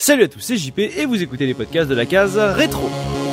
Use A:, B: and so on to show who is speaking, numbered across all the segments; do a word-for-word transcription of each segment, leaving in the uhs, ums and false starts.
A: Salut à tous, c'est J P et vous écoutez les podcasts de la case rétro.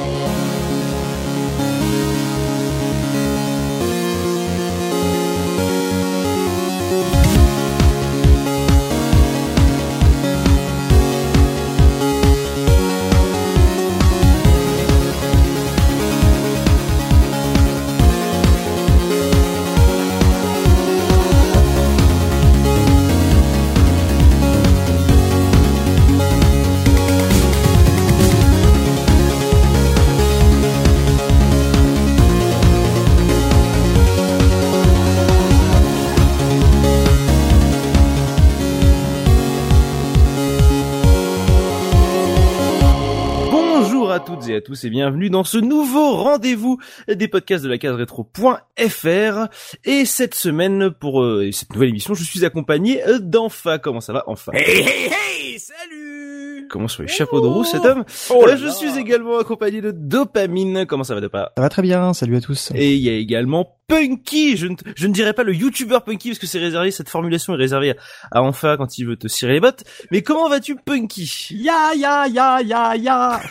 A: Et à tous et bienvenue dans ce nouveau rendez-vous des podcasts de la case rétro.fr. Et cette semaine, pour euh, cette nouvelle émission, je suis accompagné d'Enfa. Comment ça va, Enfa?
B: Hey, hey, hey, salut!
A: Comment sur les chapeaux de roue, cet homme?
B: Oh
A: euh, Je suis également accompagné de Dopamine. Comment ça va, Dopa?
C: Ça va très bien, salut à tous.
A: Et il y a également Punky. Je ne, je ne dirais pas le youtubeur Punky parce que c'est réservé, cette formulation est réservée à, à Enfa quand il veut te cirer les bottes. Mais comment vas-tu, Punky?
B: Ya, ya, ya, ya, ya.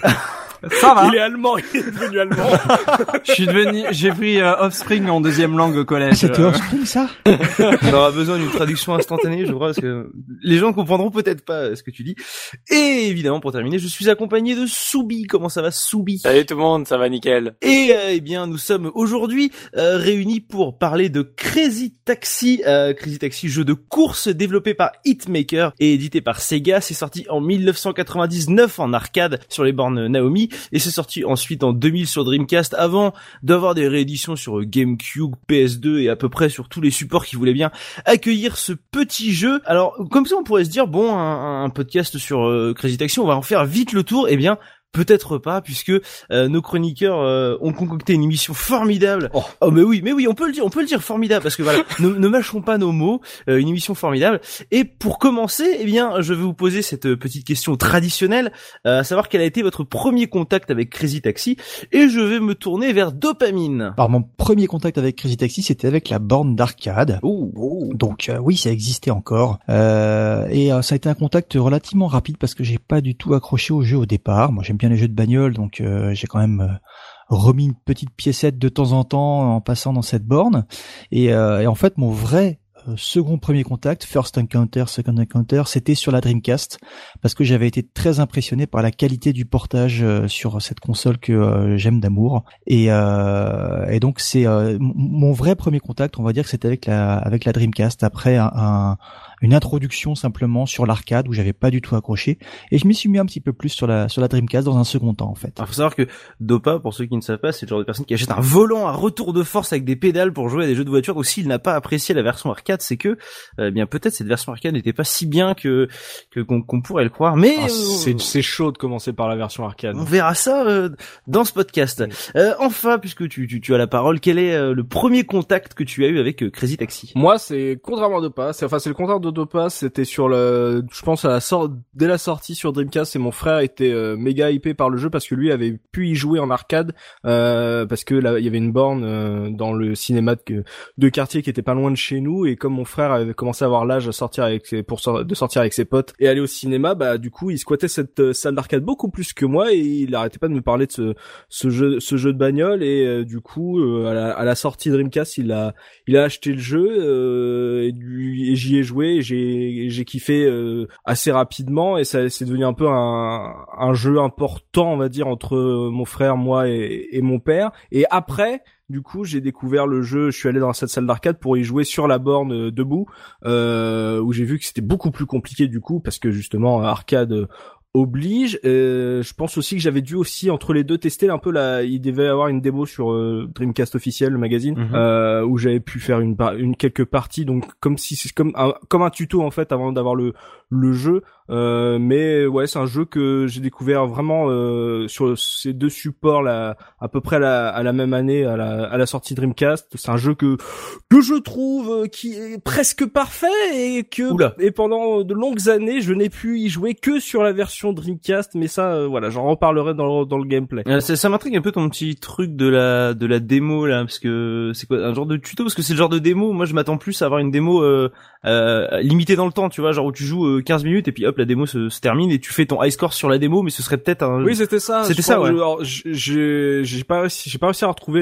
B: Ça va.
A: Il est allemand, il est devenu allemand.
B: Je suis devenu, j'ai pris euh, Offspring en deuxième langue au collège.
C: Ah, c'était Offspring, ça?
A: On aura besoin d'une traduction instantanée, je crois, parce que les gens comprendront peut-être pas ce que tu dis. Et évidemment, pour terminer, je suis accompagné de Soubi. Comment ça va, Soubi?
D: Salut tout le monde, ça va nickel.
A: Et euh, eh bien, nous sommes aujourd'hui euh, réunis pour parler de Crazy Taxi. Euh, Crazy Taxi, jeu de course développé par Hitmaker et édité par Sega. C'est sorti en dix-neuf cent quatre-vingt-dix-neuf en arcade sur les bornes Naomi. Et c'est sorti ensuite en deux mille sur Dreamcast avant d'avoir des rééditions sur GameCube, P S deux et à peu près sur tous les supports qui voulaient bien accueillir ce petit jeu. Alors, comme ça, on pourrait se dire, bon, un, un podcast sur euh, Crazy Taxi, on va en faire vite le tour. Eh bien, peut-être pas, puisque euh, nos chroniqueurs euh, ont concocté une émission formidable. Oh. oh, mais oui, mais oui, on peut le dire, on peut le dire formidable, parce que voilà, ne, ne mâchons pas nos mots. Euh, une émission formidable. Et pour commencer, eh bien, je vais vous poser cette petite question traditionnelle, euh, à savoir quel a été votre premier contact avec Crazy Taxi, et je vais me tourner vers Dopamine.
C: Alors mon premier contact avec Crazy Taxi, c'était avec la borne d'arcade.
A: Oh, oh.
C: Donc euh, oui, ça existait encore. Euh, et euh, ça a été un contact relativement rapide parce que j'ai pas du tout accroché au jeu au départ. Moi, j'aime bien les jeux de bagnole, donc euh, j'ai quand même euh, remis une petite piécette de temps en temps en passant dans cette borne. Et, euh, et en fait, mon vrai euh, second premier contact, first encounter, second encounter, c'était sur la Dreamcast, parce que j'avais été très impressionné par la qualité du portage euh, sur cette console que euh, j'aime d'amour. Et, euh, et donc c'est euh, m- mon vrai premier contact, on va dire que c'était avec la avec la Dreamcast, après un, un une introduction simplement sur l'arcade où j'avais pas du tout accroché, et je m'y suis mis un petit peu plus sur la sur la Dreamcast dans un second temps en fait.
A: Alors, faut savoir que Dopa, pour ceux qui ne savent pas, c'est le genre de personne qui achète un volant à retour de force avec des pédales pour jouer à des jeux de voiture. Donc s'il n'a pas apprécié la version arcade, c'est que euh, bien peut-être cette version arcade n'était pas si bien que que qu'on, qu'on pourrait le croire. Mais
B: Ah,
A: euh,
B: c'est, c'est chaud de commencer par la version arcade.
A: on verra ça euh, dans ce podcast.
B: Oui.
A: Euh, enfin, puisque tu, tu tu as la parole, quel est euh, le premier contact que tu as eu avec euh, Crazy Taxi?
B: Moi, c'est contrairement à Dopa, c'est enfin c'est le contraire de Dopa, c'était sur le, je pense à la sort, dès la sortie sur Dreamcast, et mon frère était euh, méga hypé par le jeu parce que lui avait pu y jouer en arcade, euh, parce que là il y avait une borne euh, dans le cinéma de, de quartier qui était pas loin de chez nous, et comme mon frère avait commencé à avoir l'âge à sortir avec ses, pour so- de sortir avec ses potes et aller au cinéma, bah du coup il squattait cette euh, salle d'arcade beaucoup plus que moi, et il arrêtait pas de me parler de ce, ce jeu, ce jeu de bagnole, et euh, du coup euh, à, la, à la sortie Dreamcast il a, il a acheté le jeu euh, et, du, et j'y ai joué, et j'ai j'ai kiffé euh, assez rapidement, et ça c'est devenu un peu un, un jeu important, on va dire, entre mon frère, moi et, et mon père. Et après, du coup, j'ai découvert le jeu, je suis allé dans cette salle d'arcade pour y jouer sur la borne euh, debout, euh, où j'ai vu que c'était beaucoup plus compliqué du coup, parce que justement arcade euh, oblige. Euh, je pense aussi que j'avais dû aussi entre les deux tester un peu la. Il devait y avoir une démo sur euh, Dreamcast officiel, le magazine, mm-hmm. euh, où j'avais pu faire une, une quelques parties. Donc comme si c'est comme un, comme un tuto en fait avant d'avoir le le jeu. Euh, mais ouais, c'est un jeu que j'ai découvert vraiment euh, sur ces deux supports là, à peu près à la, à la même année, à la, à la sortie Dreamcast. C'est un jeu que que je trouve qui est presque parfait, et que
A: Oula.
B: et pendant de longues années je n'ai pu y jouer que sur la version Dreamcast. Mais ça, euh, voilà, j'en reparlerai dans le, dans le gameplay.
A: Euh, ça, ça m'intrigue un peu ton petit truc de la de la démo là, parce que c'est quoi, un genre de tuto, parce que c'est le genre de démo. Moi, je m'attends plus à avoir une démo euh, euh, limitée dans le temps, tu vois, genre où tu joues euh, quinze minutes et puis hop, la démo se, se termine et tu fais ton high score sur la démo, mais ce serait peut-être un.
B: Oui, c'était ça.
A: C'était ça, ouais.
B: Alors, j'ai, j'ai pas réussi, j'ai pas réussi à retrouver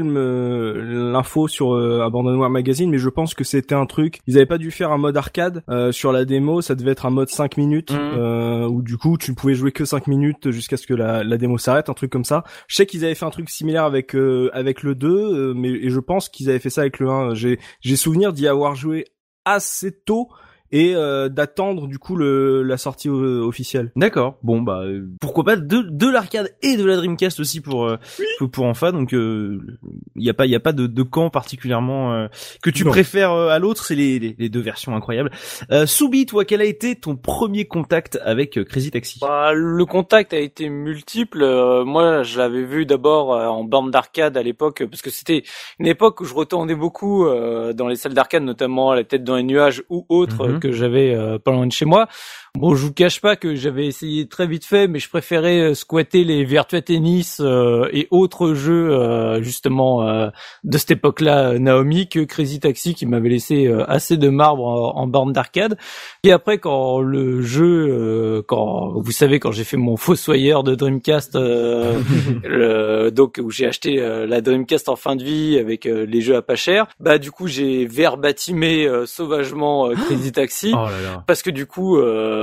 B: le, l'info sur euh, Abandonware Magazine, mais je pense que c'était un truc. Ils avaient pas dû faire un mode arcade euh, sur la démo. Ça devait être un mode cinq minutes, mmh. euh, où du coup tu ne pouvais jouer que cinq minutes jusqu'à ce que la, la démo s'arrête, un truc comme ça. Je sais qu'ils avaient fait un truc similaire avec euh, avec le deux, euh, mais et je pense qu'ils avaient fait ça avec le un. J'ai j'ai souvenir d'y avoir joué assez tôt et euh, d'attendre du coup le la sortie euh, officielle.
A: D'accord. Bon bah euh, pourquoi pas de de l'arcade et de la Dreamcast aussi pour euh, oui. pour, pour Enfa. Donc il euh, y a pas il y a pas de de camp particulièrement euh, que tu non. préfères euh, à l'autre, c'est les, les les deux versions incroyables. Euh Soubi, toi, quel a été ton premier contact avec euh, Crazy Taxi?
D: Bah, le contact a été multiple. Euh, moi, je l'avais vu d'abord euh, en borne d'arcade à l'époque parce que c'était une époque où je retournais beaucoup euh, dans les salles d'arcade, notamment La Tête dans les nuages ou autres. Mm-hmm. Que j'avais euh, pas loin de chez moi. Bon, je vous cache pas que j'avais essayé très vite fait, mais je préférais euh, squatter les Virtua Tennis euh, et autres jeux euh, justement euh, de cette époque-là, Naomi, que Crazy Taxi, qui m'avait laissé euh, assez de marbre en, en borne d'arcade. Et après, quand le jeu, euh, quand vous savez, quand j'ai fait mon fossoyeur de Dreamcast, euh, le, donc où j'ai acheté euh, la Dreamcast en fin de vie avec euh, les jeux à pas cher, bah du coup j'ai verbatimé euh, sauvagement euh, Crazy Taxi,
A: oh là là.
D: Parce que du coup euh,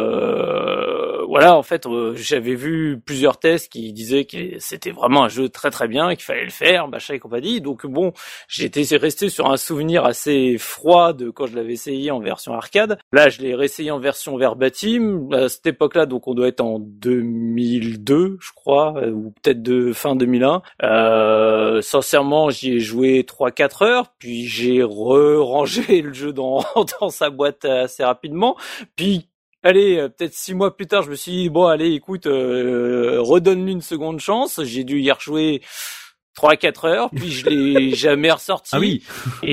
D: Euh, voilà, en fait, euh, j'avais vu plusieurs tests qui disaient que c'était vraiment un jeu très très bien et qu'il fallait le faire, machin et compagnie. Donc bon, j'étais resté sur un souvenir assez froid de quand je l'avais essayé en version arcade. Là, je l'ai réessayé en version verbatim. À cette époque-là, donc on doit être en deux mille deux, je crois, ou peut-être de fin deux mille un. Euh, sincèrement, j'y ai joué trois quatre heures, puis j'ai re-rangé le jeu dans, dans sa boîte assez rapidement. Puis allez, euh, peut-être six mois plus tard, je me suis dit, bon, allez, écoute, euh, redonne-lui une seconde chance. J'ai dû y rejouer trois quatre heures, puis je l'ai jamais ressorti.
A: Ah oui.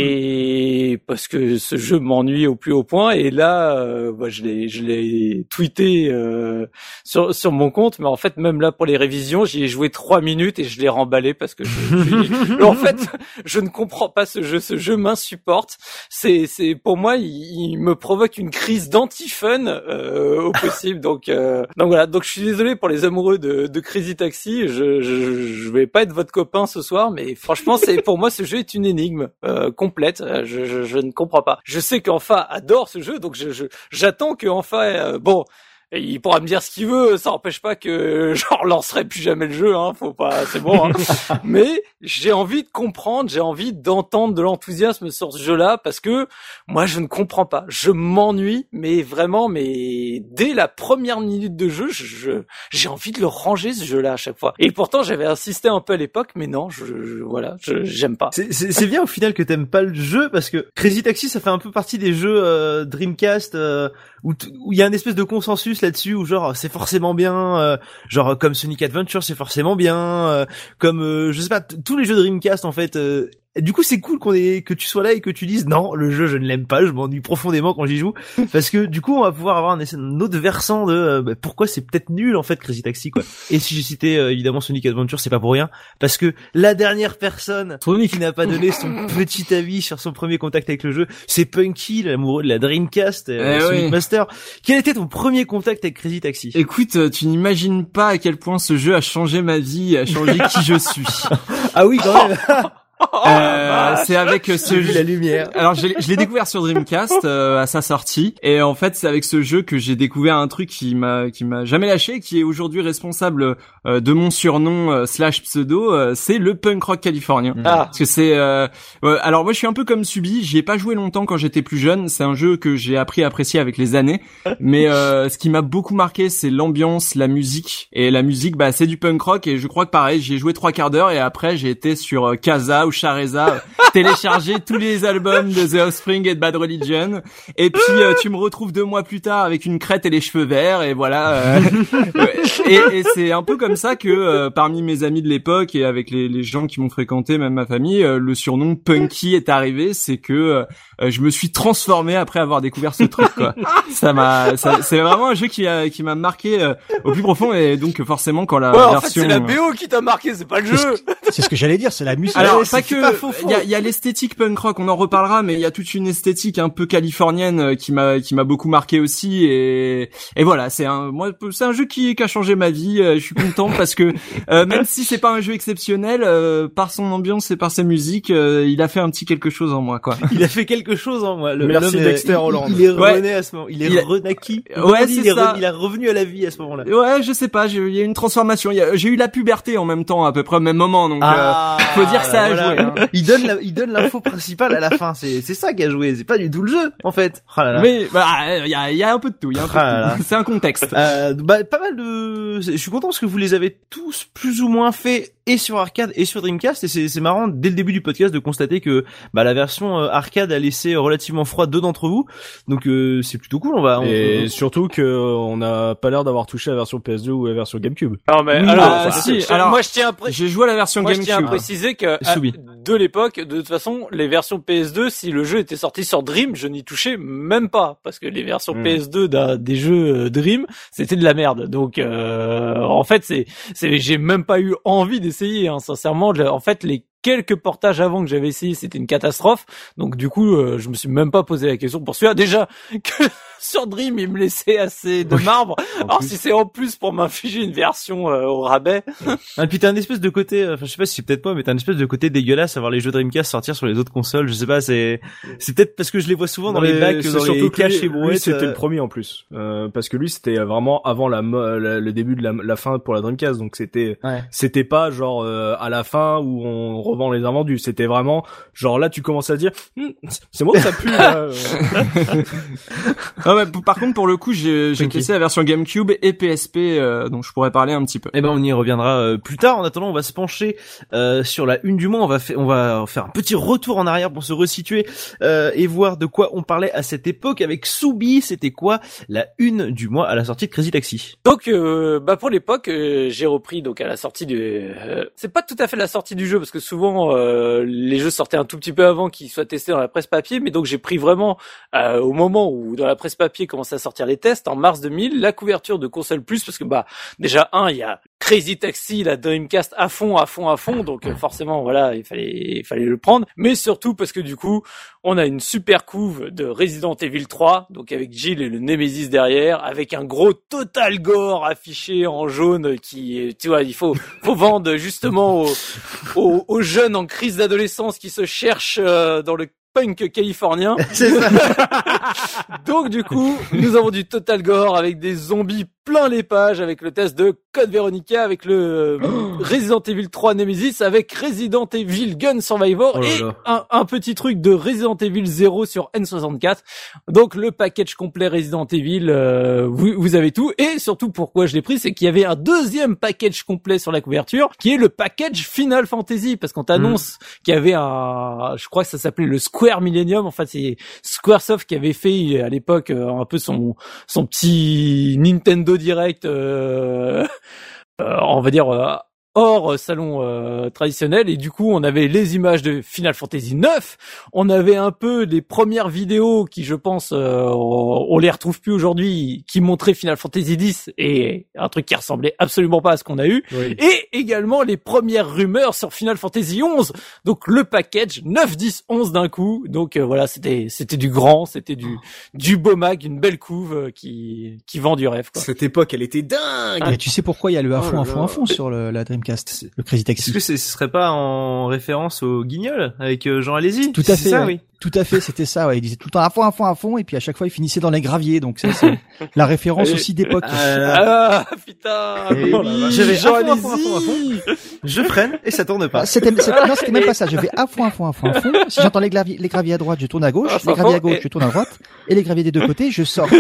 D: Et parce que ce jeu m'ennuie au plus haut point. Et là, euh, bah, je l'ai, je l'ai tweeté euh, sur sur mon compte. Mais en fait, même là pour les révisions, j'y ai joué trois minutes et je l'ai remballé parce que je, je, en fait, je ne comprends pas ce jeu. Ce jeu m'insupporte. C'est c'est pour moi, il, il me provoque une crise d'anti-fun euh, au possible. Donc euh, donc voilà. Donc je suis désolé pour les amoureux de, de Crazy Taxi. Je, je je vais pas être votre copain ce soir, mais franchement, c'est pour moi ce jeu est une énigme euh, complète. Je, je, je ne comprends pas. Je sais qu'Enfa adore ce jeu, donc je, je j'attends que Enfa euh, bon. Et il pourra me dire ce qu'il veut, ça n'empêche pas que je relancerai plus jamais le jeu, hein, faut pas, c'est bon, hein. Mais j'ai envie de comprendre, j'ai envie d'entendre de l'enthousiasme sur ce jeu-là, parce que moi je ne comprends pas, je m'ennuie, mais vraiment, mais dès la première minute de jeu, je, je j'ai envie de le ranger ce jeu-là à chaque fois. Et pourtant j'avais insisté un peu à l'époque, mais non, je, je voilà, je, j'aime pas.
A: C'est, c'est, c'est bien au final que t'aimes pas le jeu, parce que Crazy Taxi ça fait un peu partie des jeux euh, Dreamcast euh, où il y a une espèce de consensus là-dessus où genre c'est forcément bien, euh, genre comme Sonic Adventure c'est forcément bien, euh, comme euh, je sais pas t- tous les jeux de Dreamcast en fait. Euh, du coup c'est cool qu'on ait que tu sois là et que tu dises non le jeu je ne l'aime pas, je m'ennuie profondément quand j'y joue, parce que du coup on va pouvoir avoir un, un autre versant de euh, bah, pourquoi c'est peut-être nul en fait Crazy Taxi quoi. Et si j'ai cité euh, évidemment Sonic Adventure c'est pas pour rien, parce que la dernière personne qui n'a pas donné son petit avis sur son premier contact avec le jeu c'est Punky, l'amoureux de la Dreamcast, euh,
E: eh
A: Sonic
E: oui.
A: Master. Quel était ton premier contact avec Crazy Taxi?
E: Écoute, tu n'imagines pas à quel point ce jeu a changé ma vie, a changé qui je suis.
A: Ah oui, quand même.
E: Euh, c'est avec ce jeu
A: la lumière.
E: Alors je l'ai, je l'ai découvert sur Dreamcast euh, à sa sortie, et en fait c'est avec ce jeu que j'ai découvert un truc qui m'a qui m'a jamais lâché, qui est aujourd'hui responsable euh, de mon surnom euh, slash pseudo. Euh, c'est le punk rock californien.
D: Ah.
E: Parce que c'est euh, euh, alors moi je suis un peu comme Subi, j'y ai pas joué longtemps quand j'étais plus jeune. C'est un jeu que j'ai appris à apprécier avec les années, mais euh, ce qui m'a beaucoup marqué c'est l'ambiance, la musique, et la musique bah c'est du punk rock, et je crois que pareil j'y ai joué trois quarts d'heure et après j'ai été sur euh, Kazaa ou Shareza, télécharger tous les albums de The Offspring et de Bad Religion, et puis euh, tu me retrouves deux mois plus tard avec une crête et les cheveux verts, et voilà. Euh, et, et c'est un peu comme ça que euh, parmi mes amis de l'époque et avec les, les gens qui m'ont fréquenté, même ma famille, euh, le surnom Punky est arrivé. C'est que euh, je me suis transformé après avoir découvert ce truc, quoi. Ça m'a, ça, c'est vraiment un jeu qui a, qui m'a marqué euh, au plus profond, et donc forcément quand la
D: ouais,
E: version.
D: En fait, c'est la B O qui t'a marqué, c'est pas le jeu.
C: C'est ce que j'allais dire, c'est la musique.
E: Alors,
C: c'est
E: pas
A: c'est
E: que,
A: pas faux, faux.
E: il y a, il y a l'esthétique punk rock, on en reparlera, mais il y a toute une esthétique un peu californienne qui m'a, qui m'a beaucoup marqué aussi, et, et voilà, c'est un, moi, c'est un jeu qui, qui a changé ma vie. Je suis content parce que euh, même si c'est pas un jeu exceptionnel, euh, par son ambiance et par sa musique, euh, il a fait un petit quelque chose en moi, quoi.
A: Il a fait quelque chose en moi. Le,
B: Merci
A: l'homme,
B: Dexter
A: il,
B: Holland.
A: Il, il est
E: Ouais.
A: rené à ce moment. Il est
E: Il a-
A: renaquis.
E: Ouais,
A: il
E: c'est
A: est
E: ça.
A: re- il a revenu à la vie à ce moment-là.
E: Ouais, je sais pas, j'ai- il y a une transformation. Il y a- J'ai eu la puberté en même temps, à peu près au même moment, donc
A: Ah,
E: euh, faut dire que ça a
A: voilà.
E: joué. Hein.
A: Il donne la, il donne l'info principale à la fin. C'est, c'est ça qui a joué. C'est pas du tout le jeu, en fait. Oh là là.
E: Mais bah, il y a, il y a un peu de tout. Il y a un peu
A: Ah là
E: de
A: là.
E: tout. C'est un contexte.
A: Euh, bah, pas mal de, je suis content parce que vous les avez tous plus ou moins fait et sur arcade et sur Dreamcast, et c'est, c'est marrant dès le début du podcast de constater que, bah, la version euh, arcade a laissé relativement froid deux d'entre vous. Donc, euh, c'est plutôt cool. On va, on,
B: Et
A: on-
B: surtout que euh, on n'a pas l'air d'avoir touché la version P S deux ou la version GameCube.
D: Non mais
E: Oui,
D: alors,
E: ah,
D: enfin,
E: si,
D: je-
E: alors,
D: moi je tiens à pré-
E: J'ai joué à la version
D: moi je tiens à
E: GameCube.
D: préciser que à-
A: Soubi.
D: de l'époque, de toute façon, les versions P S deux, si le jeu était sorti sur Dream, je n'y touchais même pas parce que les versions
B: Hmm.
D: P S deux d'un- des jeux euh, Dream, c'était de la merde. Donc euh, en fait, c'est c'est j'ai même pas eu envie d'essayer hein, sincèrement, je- en fait les quelques portages avant que j'avais essayé, c'était une catastrophe. Donc du coup, euh, je me suis même pas posé la question pour celui-là. Déjà que sur Dream, il me laissait assez de marbre. Alors si c'est en plus pour m'infliger une version euh, au rabais,
A: Ah, et puis t'as un espèce de côté, enfin je sais pas si c'est peut-être pas, mais t'as un espèce de côté dégueulasse à voir les jeux Dreamcast sortir sur les autres consoles. Je sais pas, c'est c'est peut-être parce que je les vois souvent dans
B: Non,
A: les
B: mais
A: bacs,
B: c'est
A: dans
B: surtout
A: les
B: que
A: caches
B: lui-
A: et
B: lui,
A: brouettes.
B: c'était
A: euh,
B: le premier en plus, euh, parce que lui c'était vraiment avant la, mo- la- le début de la, la fin pour la Dreamcast, donc c'était
A: Ouais.
B: c'était pas genre euh, à la fin où on revend les invendus, c'était vraiment genre là tu commences à dire Hm, c'est moi que ça pue là. euh.
E: Ah ouais, p- par contre, pour le coup, j'ai, j'ai
A: Ok.
E: testé la version GameCube et P S P, euh, donc je pourrais parler un petit peu.
A: Eh ben on y reviendra euh, plus tard. En attendant, on va se pencher euh, sur la une du mois. On va faire, on va faire un petit retour en arrière pour se resituer euh, et voir de quoi on parlait à cette époque avec Soubi. C'était quoi la une du mois à la sortie de Crazy Taxi?
D: Donc, euh, bah pour l'époque, euh, j'ai repris donc à la sortie du. Euh, c'est pas tout à fait la sortie du jeu parce que souvent euh, les jeux sortaient un tout petit peu avant qu'ils soient testés dans la presse papier, mais donc j'ai pris vraiment euh, au moment où dans la presse papier commençaient à sortir les tests en mars deux mille, la couverture de Console Plus parce que bah déjà un il y a Crazy Taxi, la Dreamcast à fond, à fond, à fond, donc euh, forcément voilà il fallait il fallait le prendre, mais surtout parce que du coup on a une super couve de Resident Evil trois, donc avec Jill et le Nemesis derrière, avec un gros Total Gore affiché en jaune qui, tu vois, il faut, faut vendre justement aux, aux, aux jeunes en crise d'adolescence qui se cherchent euh, dans le punk californien.
A: C'est ça.
D: Donc du coup, nous avons du Total Gore avec des zombies plein les pages, avec le test de Code Veronica, avec le euh, Resident Evil trois Nemesis, avec Resident Evil Gun Survivor
A: Oh là
D: et
A: là.
D: un, un petit truc de Resident Evil zéro sur N soixante-quatre. Donc le package complet Resident Evil, euh, vous, vous avez tout. Et surtout pourquoi je l'ai pris, c'est qu'il y avait un deuxième package complet sur la couverture, qui est le package Final Fantasy, parce qu'on t'annonce qu'il y avait un, je crois que ça s'appelait le Square Millennium. En fait, c'est Squaresoft qui avait fait à l'époque euh, un peu son son petit Nintendo Direct, euh, euh, on va dire euh, hors salon euh, traditionnel, et du coup on avait les images de Final Fantasy neuf, on avait un peu les premières vidéos qui je pense euh, on, on les retrouve plus aujourd'hui, qui montraient Final Fantasy dix et un truc qui ressemblait absolument pas à ce qu'on a eu,
B: Oui.
D: et également les premières rumeurs sur Final Fantasy onze, donc le package neuf, dix, onze d'un coup. Donc euh, voilà, c'était c'était du grand, c'était du du beau mag, une belle couve euh, qui qui vend du rêve quoi.
B: Cette époque elle était dingue.
C: Et tu sais pourquoi il y a le à
B: Oh
C: fond,
B: là
C: à fond,
B: là.
C: à fond sur le, la Dreamcast, le Crazy
A: Est-ce
C: Taxi.
A: que c'est- ce serait pas en référence au Guignol avec euh, Jean Alési?
C: Tout à
A: C'est
C: fait,
A: ça,
C: ouais.
A: oui.
C: Tout à fait, c'était ça. Ouais. Il disait tout le temps à fond, à fond, à fond, et puis à chaque fois il finissait dans les graviers. Donc ça, c'est la référence
D: Et-
C: aussi d'époque.
D: Ah putain,
A: Et
D: oh
A: oui,
D: là là.
A: j'avais
D: Jean
A: à fond, à fond, à
D: Alési.
A: fond, à fond. Je freine et ça tourne pas.
C: Ah, C'était, c'est- non, c'était même pas ça. Je vais à fond, à fond, à fond, à fond. Si j'entends les graviers, les graviers à droite, je tourne à gauche.
D: Ah,
C: Les graviers à
D: fond,
C: gauche,
D: et-
C: je tourne à droite. Et les graviers des deux côtés, je sors.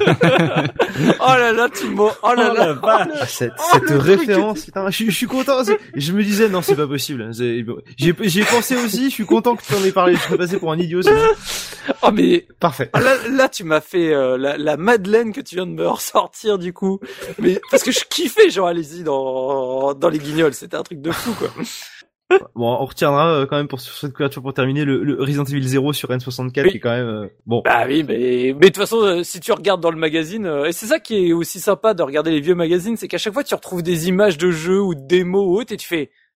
D: Oh là là, Timo, oh là là.
A: Ah, cette, cette référence, putain, je, suis- je suis content. c'est- Je me disais non, c'est pas possible. C'est- J'y ai, j'y ai pensé aussi. Je suis content que tu en aies parlé. Je serais passé pour un idiot. sinon.
D: Oh mais
A: Parfait.
D: là, là tu m'as fait euh, la, la Madeleine que tu viens de me ressortir du coup. Mais parce que je kiffais Jean Alési dans dans les Guignols, c'était un truc de fou quoi.
A: Bon, on retiendra euh, quand même pour sur cette couverture pour terminer le, le Resident Evil zéro sur N soixante-quatre
D: Oui.
A: qui est quand même euh, bon.
D: Bah oui, mais mais de toute façon, euh, si tu regardes dans le magazine, euh, et c'est ça qui est aussi sympa de regarder les vieux magazines, c'est qu'à chaque fois tu retrouves des images de jeux ou de démos ou autres, et tu fais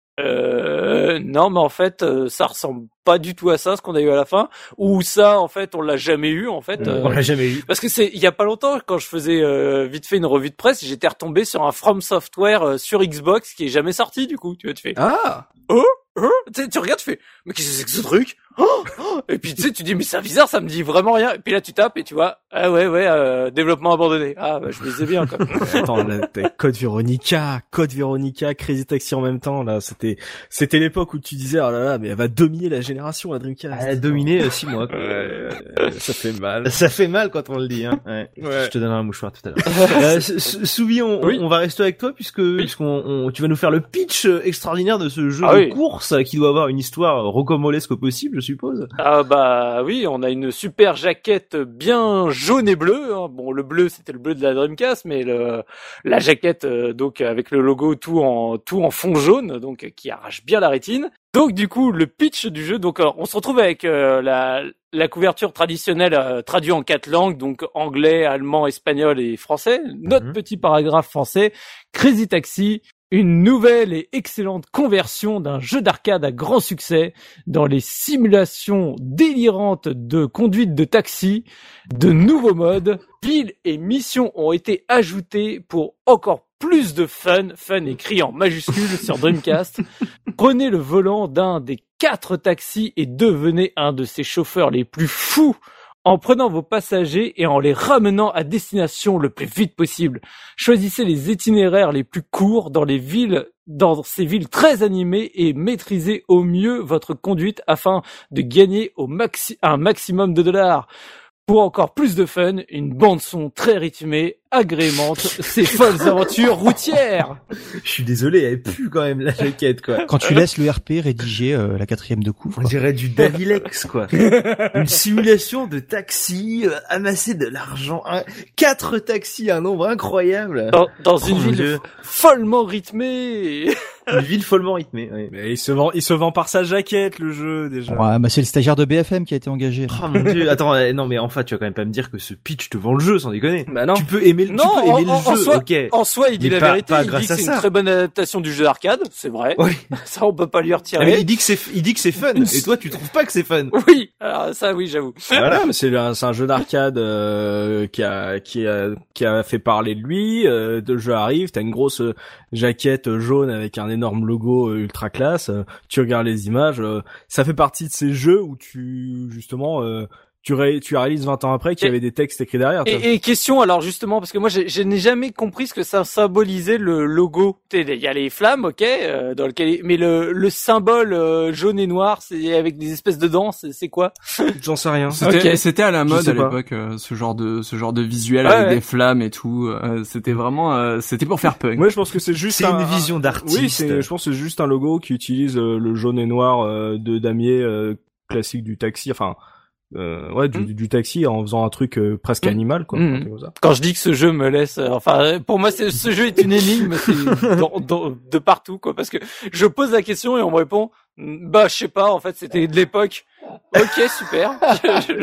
D: Euh, non, mais en fait, euh, ça ressemble pas du tout à ça, ce qu'on a eu à la fin. Ou ça, en fait, on l'a jamais eu, en fait.
A: Euh, on l'a jamais eu.
D: Parce que c'est, il y a pas longtemps, quand je faisais euh, vite fait une revue de presse, j'étais retombé sur un From Software euh, sur Xbox qui est jamais sorti, du coup. Tu vois, tu fais.
B: Ah.
D: Oh, oh, tu sais, tu regardes, tu fais. Mais qu'est-ce que c'est que ce truc? Oh, oh. Et puis tu sais, tu dis mais c'est bizarre, ça me dit vraiment rien. Et puis là, tu tapes et tu vois. Ah ouais, ouais, euh, développement abandonné. Ah, bah, je me disais bien. Quoi.
B: Attends, là, t'as Code Veronica, Code Veronica, Crazy Taxi en même temps. Là, c'était, c'était l'époque où tu disais, oh là là, mais elle va dominer la génération, la Dreamcast.
A: Elle a dominé euh, six mois. Quoi.
B: Ouais, euh, ça fait mal.
A: Ça fait mal quand on le dit. Hein. Ouais.
B: Ouais.
A: Je te donnerai un mouchoir tout à l'heure. euh, Soubi, on,
D: oui.
A: on va rester avec toi puisque oui. puisqu'on on, tu vas nous faire le pitch extraordinaire de ce jeu
D: ah,
A: de
D: oui.
A: course qui doit avoir une histoire rocambolesque au possible, je suppose.
D: Ah bah oui, on a une super jaquette bien jaune et bleue. Hein. Bon, le bleu c'était le bleu de la Dreamcast, mais le la jaquette euh, donc avec le logo tout en tout en fond jaune, donc qui arrache bien la rétine. Donc du coup le pitch du jeu, donc on se retrouve avec euh, la la couverture traditionnelle euh, traduite en quatre langues, donc anglais, allemand, espagnol et français. Notre mmh. petit paragraphe français, Crazy Taxi. Une nouvelle et excellente conversion d'un jeu d'arcade à grand succès dans les simulations délirantes de conduite de taxi. De nouveaux modes, piles et missions ont été ajoutés pour encore plus de fun, fun écrit en majuscule sur Dreamcast. Prenez le volant d'un des quatre taxis et devenez un de ces chauffeurs les plus fous en prenant vos passagers et en les ramenant à destination le plus vite possible. Choisissez les itinéraires les plus courts dans les villes, dans ces villes très animées et maîtrisez au mieux votre conduite afin de gagner au maxi- un maximum de dollars. Pour encore plus de fun, une bande-son très rythmée agrémente ces folles aventures routières.
A: Je suis désolé, elle pue quand même la jaquette, quoi.
C: Quand tu laisses le R P rédiger euh, la quatrième de couve.
A: On dirait du Davilex, quoi. Une simulation de taxi, euh, amasser de l'argent. Un... Quatre taxis, un nombre incroyable.
D: Dans, dans une
A: oh,
D: ville f- follement rythmée.
A: Une ville follement rythmée, oui.
B: Mais il se vend, il se vend par sa jaquette, le jeu, déjà.
C: Ouais, bah c'est le stagiaire de B F M qui a été engagé.
A: Oh mon dieu, attends, non mais enfin, tu vas quand même pas me dire que ce pitch te vend le jeu, sans déconner.
B: Bah non.
A: Tu peux aimer,
D: Non,
A: tu peux aimer
D: en,
A: le
D: en
A: jeu,
D: soi,
A: ok.
D: En soi, il dit
A: Mais
D: la
A: pas-
D: vérité,
A: pas
D: il dit
A: grâce
D: que
A: à
D: c'est
A: ça.
D: une très bonne adaptation du jeu d'arcade, c'est vrai.
A: Oui.
D: Ça, on peut pas lui
A: Ah,
D: retirer.
A: mais il dit que c'est, il dit que c'est fun. Et toi, tu trouves pas que c'est fun.
D: Oui, alors ça, oui, j'avoue.
B: Voilà, mais c'est un, c'est un jeu d'arcade euh, qui a qui a qui a fait parler de lui. Euh, le jeu arrive, t'as une grosse euh, jaquette jaune avec un énorme logo euh, ultra classe. Euh, tu regardes les images, euh, ça fait partie de ces jeux où tu justement euh, tu ré, tu réalises vingt ans après qu'il y
D: Et-
B: avait des textes écrits derrière. tu vois.
D: Et, et question, alors justement, parce que moi, j'ai- je n'ai jamais compris ce que ça symbolisait le logo. Tu sais, il y a les flammes, ok, euh, dans lequel, mais le, le symbole euh, jaune et noir, c'est avec des espèces de dents, c'est, c'est quoi?
B: J'en sais rien.
E: C'était,
D: Ok.
E: c'était à la mode
B: sais
E: à
B: pas.
E: l'époque, euh, ce genre de, ce genre de visuel
D: Ouais,
E: avec
D: ouais.
E: des flammes et tout. euh, c'était vraiment, euh, c'était pour faire punk.
B: Moi, je pense que c'est juste
A: C'est
B: un-
A: une vision
B: un-
A: d'artiste.
B: Oui, c'est, je pense que c'est juste un logo qui utilise euh, le jaune et noir euh, de damier euh, classique du taxi. Enfin, euh, ouais, du,
D: Mm.
B: du taxi en faisant un truc euh, presque
D: Mm.
B: animal, quoi.
D: Mm.
B: un truc comme ça.
D: Quand je dis que ce jeu me laisse, euh, enfin, euh, pour moi, c'est, ce jeu est une énigme, c'est dans, dans- de partout, quoi, parce que je pose la question et on me répond, bah, je sais pas, en fait, c'était de l'époque. Ok, super. Je-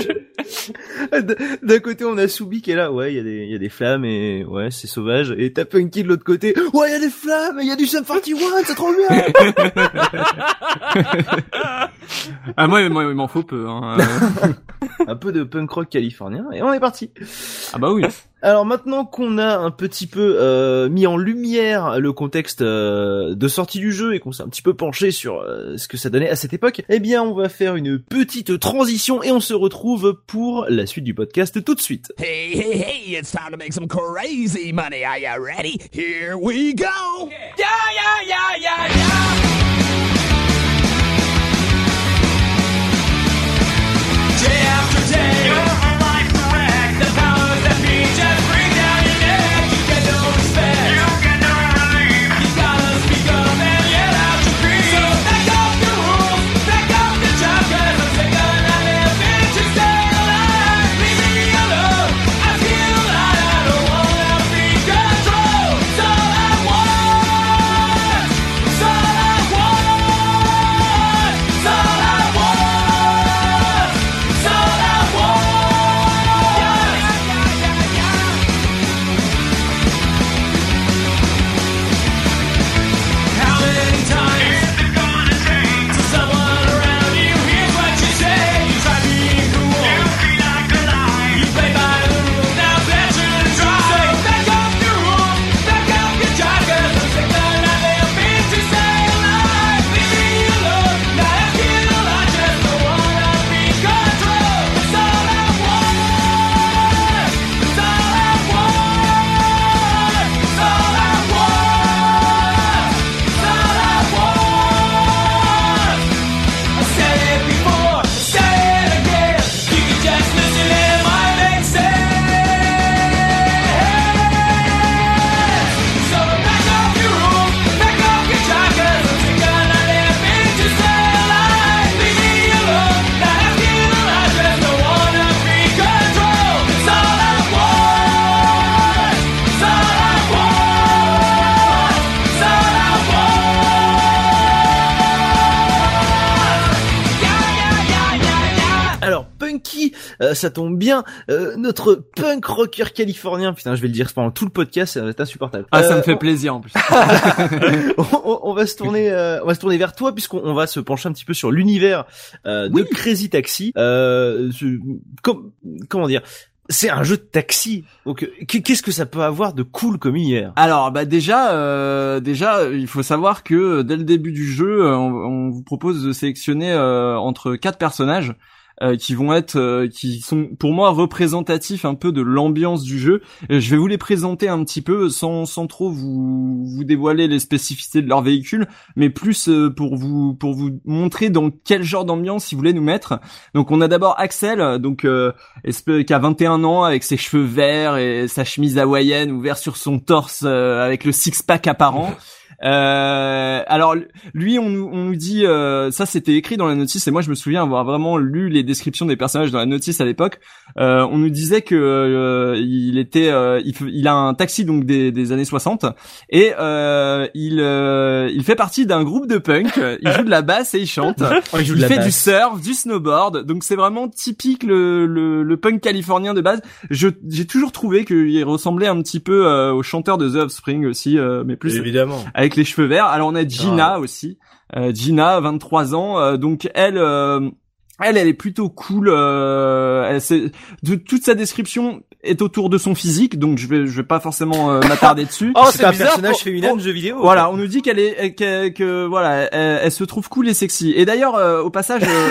D: je-
A: D- D'un côté, on a Soubi qui est là. Ouais, il y a des, il y a des flammes et ouais, c'est sauvage. Et t'as Punky de l'autre côté. Ouais, il y a des flammes, il y a du Sum quarante et un, c'est trop bien.
E: Ah moi, moi, il m'en faut peu. Hein. euh.
A: Un peu de punk rock californien et on est parti.
E: Ah bah oui.
A: Alors maintenant qu'on a un petit peu euh, mis en lumière le contexte euh, de sortie du jeu et qu'on s'est un petit peu penché sur euh, ce que ça donnait à cette époque, eh bien on va faire une petite transition et on se retrouve pour la suite du podcast tout de suite.
F: Hey, hey, hey, it's time to make some crazy money. Are you ready? Here we go. Yeah, yeah, yeah, yeah, yeah. Day after day, you're a life wreck. The powers that be just bring down your neck. You get no respect. You get no relief. You gotta speak up and yell out your creed. So back up the rules, back up the job, 'cause I'm sick of not living to stay alive. Leave me alone. I feel like I don't wanna be controlled. It's all I want. It's all
A: euh, ça tombe bien, euh, notre punk rocker californien, putain, je vais le dire pendant tout le podcast, ça va être insupportable.
E: Ah, ça
A: Euh,
E: me fait
A: on-
E: plaisir en plus.
A: on, on va se tourner, euh, on va se tourner vers toi puisqu'on on va se pencher un petit peu sur l'univers euh, de Crazy Taxi. Euh, je- com- comment dire, c'est un jeu de taxi. Donc, euh, qu'est-ce que ça peut avoir de cool comme univers?
E: Alors bah déjà euh, déjà il faut savoir que dès le début du jeu euh, on, on vous propose de sélectionner euh, entre quatre personnages euh, qui vont être euh, qui sont pour moi représentatifs un peu de l'ambiance du jeu. Et je vais vous les présenter un petit peu sans sans trop vous vous dévoiler les spécificités de leur véhicule, mais plus euh, pour vous pour vous montrer dans quel genre d'ambiance ils voulaient nous mettre. Donc on a d'abord Axel, donc euh, espèce- qui a vingt et un ans avec ses cheveux verts et sa chemise hawaïenne ouverte sur son torse euh, avec le six pack apparent. Euh, alors lui on nous on nous dit euh, ça c'était écrit dans la notice et moi je me souviens avoir vraiment lu les descriptions des personnages dans la notice à l'époque. Euh, on nous disait que euh, il était euh, il, f- il a un taxi donc des, des années soixante et euh, il euh, il fait partie d'un groupe de punk. Il joue de la basse et il chante.
A: Oh, il joue de
E: Il
A: la
E: fait
A: basse.
E: du surf, du snowboard, donc c'est vraiment typique le, le, le punk californien de base. Je j'ai toujours trouvé qu'il ressemblait un petit peu euh, au chanteur de The Offspring aussi, euh, mais plus
A: Évidemment.
E: avec les cheveux verts. Alors on a Gina aussi, euh, Gina, vingt-trois ans, euh, donc elle, euh, elle, elle est plutôt cool. Euh, elle, c'est, de, toute sa description est autour de son physique, donc je vais, je vais pas forcément euh, m'attarder dessus.
D: Oh,
A: c'est
D: c'est
A: un
D: bizarre.
A: personnage
D: pour-
A: féminin
D: pour-
A: de jeu vidéo.
E: Voilà, on nous dit qu'elle est, qu'elle- que voilà, elle, elle se trouve cool et sexy. Et d'ailleurs, euh, au passage, euh,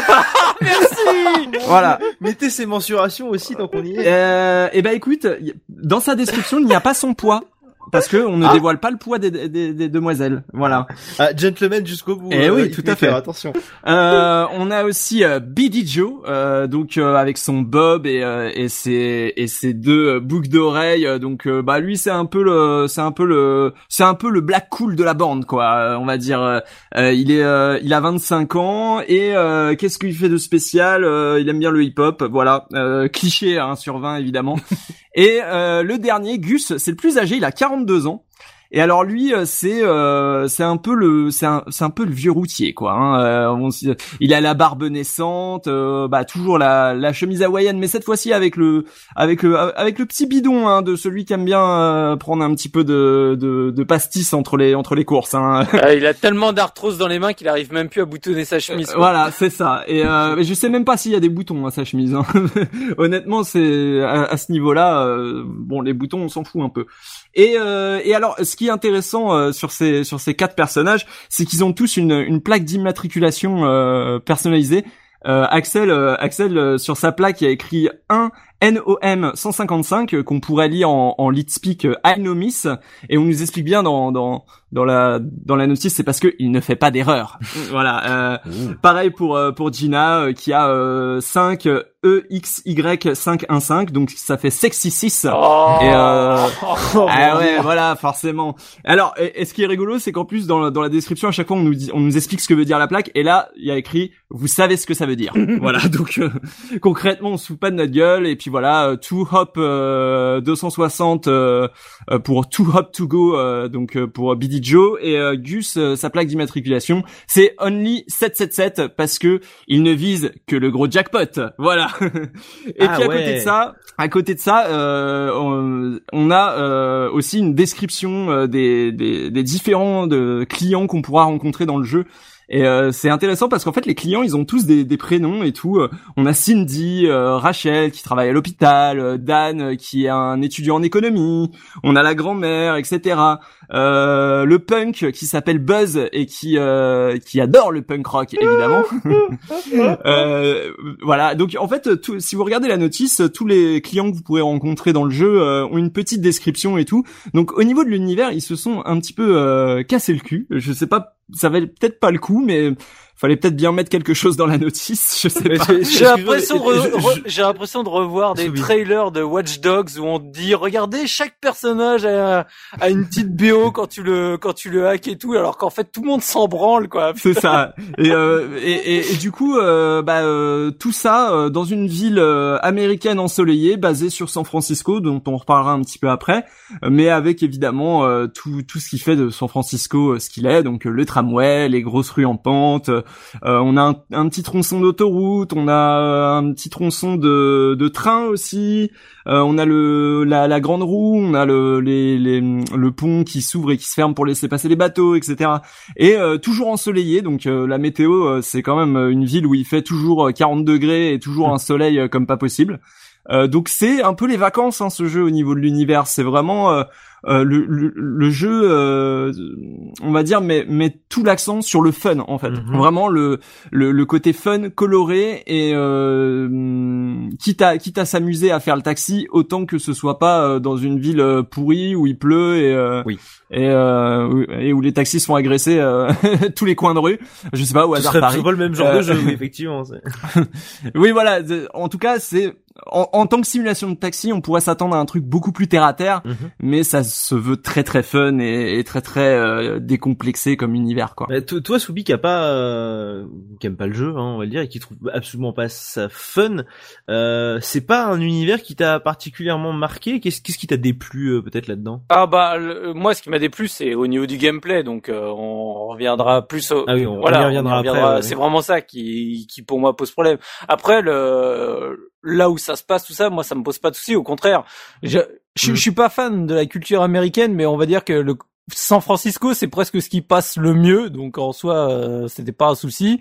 A: Merci.
E: voilà.
A: Mettez ces mensurations aussi tant qu'on y est.
E: Euh, et ben écoute, y- dans sa description, il n'y a pas son poids. Parce que on ne
A: Ah.
E: dévoile pas le poids des, des, des demoiselles. Voilà.
A: Ah, gentleman jusqu'au bout.
E: Eh
A: euh,
E: oui,
A: il
E: tout
A: faut
E: à fait.
A: faire attention.
E: Euh, on a aussi euh, B D Joe, euh, donc euh, avec son bob et, euh, et ses et ses deux euh, boucles d'oreilles. euh, donc euh, bah lui c'est un peu le c'est un peu le c'est un peu le black cool de la bande quoi. euh, on va dire. Euh, euh, il est euh, il a vingt-cinq ans et euh, qu'est-ce qu'il fait de spécial? Euh, Il aime bien le hip hop. Voilà. Euh, cliché hein, sur vingt évidemment. Et euh, le dernier, Gus, c'est le plus âgé, il a quarante-deux ans. Et alors lui, euh, c'est euh, c'est un peu le c'est un c'est un peu le vieux routier quoi. Hein. Euh, on s- il a la barbe naissante, euh, bah toujours la la chemise hawaïenne, mais cette fois-ci avec le avec le avec le petit bidon hein, de celui qui aime bien euh, prendre un petit peu de de, de pastis entre les entre les courses. Hein.
D: Ah, il a tellement d'arthrose dans les mains qu'il arrive même plus à boutonner sa chemise. quoi.
E: Voilà, c'est ça. Et euh, mais je sais même pas s'il y a des boutons à sa chemise. Hein. Honnêtement, c'est à, à ce niveau-là, euh, bon, les boutons, on s'en fout un peu. Et, euh, et alors, ce qui est intéressant euh, sur ces sur ces quatre personnages, c'est qu'ils ont tous une une plaque d'immatriculation euh, personnalisée. Euh, Axel, euh, Axel euh, sur sa plaque, il a écrit un N O M cent cinquante-cinq euh, qu'on pourrait lire en, en lead speak euh, I know miss, et on nous explique bien dans dans dans la dans la notice, c'est parce que il ne fait pas d'erreur. Voilà. Euh, pareil pour euh, pour Gina euh, qui a euh, cinq E X Y cinq un cinq, donc ça fait sexy six.
D: Oh.
E: Et euh,
D: Oh,
E: ah
D: mon
E: ouais,
D: Dieu.
E: voilà, forcément. Alors, et, et ce qui est rigolo, c'est qu'en plus dans la, dans la description à chaque fois on nous dit, on nous explique ce que veut dire la plaque, et là il y a écrit, vous savez ce que ça veut dire. Voilà, donc euh, concrètement on se fout pas de notre gueule, et puis voilà, euh, two hop euh, deux cent soixante euh, euh, pour two hop to go, euh, donc euh, pour B D Joe, et euh, Gus euh, sa plaque d'immatriculation c'est only sept cent soixante-sept parce que il ne vise que le gros jackpot. Voilà. Et
A: Ah
E: puis à
A: ouais.
E: côté de ça, à côté de ça, euh, on, on a euh, aussi une description euh, des, des, des différents de clients qu'on pourra rencontrer dans le jeu. Et euh, c'est intéressant parce qu'en fait les clients ils ont tous des, des prénoms et tout. Euh, On a Cindy, euh, Rachel qui travaille à l'hôpital, euh, Dan euh, qui est un étudiant en économie, on a la grand-mère, et cetera. Euh, le punk qui s'appelle Buzz et qui euh, qui adore le punk rock évidemment. Euh, voilà, donc en fait, tout, si vous regardez la notice, tous les clients que vous pourrez rencontrer dans le jeu euh, ont une petite description et tout. Donc au niveau de l'univers, ils se sont un petit peu euh, cassé le cul. Je sais pas, ça valait peut-être pas le coup, mais fallait peut-être bien mettre quelque chose dans la notice. Je sais
A: Mais
E: pas.
A: c'est-
D: J'ai l'impression de, re-
A: je- je-
D: re- j'ai l'impression de revoir des
A: Soubi.
D: trailers de Watch Dogs où on te dit regardez chaque personnage a, a une petite B O quand tu le quand tu le hack et tout, alors qu'en fait tout le monde s'en branle quoi.
E: C'est ça. Et, euh, et, et, et du coup, euh, bah, euh, tout ça euh, dans une ville euh, américaine ensoleillée, basée sur San Francisco, dont on reparlera un petit peu après, euh, mais avec évidemment euh, tout tout ce qui fait de San Francisco euh, ce qu'il est, donc euh, le tramway, les grosses rues en pente, euh, euh, on a un, un petit tronçon d'autoroute, on a un petit tronçon de, de train aussi. Euh, on a le la, la grande roue, on a le les, les le pont qui s'ouvre et qui se ferme pour laisser passer les bateaux, et cetera. Et euh, toujours ensoleillé, donc euh, la météo, euh, c'est quand même une ville où il fait toujours quarante degrés et toujours un soleil euh, comme pas possible. Euh, donc c'est un peu les vacances, hein, ce jeu au niveau de l'univers. C'est vraiment euh, euh, le, le, le jeu, euh, on va dire, met, met tout l'accent sur le fun en fait. Mm-hmm. Vraiment le, le le côté fun, coloré et euh, quitte à quitte à s'amuser à faire le taxi, autant que ce soit pas euh, dans une ville euh, pourrie où il pleut et euh,
A: oui.
E: et euh, et où les taxis sont agressés euh, tous les coins de rue. Je sais pas, au hasard Paris.
A: C'est pas le même genre euh... de jeu, oui, effectivement. C'est...
E: oui, voilà. En tout cas, c'est en, en tant que simulation de taxi, on pourrait s'attendre à un truc beaucoup plus terre à terre, mm-hmm. mais ça se veut très très fun et, et très très euh, décomplexé comme univers, quoi.
A: Bah, t- toi, Soubi, qui a pas, euh, qui aime pas le jeu, hein, on va le dire, et qui trouve absolument pas ça fun, euh, c'est pas un univers qui t'a particulièrement marqué. Qu'est-ce, qu'est-ce qui t'a déplu euh, peut-être là-dedans?
D: Ah bah le, moi, ce qui m'a déplu, c'est au niveau du gameplay, donc euh, on reviendra plus. Au...
A: Ah oui, on,
D: voilà,
A: on y reviendra,
D: on y reviendra
A: après. Ouais.
D: C'est vraiment ça qui, qui pour moi pose problème. Après le là où ça se passe, tout ça, moi ça me pose pas de soucis, au contraire. Je, je, mmh. je suis pas fan de la culture américaine, mais on va dire que le San Francisco, c'est presque ce qui passe le mieux, donc en soi, euh, c'était pas un souci.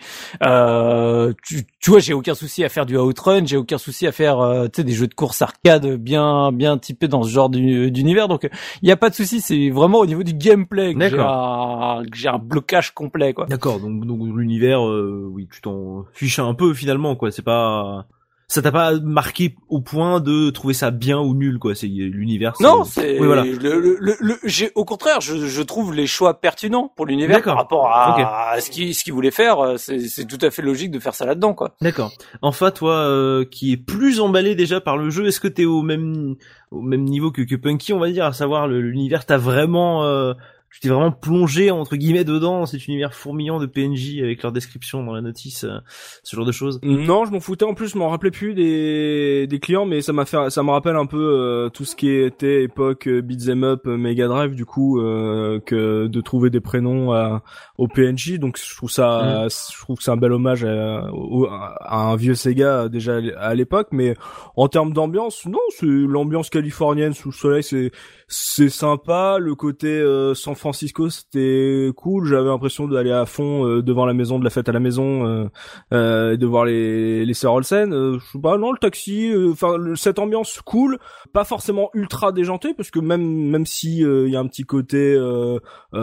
D: Euh, tu, tu vois, j'ai aucun souci à faire du outrun, j'ai aucun souci à faire, euh, tu sais, des jeux de course arcade bien, bien typés dans ce genre d'univers. Donc, il y a pas de souci. C'est vraiment au niveau du gameplay que j'ai un, que j'ai un blocage complet, quoi.
A: D'accord. Donc, donc l'univers, euh, oui, tu t'en fiches un peu finalement, quoi. C'est pas. Ça t'a pas marqué au point de trouver ça bien ou nul, quoi. C'est l'univers. C'est...
D: Non, c'est
A: oui, voilà.
D: le, le, le, le j'ai au contraire, je, je trouve les choix pertinents pour l'univers. D'accord. Par rapport à, okay. à ce qu'il ce qu'il voulait faire. C'est, c'est tout à fait logique de faire ça là-dedans, quoi.
A: D'accord. Enfin, toi, euh, qui est plus emballé déjà par le jeu, est-ce que t'es au même au même niveau que que Punky, on va dire, à savoir le, l'univers, t'as vraiment euh, tu t'es vraiment plongé entre guillemets dedans dans cet univers fourmillant de P N J avec leur description dans la notice, euh, ce genre de choses?
B: Non, je m'en foutais. En plus, je m'en rappelais plus des des clients, mais ça m'a fait, ça me rappelle un peu euh, tout ce qui était époque euh, beat'em up, euh, Mega Drive, du coup, euh, que de trouver des prénoms à, au P N J. Donc, je trouve ça, mmh. je trouve que c'est un bel hommage à, à un vieux Sega déjà à l'époque. Mais en termes d'ambiance, non, c'est l'ambiance californienne sous le soleil, c'est c'est sympa. Le côté euh, San Francisco, c'était cool. J'avais l'impression d'aller à fond euh, devant la maison de la fête à la maison, euh, euh, et de voir les les sœurs Olsen. Euh, je sais pas, non, le taxi, enfin euh, cette ambiance cool, pas forcément ultra déjantée, parce que même même si il euh, y a un petit côté euh,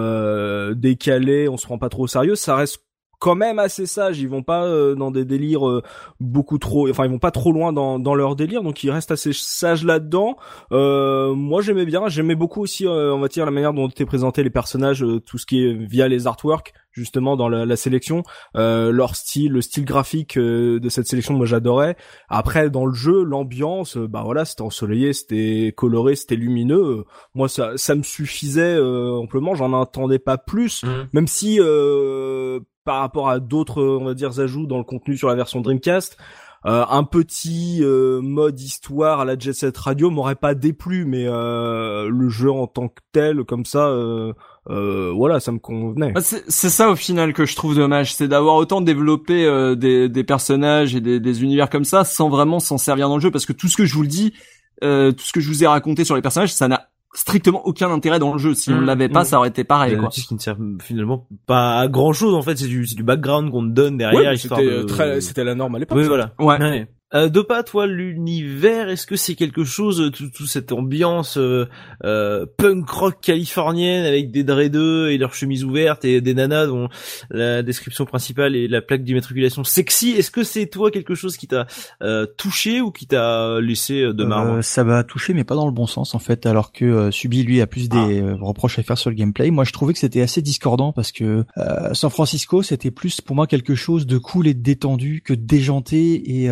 B: euh, décalé, on se prend pas trop au sérieux, ça reste quand même assez sage. Ils vont pas euh, dans des délires euh, beaucoup trop, enfin ils vont pas trop loin dans dans leur délire, donc ils restent assez sages là-dedans. Euh, moi j'aimais bien, j'aimais beaucoup aussi, euh, on va dire, la manière dont étaient présentés les personnages, euh, tout ce qui est via les artworks, justement dans la, la sélection, euh, leur style, le style graphique euh, de cette sélection, moi j'adorais. Après dans le jeu, l'ambiance, euh, bah voilà, c'était ensoleillé, c'était coloré, c'était lumineux. Euh, moi ça ça me suffisait euh, amplement, j'en attendais pas plus, mmh. même si euh, par rapport à d'autres, on va dire, ajouts dans le contenu sur la version Dreamcast, euh, un petit euh, mode histoire à la Jet Set Radio m'aurait pas déplu, mais euh, le jeu en tant que tel, comme ça, euh, euh, voilà, ça me convenait.
E: C'est, c'est ça au final que je trouve dommage, c'est d'avoir autant développé euh, des, des personnages et des, des univers comme ça sans vraiment s'en servir dans le jeu, parce que tout ce que je vous le dis, euh, tout ce que je vous ai raconté sur les personnages, ça n'a strictement aucun intérêt dans le jeu. Si mmh, on ne l'avait pas, mmh. ça aurait été pareil, quoi.
A: Qui ne sert finalement pas à grand chose, en fait. C'est du, c'est du background qu'on te donne derrière.
B: Ouais, c'était de... très, c'était la norme à l'époque.
A: Oui, voilà.
E: Ouais.
A: ouais. Euh, Dopa, toi, l'univers, est-ce que c'est quelque chose, toute tout cette ambiance euh, euh, punk rock californienne avec des dreadeux et leurs chemises ouvertes et des nanas dont la description principale est la plaque d'immatriculation sexy, est-ce que c'est toi quelque chose qui t'a euh, touché ou qui t'a laissé de marbre?
C: euh, Ça m'a touché, mais pas dans le bon sens en fait, alors que euh, Subi lui a plus des ah. reproches à faire sur le gameplay. Moi, je trouvais que c'était assez discordant parce que euh, San Francisco, c'était plus pour moi quelque chose de cool et de détendu que de déjanté et euh,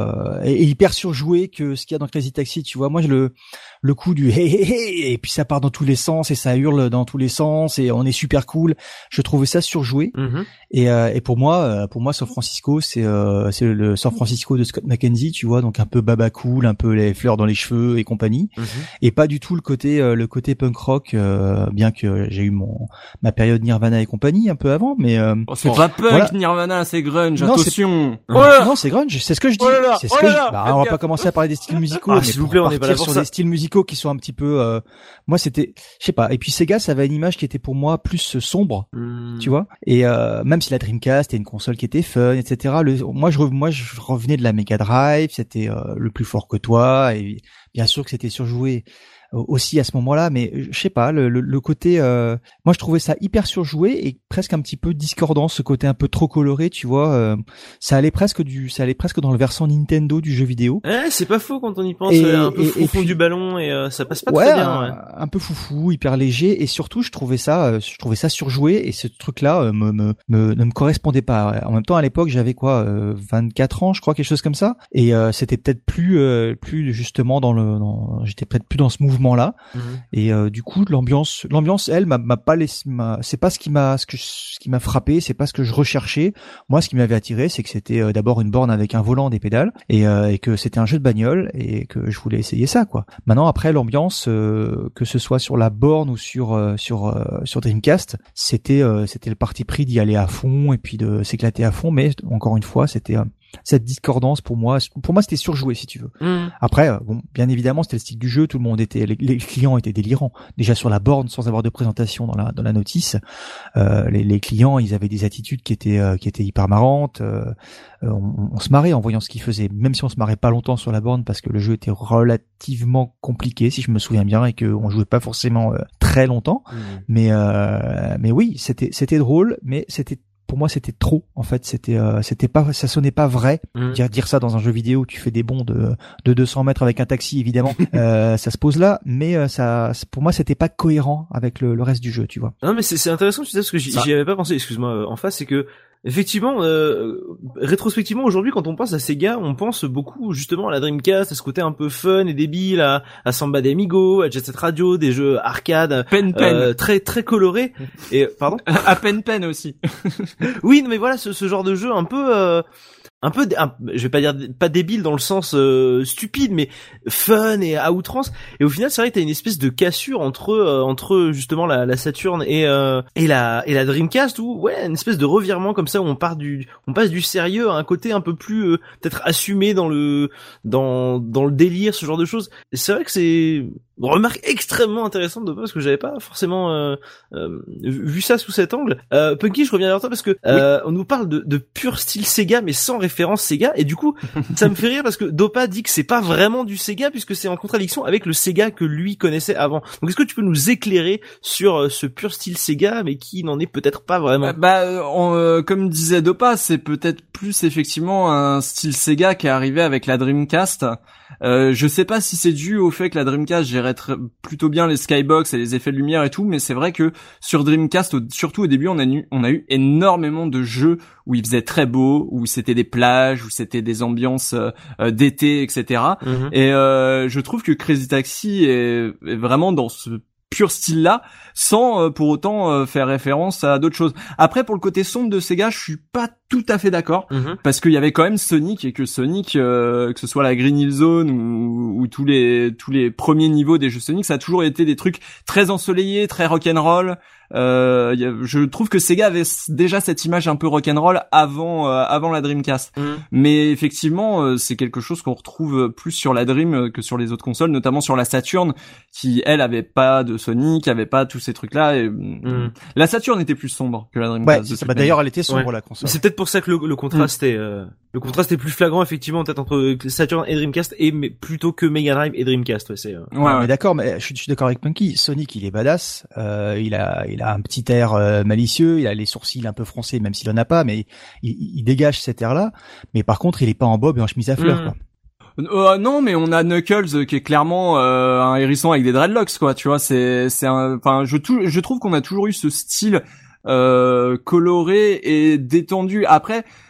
C: euh, est, est hyper surjoué que ce qu'il y a dans Crazy Taxi. Tu vois, moi je le le coup du hey hey hey et puis ça part dans tous les sens et ça hurle dans tous les sens et on est super cool. Je trouvais ça surjoué.
A: Mhm.
C: Et, euh, et pour moi, euh, pour moi, San Francisco, c'est euh, c'est le San Francisco de Scott McKenzie, tu vois, donc un peu baba cool, un peu les fleurs dans les cheveux et compagnie,
A: Mhm.
C: et pas du tout le côté euh, le côté punk rock, euh, bien que j'ai eu mon ma période Nirvana et compagnie un peu avant, mais euh,
E: Oh, c'est pas punk,
C: voilà.
E: Nirvana, c'est grunge,
C: Non, c'est-
E: attention.
C: non, c'est grunge, c'est ce que je dis.
E: Oh là là,
C: c'est ce
E: oh
C: que
E: là
C: je...
E: là,
C: bah,
E: faites
C: on va
E: gaffe.
C: pas commencer à parler des styles musicaux,
A: Ah,
C: mais
A: s'il
C: pour
A: vous plaît, on n'est pas là
C: partir
A: pour
C: sur
A: ça.
C: des styles musicaux qui sont un petit peu, euh, moi c'était, je sais pas. Et puis Sega, ça avait une image qui était pour moi plus sombre.
A: Mhm.
C: Tu vois, et euh, même si la Dreamcast était une console qui était fun, et cetera. Le, moi, je re- moi, je revenais de la Mega Drive, c'était euh, le plus fort que toi, et bien sûr que c'était surjoué euh, aussi à ce moment-là, mais euh, je sais pas, le, le, le côté, euh, moi, je trouvais ça hyper surjoué et presque un petit peu discordant, ce côté un peu trop coloré, tu vois. Euh, ça allait presque du, ça allait presque dans le versant Nintendo du jeu vidéo.
A: Ouais, c'est pas faux quand on y pense.
C: Et-
A: ouais, un peu
C: et-
A: au
C: et
A: fond
C: puis-
A: du ballon et euh, ça passe pas
C: ouais,
A: très bien.
C: un,
A: Ouais.
C: un peu foufou, hyper léger, et surtout je trouvais ça, euh, je trouvais ça surjoué, et ce truc-là euh, me, me, me ne me correspondait pas. En même temps, à l'époque, j'avais quoi, euh, vingt-quatre ans, je crois, quelque chose comme ça, et euh, c'était peut-être plus, euh, plus justement dans le, dans, j'étais peut-être plus dans ce mouvement-là,
A: Mhm.
C: et euh, du coup, l'ambiance, l'ambiance, elle, m'a, m'a pas laissé, m'a, c'est pas ce qui m'a, ce que, ce qui m'a frappé, c'est pas ce que je recherchais. Moi, ce qui m'avait attiré, c'est que c'était euh, d'abord une borne avec un volant, des pédales, et, euh, et que c'était un jeu de bagnole, et que je voulais essayer ça, quoi. Maintenant, après, l'ambiance, euh, que ce soit sur la borne ou sur euh, sur euh, sur Dreamcast, c'était euh, c'était le parti pris d'y aller à fond et puis de s'éclater à fond. Mais encore une fois, c'était euh, cette discordance pour moi. Pour moi, c'était surjoué, si tu veux.
A: Mhm.
C: Après, euh, bon, bien évidemment, c'était le style du jeu. Tout le monde était, les, les clients étaient délirants. Déjà sur la borne, sans avoir de présentation dans la dans la notice, euh, les, les clients, ils avaient des attitudes qui étaient euh, qui étaient hyper marrantes. Euh, euh, on, on se marrait en voyant ce qu'ils faisaient, même si on se marrait pas longtemps sur la borne parce que le jeu était relativement compliqué, si je me souviens bien, et que on jouait pas forcément euh, très longtemps.
A: Mhm.
C: Mais euh, mais oui, c'était c'était drôle, mais c'était pour moi c'était trop en fait, c'était euh, c'était pas, ça sonnait pas vrai.
A: Mhm.
C: Dire dire ça dans un jeu vidéo où tu fais des bonds de de deux cents mètres avec un taxi, évidemment, euh, ça se pose là, mais euh, ça pour moi c'était pas cohérent avec le, le reste du jeu, tu vois.
A: Non mais c'est c'est intéressant que tu sais parce que j'y
E: Ça-
A: j'y avais pas pensé. Excuse-moi. euh, En face, c'est que effectivement, euh, rétrospectivement aujourd'hui, quand on pense à Sega, on pense beaucoup justement à la Dreamcast, à ce côté un peu fun et débile, à, à Samba de Amigo, à Jet Set Radio, des jeux arcade
E: Pen Pen.
A: euh, très très colorés. Et pardon.
E: À Pen Pen aussi.
A: Oui, non, mais voilà, ce, ce genre de jeu un peu, euh, un peu, dé- un- je vais pas dire pas débile dans le sens euh, stupide, mais fun et à outrance. Et au final, c'est vrai que t'as une espèce de cassure entre euh, entre justement la, la Saturn et euh, et la et la Dreamcast, où ouais, une espèce de revirement comme ça où on part du, on passe du sérieux à un côté un peu plus euh, peut-être assumé dans le dans dans le délire, ce genre de choses. Et c'est vrai que c'est une remarque extrêmement intéressante de parce que j'avais pas forcément euh, euh, vu ça sous cet angle. Euh, Punky, je reviens vers toi parce que euh, on nous parle de, de pur style Sega mais sans référence Sega, et du coup ça me fait rire parce que Dopa dit que c'est pas vraiment du Sega puisque c'est en contradiction avec le Sega que lui connaissait avant. Donc est-ce que tu peux nous éclairer sur euh, ce pur style Sega mais qui n'en est peut-être pas vraiment?
E: Euh, Bah, euh, on, euh, comme disait Dopa, c'est peut-être plus effectivement un style Sega qui est arrivé avec la Dreamcast. Euh, je sais pas si c'est dû au fait que la Dreamcast gérait tr- plutôt bien les skybox et les effets de lumière et tout, mais c'est vrai que sur Dreamcast, au- surtout au début, on a, eu, on a eu énormément de jeux où il faisait très beau, où c'était des plages, où c'était des ambiances euh, euh, d'été, et cetera.
A: Mhm.
E: Et euh, je trouve que Crazy Taxi est, est vraiment dans ce pur style-là, sans euh, pour autant euh, faire référence à d'autres choses. Après, pour le côté sombre de Sega, je suis pas tout à fait d'accord,
A: Mhm.
E: parce qu'il y avait quand même Sonic, et que Sonic, euh, que ce soit la Green Hill Zone ou, ou tous les tous les premiers niveaux des jeux Sonic, ça a toujours été des trucs très ensoleillés, très rock'n'roll. Euh, y a- je trouve que Sega avait s- déjà cette image un peu rock'n'roll avant euh, avant la Dreamcast.
A: Mhm.
E: Mais effectivement, euh, c'est quelque chose qu'on retrouve plus sur la Dream euh, que sur les autres consoles, notamment sur la Saturn, qui elle avait pas de Sonic, avait pas tous ces trucs-là. Et,
A: Mhm.
E: La Saturn était plus sombre que la
C: Ouais,
E: Dreamcast. de
C: c'est ça.
E: toute
C: Bah,
E: manière.
C: d'ailleurs, elle était sombre
A: Ouais.
C: la
A: Mais
C: console.
A: c'est peut-être pour ça que le, le contraste est euh, le contraste est plus flagrant effectivement peut-être entre Saturn et Dreamcast et mais plutôt que Mega Drive et Dreamcast. Ouais, c'est euh,
E: Ouais,
C: Ah,
E: ouais.
C: mais d'accord, mais je, suis- je suis d'accord avec Punky. Sonic, il est badass. Euh, il a, il a un petit air euh, malicieux. Il a les sourcils un peu froncés, même s'il en a pas, mais il, il dégage cet air-là. Mais par contre, il est pas en bob et en chemise à fleurs,
A: Mm.
C: quoi.
E: Euh, non, mais on a Knuckles euh, qui est clairement euh, un hérisson avec des dreadlocks, quoi. Tu vois, c'est c'est un. Enfin, je tou- je trouve qu'on a toujours eu ce style euh, coloré et détendu. Après,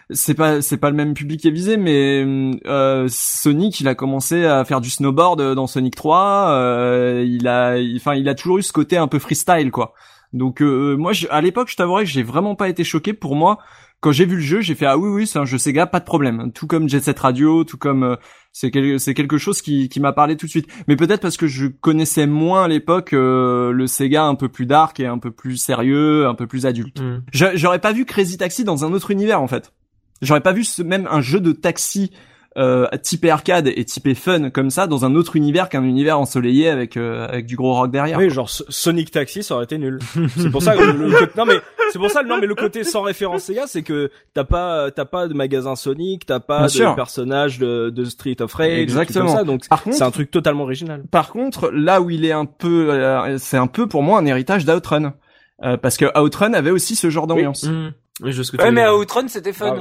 E: c'est pas c'est pas le même public qui est visé, mais euh, Sonic, il a commencé à faire du snowboard dans Sonic trois. Euh, il a, enfin, il, il a toujours eu ce côté un peu freestyle, quoi. Donc euh, moi, je, à l'époque, je t'avouerais que j'ai vraiment pas été choqué. Pour moi, quand j'ai vu le jeu, j'ai fait ah oui oui, c'est un jeu Sega, pas de problème. Tout comme Jet Set Radio, tout comme euh, c'est quel, c'est quelque chose qui qui m'a parlé tout de suite. Mais peut-être parce que je connaissais moins à l'époque euh, le Sega un peu plus dark et un peu plus sérieux, un peu plus adulte.
A: Mm.
E: J'aurais pas vu Crazy Taxi dans un autre univers en fait. J'aurais pas vu ce, même un jeu de taxi euh, typé arcade et typé fun comme ça dans un autre univers qu'un univers ensoleillé avec euh, avec du gros rock derrière.
B: Oui, genre Sonic Taxi, ça aurait été nul. C'est pour ça que le, le non mais c'est pour ça non mais le côté sans référence Sega, c'est que t'as pas t'as pas de magasin Sonic, t'as pas
E: Bien
B: de
E: sûr.
B: personnage de, de Street of Rage,
E: Exactement.
B: comme ça, donc
E: Par contre,
B: c'est un truc totalement original.
E: Par contre, là où il est un peu, euh, c'est un peu pour moi un héritage d'Outrun. Euh, parce que Outrun avait aussi ce genre d'ambiance.
A: Mmh. Oui, je sais ce que tu
D: Ouais,
A: veux
D: mais
A: dire.
D: Outrun, c'était fun.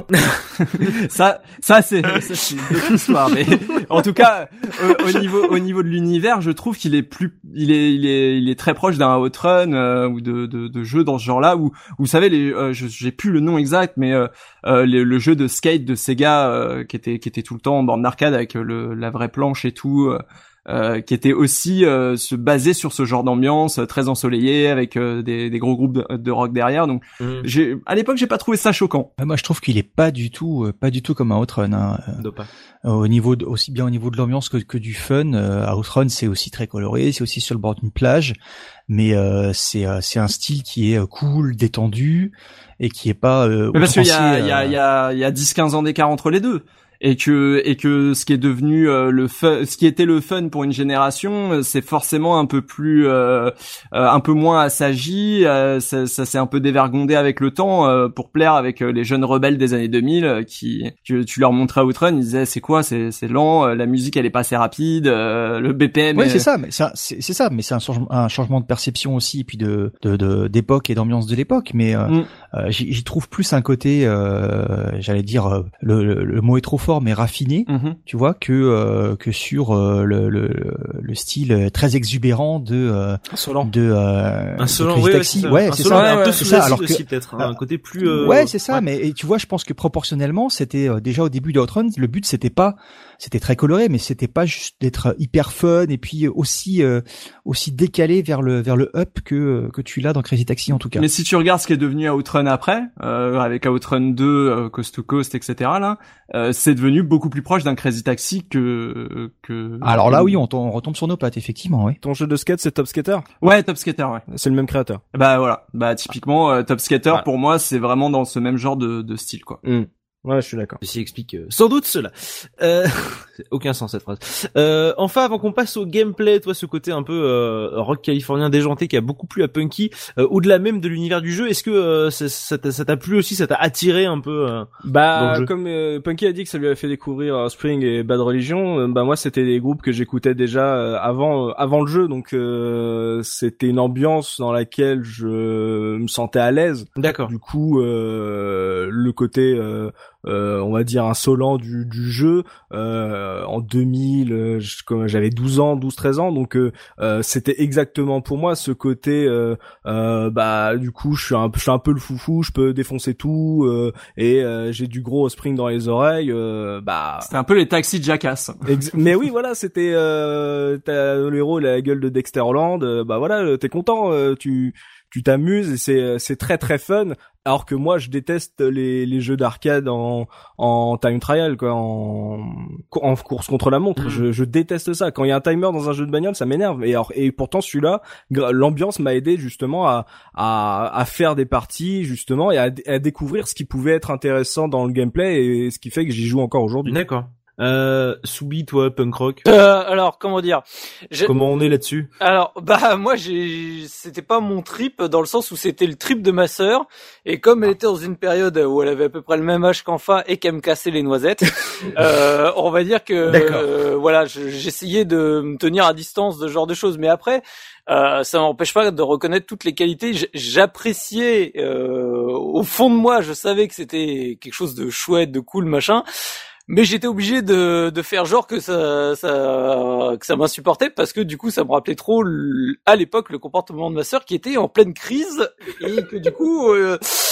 E: ça, ça c'est, ça, c'est une autre histoire. Mais en tout cas, au, au niveau, au niveau de l'univers, je trouve qu'il est plus, il est, il est, il est très proche d'un Outrun euh, ou de, de, de jeux dans ce genre-là où, où vous savez, les, euh, je, j'ai plus le nom exact, mais euh, euh, le, le jeu de skate de Sega euh, qui était, qui était tout le temps en borne d'arcade avec le, la vraie planche et tout. Euh, Euh, qui était aussi euh, se baser sur ce genre d'ambiance euh, très ensoleillée avec euh, des, des gros groupes de, de rock derrière. Donc,
A: Mmh.
E: j'ai à l'époque, j'ai pas trouvé ça choquant.
C: Ouais, moi, je trouve qu'il est pas du tout, euh, pas du tout comme un Outrun. Hein.
A: Dopa.
C: Euh, au niveau de, aussi bien au niveau de l'ambiance que, que du fun, euh, Outrun c'est aussi très coloré, c'est aussi sur le bord d'une plage, mais euh, c'est euh, c'est un style qui est euh, cool, détendu et qui est pas. Euh,
E: Mais parce qu'il y a,
C: outrancier,
E: il y a,
C: euh,
E: il y a, il y a dix quinze ans d'écart entre les deux. Et que et que ce qui est devenu euh, le fun, ce qui était le fun pour une génération, euh, c'est forcément un peu plus, euh, euh, un peu moins assagi. Euh, ça, ça s'est un peu dévergondé avec le temps euh, pour plaire avec euh, les jeunes rebelles des années deux mille euh, qui, tu, tu leur montrais Outrun, ils disaient c'est quoi, c'est c'est lent, euh, la musique elle est pas assez rapide, euh, le B P M.
C: Oui,
E: est...
C: c'est ça, mais ça, c'est, c'est ça, mais c'est un changement, un changement de perception aussi, et puis de, de, de d'époque et d'ambiance de l'époque. Mais euh,
E: Mm.
C: euh, j'y, j'y trouve plus un côté, euh, j'allais dire, euh, le, le, le mot est trop fort, mais raffiné,
E: Mhm.
C: tu vois, que euh, que sur euh, le, le, le style très exubérant de euh,
B: Insolent.
C: de, euh, de
A: Insolent,
C: Crazy
A: oui, ouais,
C: Taxi.
A: c'est ça.
C: Ouais, c'est
A: Insolent,
C: ça.
A: mais un
E: ouais,
A: peu
C: c'est
A: sous
C: ça.
A: acide
C: Alors que
A: aussi, peut-être. Un côté plus, euh,
C: ouais, c'est ça.
A: ouais.
C: Mais et tu vois, je pense que proportionnellement, c'était euh, déjà au début d'Outrun, le but c'était pas, c'était très coloré, mais c'était pas juste d'être hyper fun et puis aussi euh, aussi décalé vers le vers le up que que tu l'as dans Crazy Taxi en tout cas.
E: Mais si tu regardes ce qui est devenu Outrun après, euh, avec Outrun deux, euh, Coast to Coast, et cetera là, euh, c'est devenu beaucoup plus proche d'un Crazy Taxi que que.
C: Alors là, oui, on, on retombe sur nos pattes, effectivement, oui.
B: Ton jeu de skate, c'est Top Skater.
E: Ouais, Top Skater, ouais.
B: C'est le même créateur.
E: Bah voilà, bah typiquement euh, Top Skater
B: Ouais.
E: pour moi c'est vraiment dans ce même genre de, de style quoi.
B: Ouais, je suis d'accord.
A: Ceci explique euh, sans doute cela. Euh, aucun sens cette phrase. Euh, enfin, avant qu'on passe au gameplay, toi, ce côté un peu euh, rock californien déjanté qui a beaucoup plu à Punky, euh, au-delà même de l'univers du jeu, est-ce que euh, ça, ça, t'a, ça t'a plu aussi, ça t'a attiré un peu euh... Dans
B: Bah,
A: le jeu.
B: comme euh, Punky a dit que ça lui a fait découvrir euh, Spring et Bad Religion, euh, bah moi c'était des groupes que j'écoutais déjà euh, avant euh, avant le jeu, donc euh, c'était une ambiance dans laquelle je me sentais à l'aise.
A: D'accord.
B: Du coup, euh, le côté, euh, euh, on va dire insolent du, du jeu, euh, en deux mille, euh, je- comme j'avais douze ans, douze treize ans, donc euh, euh, c'était exactement pour moi ce côté, euh, euh, bah du coup je suis un, je suis un peu le foufou, je peux défoncer tout, euh, et euh, j'ai du gros Spring dans les oreilles, euh, bah.
E: C'était un peu les taxis de Jackass.
B: Ex- mais oui, voilà, c'était euh, t'as le héros, il a la gueule de Dexter Holland, euh, bah voilà, euh, t'es content, euh, tu tu t'amuses et c'est c'est très très fun. Alors que moi, je déteste les les jeux d'arcade en en time trial, quoi, en en course contre la montre.
A: Mhm.
B: Je je déteste ça. Quand il y a un timer dans un jeu de bagnole, ça m'énerve. Et alors et pourtant celui-là, gra- l'ambiance m'a aidé justement à à à faire des parties justement et à, à découvrir ce qui pouvait être intéressant dans le gameplay et ce qui fait que j'y joue encore aujourd'hui.
A: D'accord. Euh, Soubi, toi, punk rock,
D: Euh, alors, comment dire j'ai-
A: comment on est là-dessus?
D: Alors, bah moi, j'ai, c'était pas mon trip dans le sens où c'était le trip de ma sœur, et comme elle était dans une période où elle avait à peu près le même âge qu'enfin et qu'elle me cassait les noisettes, euh, on va dire que,
A: D'accord.
D: euh, voilà, je- j'essayais de me tenir à distance de ce genre de choses, mais après, euh, ça m'empêche pas de reconnaître toutes les qualités. J- J'appréciais, euh, au fond de moi, je savais que c'était quelque chose de chouette, de cool, machin. Mais j'étais obligé de, de faire genre que ça, ça, que ça m'insupportait parce que du coup, ça me rappelait trop l- à l'époque le comportement de ma sœur qui était en pleine crise et que du coup, euh,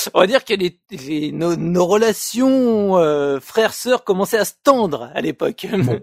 D: On va dire que les, les- nos, nos relations euh, frères-sœurs commençaient à se tendre à l'époque.
A: Bon.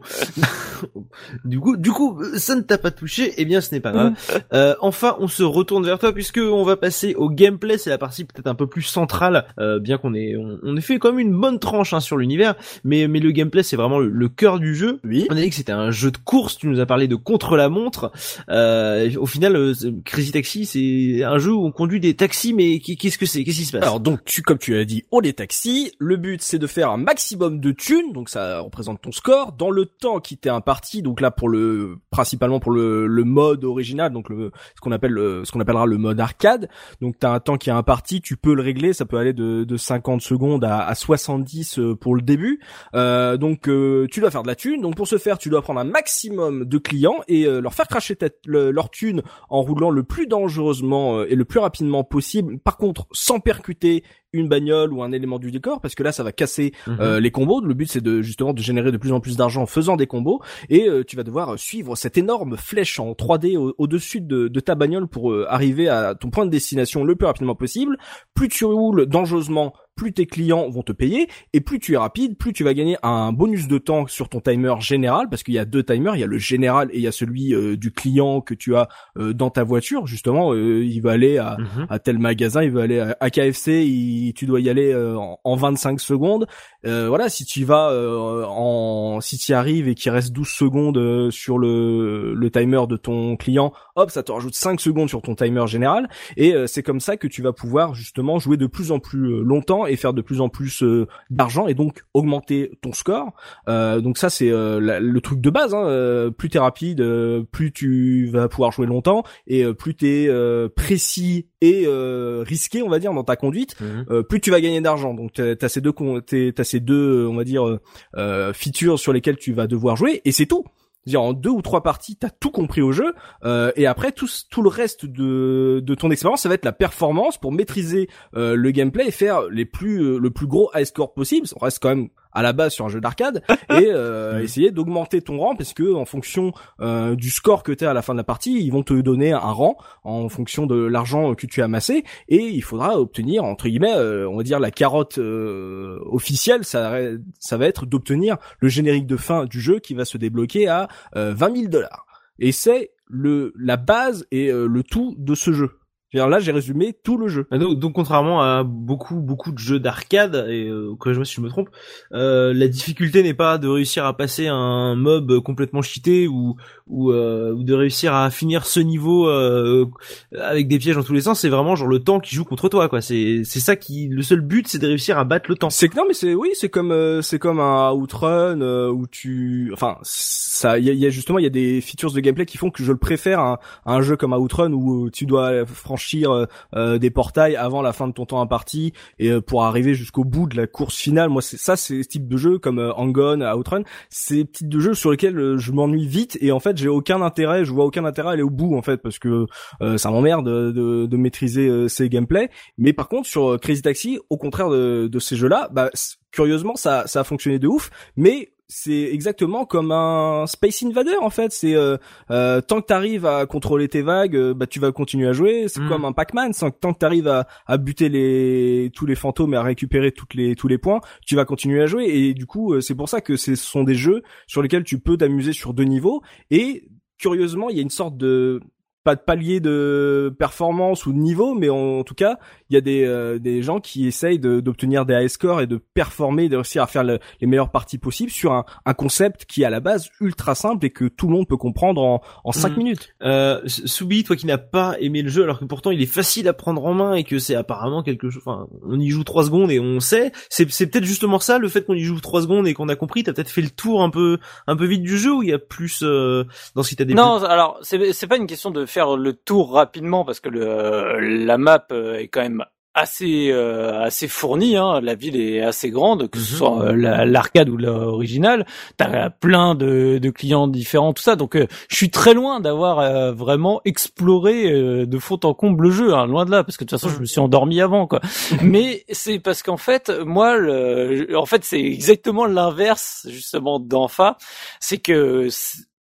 A: Du coup, du coup, ça ne t'a pas touché, eh bien, ce n'est pas grave. Euh, enfin, on se retourne vers toi puisque on va passer au gameplay. C'est la partie peut-être un peu plus centrale, euh, bien qu'on ait, on, on ait fait quand même une bonne tranche hein, sur l'univers, mais mais le gameplay c'est vraiment le, le cœur du jeu.
B: Oui.
A: On a dit que c'était un jeu de course. Tu nous as parlé de contre la montre. Euh, au final, euh, Crazy Taxi, c'est un jeu où on conduit des taxis, mais qu'est-ce que c'est? Qu'est-ce qui se passe?
B: Alors donc tu comme tu as dit, on est taxi, le but c'est de faire un maximum de thunes, donc ça représente ton score dans le temps qui t'est imparti, donc là pour le principalement pour le, le mode original, donc le ce qu'on appelle le, ce qu'on appellera le mode arcade. Donc t'as un temps qui est imparti, tu peux le régler, ça peut aller de, de cinquante secondes à, à soixante-dix pour le début. Euh, donc euh, tu dois faire de la thune, donc pour ce faire tu dois prendre un maximum de clients et euh, leur faire cracher ta, le, leur thune en roulant le plus dangereusement euh, et le plus rapidement possible. Par contre sans percuter une bagnole ou un élément du décor, parce que là ça va casser
A: Mhm.
B: euh, les combos. Le but c'est de justement de générer de plus en plus d'argent en faisant des combos, et euh, tu vas devoir suivre cette énorme flèche en trois D au- au-dessus de, de ta bagnole pour euh, arriver à ton point de destination le plus rapidement possible. Plus tu roules dangereusement, plus tes clients vont te payer, et plus tu es rapide, plus tu vas gagner un bonus de temps sur ton timer général, parce qu'il y a deux timers, il y a le général et il y a celui euh, du client que tu as euh, dans ta voiture. Justement, euh, il va aller à,
A: Mhm.
B: à tel magasin, il veut aller à, à K F C, il, tu dois y aller euh, en, en vingt-cinq secondes. Euh, voilà, si tu y vas euh, en, si tu y arrives et qu'il reste douze secondes euh, sur le, le timer de ton client, hop, ça te rajoute cinq secondes sur ton timer général, et euh, c'est comme ça que tu vas pouvoir justement jouer de plus en plus euh, longtemps et faire de plus en plus euh, d'argent et donc augmenter ton score. Euh, donc ça c'est euh, la- le truc de base, hein. Euh, plus t'es rapide, euh, plus tu vas pouvoir jouer longtemps, et euh, plus t'es euh, précis et euh, risqué, on va dire, dans ta conduite,
A: Mhm.
B: euh, plus tu vas gagner d'argent. Donc t'as, t'as ces deux con- t'es- t'as ces deux, on va dire, euh, euh, features sur lesquelles tu vas devoir jouer, et c'est tout. C'est-à-dire en deux ou trois parties, t'as tout compris au jeu, euh, et après tout, tout le reste de, de ton expérience, ça va être la performance pour maîtriser euh, le gameplay et faire les plus euh, le plus gros high score possible. On reste quand même à la base sur un jeu d'arcade, et euh, essayer d'augmenter ton rang, parce que en fonction euh, du score que t'as à la fin de la partie, ils vont te donner un rang en fonction de l'argent que tu as amassé, et il faudra obtenir, entre guillemets, euh, on va dire la carotte euh, officielle, ça, ça va être d'obtenir le générique de fin du jeu qui va se débloquer à euh, vingt mille dollars. Et c'est le la base et euh, le tout de ce jeu. C'est-à-dire là, j'ai résumé tout le jeu.
A: Ah, Donc, donc contrairement à beaucoup beaucoup de jeux d'arcade, et euh, corrige-moi si je me trompe, euh, la difficulté n'est pas de réussir à passer un mob complètement cheaté ou ou, euh, ou de réussir à finir ce niveau euh, avec des pièges dans tous les sens. C'est vraiment genre le temps qui joue contre toi, quoi. C'est c'est ça qui, le seul but, c'est de réussir à battre le temps.
B: C'est que non, mais c'est oui, c'est comme euh, c'est comme un outrun euh, où tu, enfin, ça, il y a, y a justement il y a des features de gameplay qui font que je le préfère à, à un jeu comme outrun où tu dois franchir euh, des portails avant la fin de ton temps imparti, et euh, pour arriver jusqu'au bout de la course finale. Moi, c'est ça, c'est ce type de jeu comme euh, Hang-On, Outrun, c'est des types de jeux sur lesquels euh, je m'ennuie vite, et en fait j'ai aucun intérêt, je vois aucun intérêt à aller au bout en fait, parce que euh, ça m'emmerde de, de, de maîtriser euh, ces gameplays. Mais par contre sur euh, Crazy Taxi, au contraire de, de ces jeux-là, bah c- curieusement ça ça a fonctionné de ouf, mais c'est exactement comme un Space Invader en fait. C'est euh, euh, tant que t'arrives à contrôler tes vagues, euh, bah tu vas continuer à jouer. C'est
A: Mm.
B: comme un Pac-Man. Tant tant que t'arrives à, à buter les tous les fantômes et à récupérer toutes les tous les points, tu vas continuer à jouer. Et du coup, euh, c'est pour ça que ce sont des jeux sur lesquels tu peux t'amuser sur deux niveaux. Et curieusement, il y a une sorte de pas de palier de performance ou de niveau, mais en, en tout cas, il y a des euh, des gens qui essayent de, d'obtenir des high scores et de performer, de réussir à faire le, les meilleures parties possibles sur un, un concept qui est à la base ultra simple et que tout le monde peut comprendre en en cinq
A: Mhm.
B: minutes.
A: Euh, Soubi, toi qui n'as pas aimé le jeu, alors que pourtant il est facile à prendre en main et que c'est apparemment quelque chose, enfin, on y joue trois secondes et on sait, c'est, c'est peut-être justement ça, le fait qu'on y joue trois secondes et qu'on a compris, t'as peut-être fait le tour un peu, un peu vite du jeu, ou il y a plus, euh, dans ce qui t'a déplu?
D: Non, alors c'est c'est pas une question de faire le tour rapidement, parce que le la map euh, est quand même assez euh, assez fournie, hein. La ville est assez grande, que ce
A: Mhm.
D: soit euh, la- l'arcade ou l'original. T'as plein de, de clients différents, tout ça. Donc euh, je suis très loin d'avoir euh, vraiment exploré euh, de fond en comble le jeu, hein, loin de là, parce que de toute façon je me suis endormi avant, quoi. Mais c'est parce qu'en fait moi, le, en fait c'est exactement l'inverse justement d'Enfa, c'est que c'est-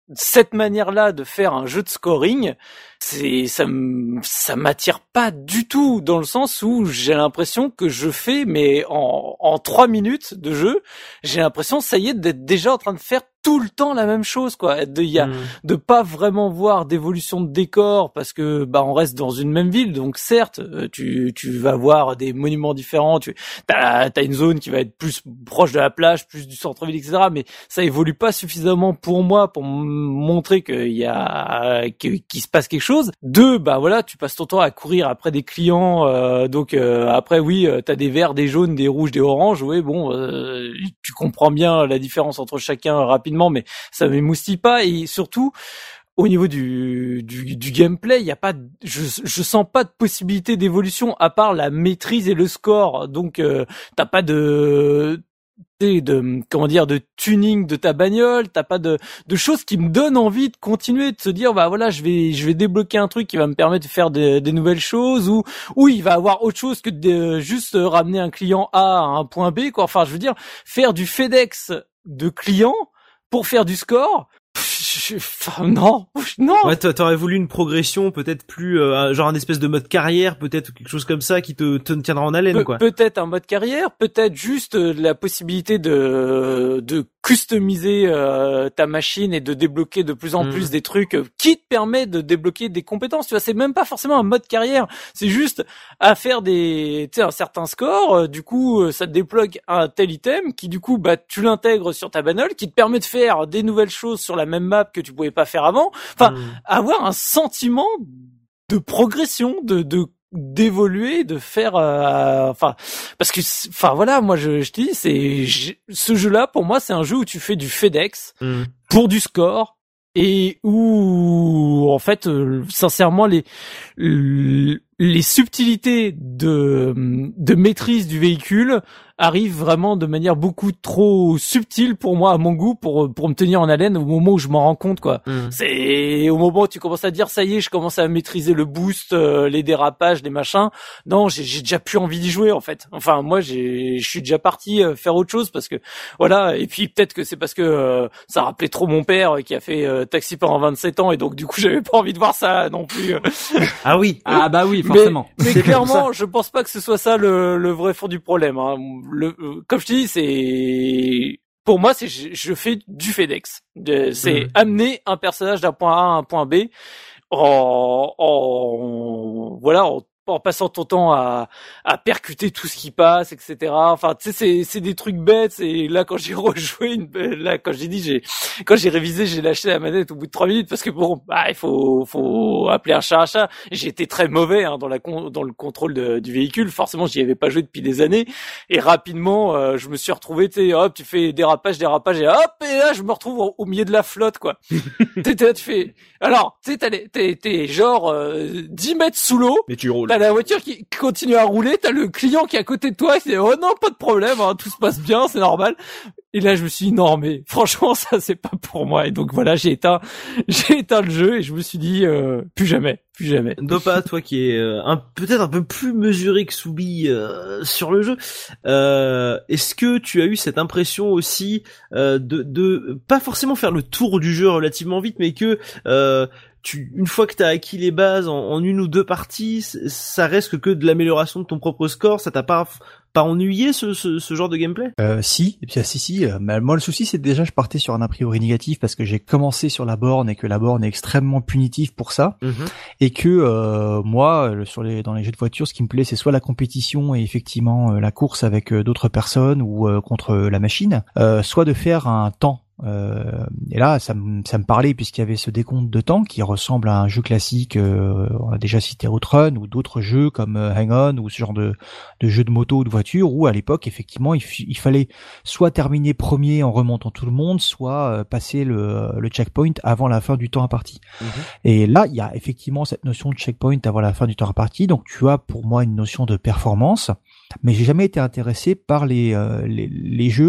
D: cette manière-là de faire un jeu de scoring, c'est ça m- ça m'attire pas du tout, dans le sens où j'ai l'impression que je fais, mais en en trois minutes de jeu, j'ai l'impression, ça y est, d'être déjà en train de faire tout le temps la même chose, quoi. De, y a,
A: Mmh.
D: de pas vraiment voir d'évolution de décor, parce que bah on reste dans une même ville, donc certes, euh, tu tu vas voir des monuments différents, tu t'as t'as une zone qui va être plus proche de la plage, plus du centre-ville, et cetera. Mais ça évolue pas suffisamment pour moi pour m- montrer qu'il y a que, qu'il se passe quelque chose. Deux, bah voilà, tu passes ton temps à courir après des clients, euh, donc euh, après oui, euh, t'as des verts, des jaunes, des rouges, des oranges. Oui, bon, euh, tu comprends bien la différence entre chacun rapidement, mais ça m'émoustille pas. Et surtout, au niveau du du, du gameplay, il y a pas, de- je je sens pas de possibilité d'évolution à part la maîtrise et le score. Donc euh, t'as pas de de comment dire de tuning de ta bagnole, t'as pas de de choses qui me donnent envie de continuer, de se dire bah voilà, je vais je vais débloquer un truc qui va me permettre de faire des, des nouvelles choses, ou ou il va avoir autre chose que de juste ramener un client A à un point B, quoi. Enfin, je veux dire, faire du FedEx de client pour faire du score, je- enfin non, non.
A: Ouais, t'a- t'aurais voulu une progression peut-être plus, euh, un- genre un espèce de mode carrière, peut-être quelque chose comme ça qui te, te tiendra en haleine,
D: Pe-
A: quoi.
D: Peut-être un mode carrière, peut-être juste euh, la possibilité de de customiser euh, ta machine et de débloquer de plus en
A: Mm.
D: plus des trucs euh, qui te permet de débloquer des compétences. Tu vois, c'est même pas forcément un mode carrière, c'est juste à faire des, tu sais, un certain score. euh, du coup, euh, ça te débloque un tel item qui, du coup, bah tu l'intègres sur ta bagnole, qui te permet de faire des nouvelles choses sur la même map que tu pouvais pas faire avant. Enfin,
A: Mm.
D: avoir un sentiment de progression, de de d'évoluer, de faire euh, enfin parce que c'est- enfin voilà, moi je je te dis, c'est j'ai- ce jeu-là pour moi, c'est un jeu où tu fais du FedEx
A: Mm.
D: pour du score, et où en fait euh, sincèrement les les subtilités de de maîtrise du véhicule arrivent vraiment de manière beaucoup trop subtile pour moi, à mon goût, pour pour me tenir en haleine au moment où je m'en rends compte, quoi.
A: Mm.
D: C'est au moment où tu commences à dire ça y est, je commence à maîtriser le boost, euh, les dérapages, les machins. Non, j'ai j'ai déjà plus envie d'y jouer, en fait. Enfin, moi j'ai je suis déjà parti euh, faire autre chose, parce que voilà, et puis peut-être que c'est parce que euh, ça rappelait trop mon père, euh, qui a fait euh, taxi pendant vingt-sept ans, et donc du coup, j'avais pas envie de voir ça non plus.
A: Ah oui.
E: Ah bah oui,
D: Mais-
E: forcément.
D: Mais
A: C'est pour
D: clairement, je pense pas que ce soit ça le, le vrai fond du problème, hein. Le, euh, comme je te dis, c'est, pour moi, c'est, je, je fais du FedEx. De- C'est
A: Mhm.
D: amener un personnage d'un point A à un point B en, en voilà, en, en passant ton temps à, à percuter tout ce qui passe, et cetera. Enfin, tu sais, c'est, c'est des trucs bêtes. Et là, quand j'ai rejoué, une, là, quand j'ai dit, j'ai, quand j'ai révisé, j'ai lâché la manette au bout de trois minutes, parce que bon, bah, il faut, faut appeler un chat un chat. J'ai été très mauvais, hein, dans la con, dans le contrôle de- du véhicule. Forcément, j'y avais pas joué depuis des années. Et rapidement, euh, je me suis retrouvé, tu sais, hop, tu fais dérapage, dérapage, et hop, et là, je me retrouve au, au milieu de la flotte, quoi. T'es là, tu fais, alors, tu sais, t'as les- t'es, t'es genre euh, dix mètres sous l'eau.
B: Mais tu roules.
D: T'as la voiture qui continue à rouler, t'as le client qui est à côté de toi, qui dit oh non, pas de problème, hein, tout se passe bien, c'est normal. Et là, je me suis dit non, mais franchement, ça c'est pas pour moi. Et donc voilà, j'ai éteint, j'ai éteint le jeu, et je me suis dit euh, plus jamais, plus jamais.
A: Dopa, toi qui est euh, un peut-être un peu plus mesuré que Soubi euh, sur le jeu, euh, est-ce que tu as eu cette impression aussi euh, de, de pas forcément faire le tour du jeu relativement vite, mais que euh, tu, une fois que t'as acquis les bases en, en une ou deux parties, c- ça reste que de l'amélioration de ton propre score, ça t'a pas pas ennuyé ce, ce, ce genre de gameplay?
C: Euh, si, et puis ah, si, si. euh, mais moi, le souci, c'est déjà, je partais sur un a priori négatif parce que j'ai commencé sur la borne et que la borne est extrêmement punitive pour ça, et que euh, moi, le- sur les dans les jeux de voiture, ce qui me plaît, c'est soit la compétition et effectivement euh, la course avec euh, d'autres personnes ou euh, contre la machine, euh, soit de faire un temps. Euh, et là, ça me ça me parlait puisqu'il y avait ce décompte de temps qui ressemble à un jeu classique. Euh, on a déjà cité Outrun ou d'autres jeux comme euh, Hang On ou ce genre de de jeux de moto ou de voiture où à l'époque effectivement il, f- il fallait soit terminer premier en remontant tout le monde, soit euh, passer le, le checkpoint avant la fin du temps imparti.
A: Mhm.
C: Et là, il y a effectivement cette notion de checkpoint avant la fin du temps imparti. Donc tu as pour moi une notion de performance, mais j'ai jamais été intéressé par les euh, les, les jeux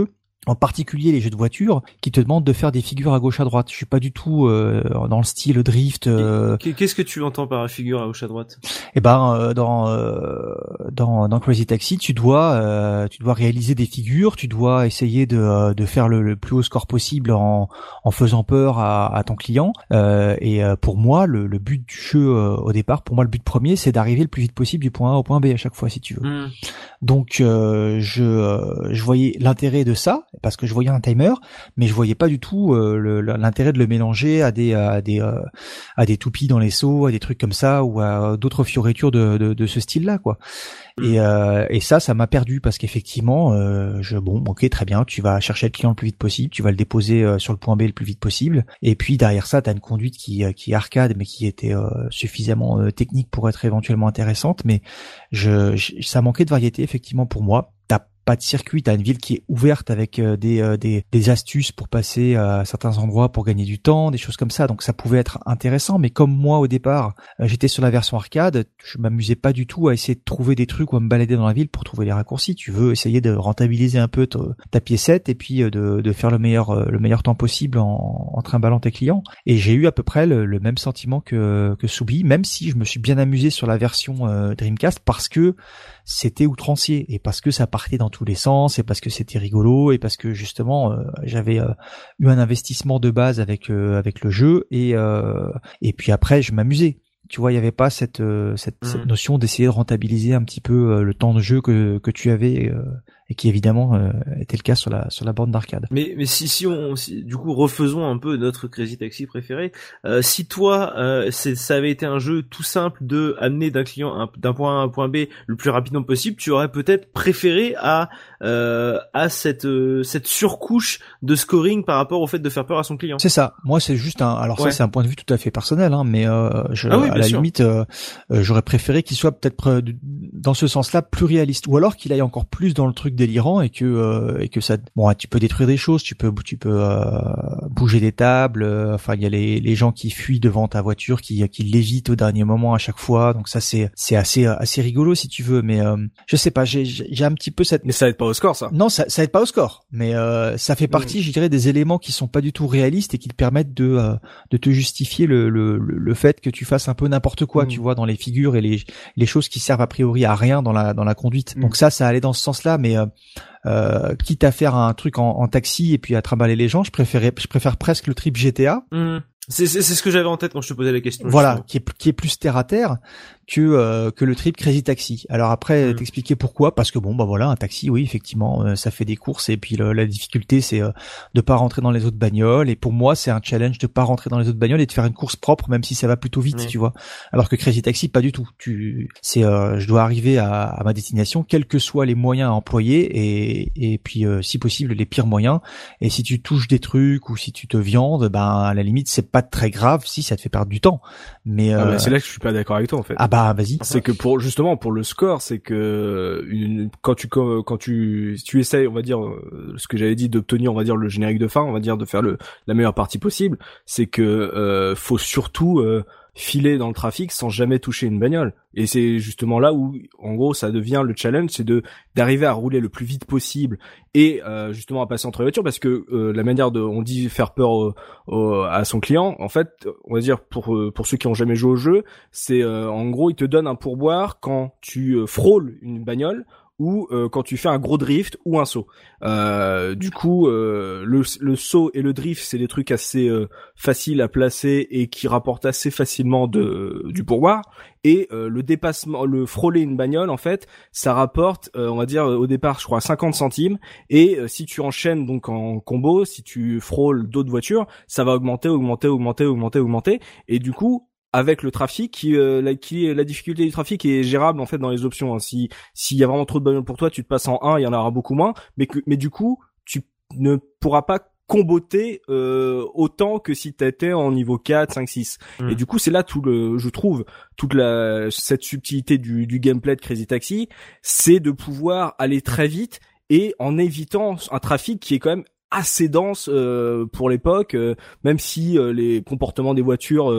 C: En particulier les jeux de voiture qui te demandent de faire des figures à gauche à droite. Je suis pas du tout euh, dans le style drift. Euh...
A: Qu'est-ce que tu entends par figure à gauche à droite?
C: Eh ben euh, dans, euh, dans dans Crazy Taxi, tu dois euh, tu dois réaliser des figures, tu dois essayer de de faire le, le plus haut score possible en en faisant peur à, à ton client. Euh, et euh, pour moi, le, le but du jeu euh, au départ, pour moi le but premier, c'est d'arriver le plus vite possible du point A au point B à chaque fois, si tu veux.
A: Mmh.
C: Donc euh, je euh, je voyais l'intérêt de ça parce que je voyais un timer, mais je voyais pas du tout euh, le, l'intérêt de le mélanger à des à des euh, à des toupies dans les seaux, à des trucs comme ça ou à d'autres fioritures de de, de ce style-là, quoi. Et, euh, et ça, ça m'a perdu parce qu'effectivement, euh, je bon, ok, très bien, tu vas chercher le client le plus vite possible, tu vas le déposer euh, sur le point B le plus vite possible, et puis derrière ça, t'as une conduite qui qui est arcade, mais qui était euh, suffisamment euh, technique pour être éventuellement intéressante, mais je, je ça manquait de variété effectivement pour moi. T'as pas de circuit, t'as une ville qui est ouverte avec euh, des, euh, des des astuces pour passer à certains endroits pour gagner du temps, des choses comme ça, donc ça pouvait être intéressant, mais comme moi au départ euh, j'étais sur la version arcade, je m'amusais pas du tout à essayer de trouver des trucs ou à me balader dans la ville pour trouver les raccourcis. Tu veux essayer de rentabiliser un peu ta, ta piécette et puis de, de faire le meilleur euh, le meilleur temps possible en, en trimballant tes clients, et j'ai eu à peu près le, le même sentiment que que Soubi, même si je me suis bien amusé sur la version euh, Dreamcast parce que c'était outrancier et parce que ça partait dans tous les sens et parce que c'était rigolo et parce que justement euh, j'avais euh, eu un investissement de base avec euh, avec le jeu et euh, et puis après je m'amusais. Tu vois, il y avait pas cette euh, cette, mmh. cette notion d'essayer de rentabiliser un petit peu euh, le temps de jeu que que tu avais euh, et qui évidemment euh, était le cas sur la sur la borne d'arcade.
A: Mais mais si si on si, du coup refaisons un peu notre Crazy Taxi préféré. Euh, si toi euh, c'est, ça avait été un jeu tout simple de amener d'un client un, d'un point A à un point B le plus rapidement possible, tu aurais peut-être préféré à euh, à cette euh, cette surcouche de scoring par rapport au fait de faire peur à son client.
C: C'est ça. Moi c'est juste un alors ouais. ça c'est un point de vue tout à fait personnel hein, mais euh, je
A: ah oui,
C: à la
A: sûr.
C: limite euh, euh, j'aurais préféré qu'il soit peut-être dans ce sens-là plus réaliste ou alors qu'il aille encore plus dans le truc délirant et que euh, et que ça bon tu peux détruire des choses, tu peux tu peux euh, bouger des tables, euh, enfin il y a les les gens qui fuient devant ta voiture qui qui l'évitent au dernier moment à chaque fois, donc ça c'est c'est assez assez rigolo si tu veux, mais euh, je sais pas, j'ai j'ai un petit peu cette
B: mais ça aide pas au score ça.
C: Non, ça ça aide pas au score, mais euh, ça fait partie, mmh. je dirais, des éléments qui sont pas du tout réalistes et qui te permettent de euh, de te justifier le le le fait que tu fasses un peu n'importe quoi, mmh. tu vois, dans les figures et les les choses qui servent a priori à rien dans la dans la conduite. Mmh. Donc ça ça allait dans ce sens-là, mais euh, Euh, quitte à faire un truc en, en taxi et puis à trimballer les gens, je préférais, je préfère presque le trip G T A.
A: Mmh. C'est, c'est, c'est ce que j'avais en tête quand je te posais la question.
C: Voilà,
A: justement.
C: qui est qui est plus terre à terre que euh, que le trip Crazy Taxi. Alors après, mmh. t'expliquer pourquoi, parce que bon bah voilà, un taxi, oui effectivement, euh, ça fait des courses et puis le, la difficulté c'est euh, de pas rentrer dans les autres bagnoles. Et pour moi, c'est un challenge de pas rentrer dans les autres bagnoles et de faire une course propre, même si ça va plutôt vite, mmh. tu vois. Alors que Crazy Taxi, pas du tout. Tu, c'est, euh, je dois arriver à, à ma destination, quels que soient les moyens à employer et et puis euh, si possible les pires moyens. Et si tu touches des trucs ou si tu te viandes, ben à la limite c'est pas très grave si ça te fait perdre du temps. Mais euh...
B: ah bah, c'est là que je suis pas d'accord avec toi en fait.
C: Ah bah vas-y.
B: C'est que pour justement pour le score, c'est que une, quand tu quand tu tu essayes, on va dire ce que j'avais dit d'obtenir, on va dire le générique de fin, on va dire de faire le la meilleure partie possible, c'est que euh, faut surtout euh, filer dans le trafic sans jamais toucher une bagnole. Et c'est justement là où, en gros, ça devient le challenge, c'est de d'arriver à rouler le plus vite possible et euh, justement à passer entre les voitures, parce que euh, la manière de, on dit faire peur au, au, à son client, en fait, on va dire pour pour ceux qui ont jamais joué au jeu, c'est euh, en gros, il te donne un pourboire quand tu euh, frôles une bagnole ou euh, quand tu fais un gros drift ou un saut. Euh, du coup, euh, le, le saut et le drift, c'est des trucs assez euh, faciles à placer et qui rapportent assez facilement de du pourboire. Et euh, le dépassement, le frôler une bagnole, en fait, ça rapporte, euh, on va dire au départ, je crois, cinquante centimes. Et euh, si tu enchaînes donc en combo, si tu frôles d'autres voitures, ça va augmenter, augmenter, augmenter, augmenter, augmenter. Et du coup, avec le trafic, qui, euh, la, qui, la difficulté du trafic est gérable en fait dans les options. Hein. Si s'il y a vraiment trop de bagnoles pour toi, tu te passes en un, il y en aura beaucoup moins. Mais que, mais du coup, tu ne pourras pas comboter euh, autant que si t'étais en niveau quatre, cinq, six. Mmh. Et du coup, c'est là tout le, je trouve, toute la cette subtilité du, du gameplay de Crazy Taxi, c'est de pouvoir aller très vite et en évitant un trafic qui est quand même assez dense euh, pour l'époque, euh, même si euh, les comportements des voitures euh,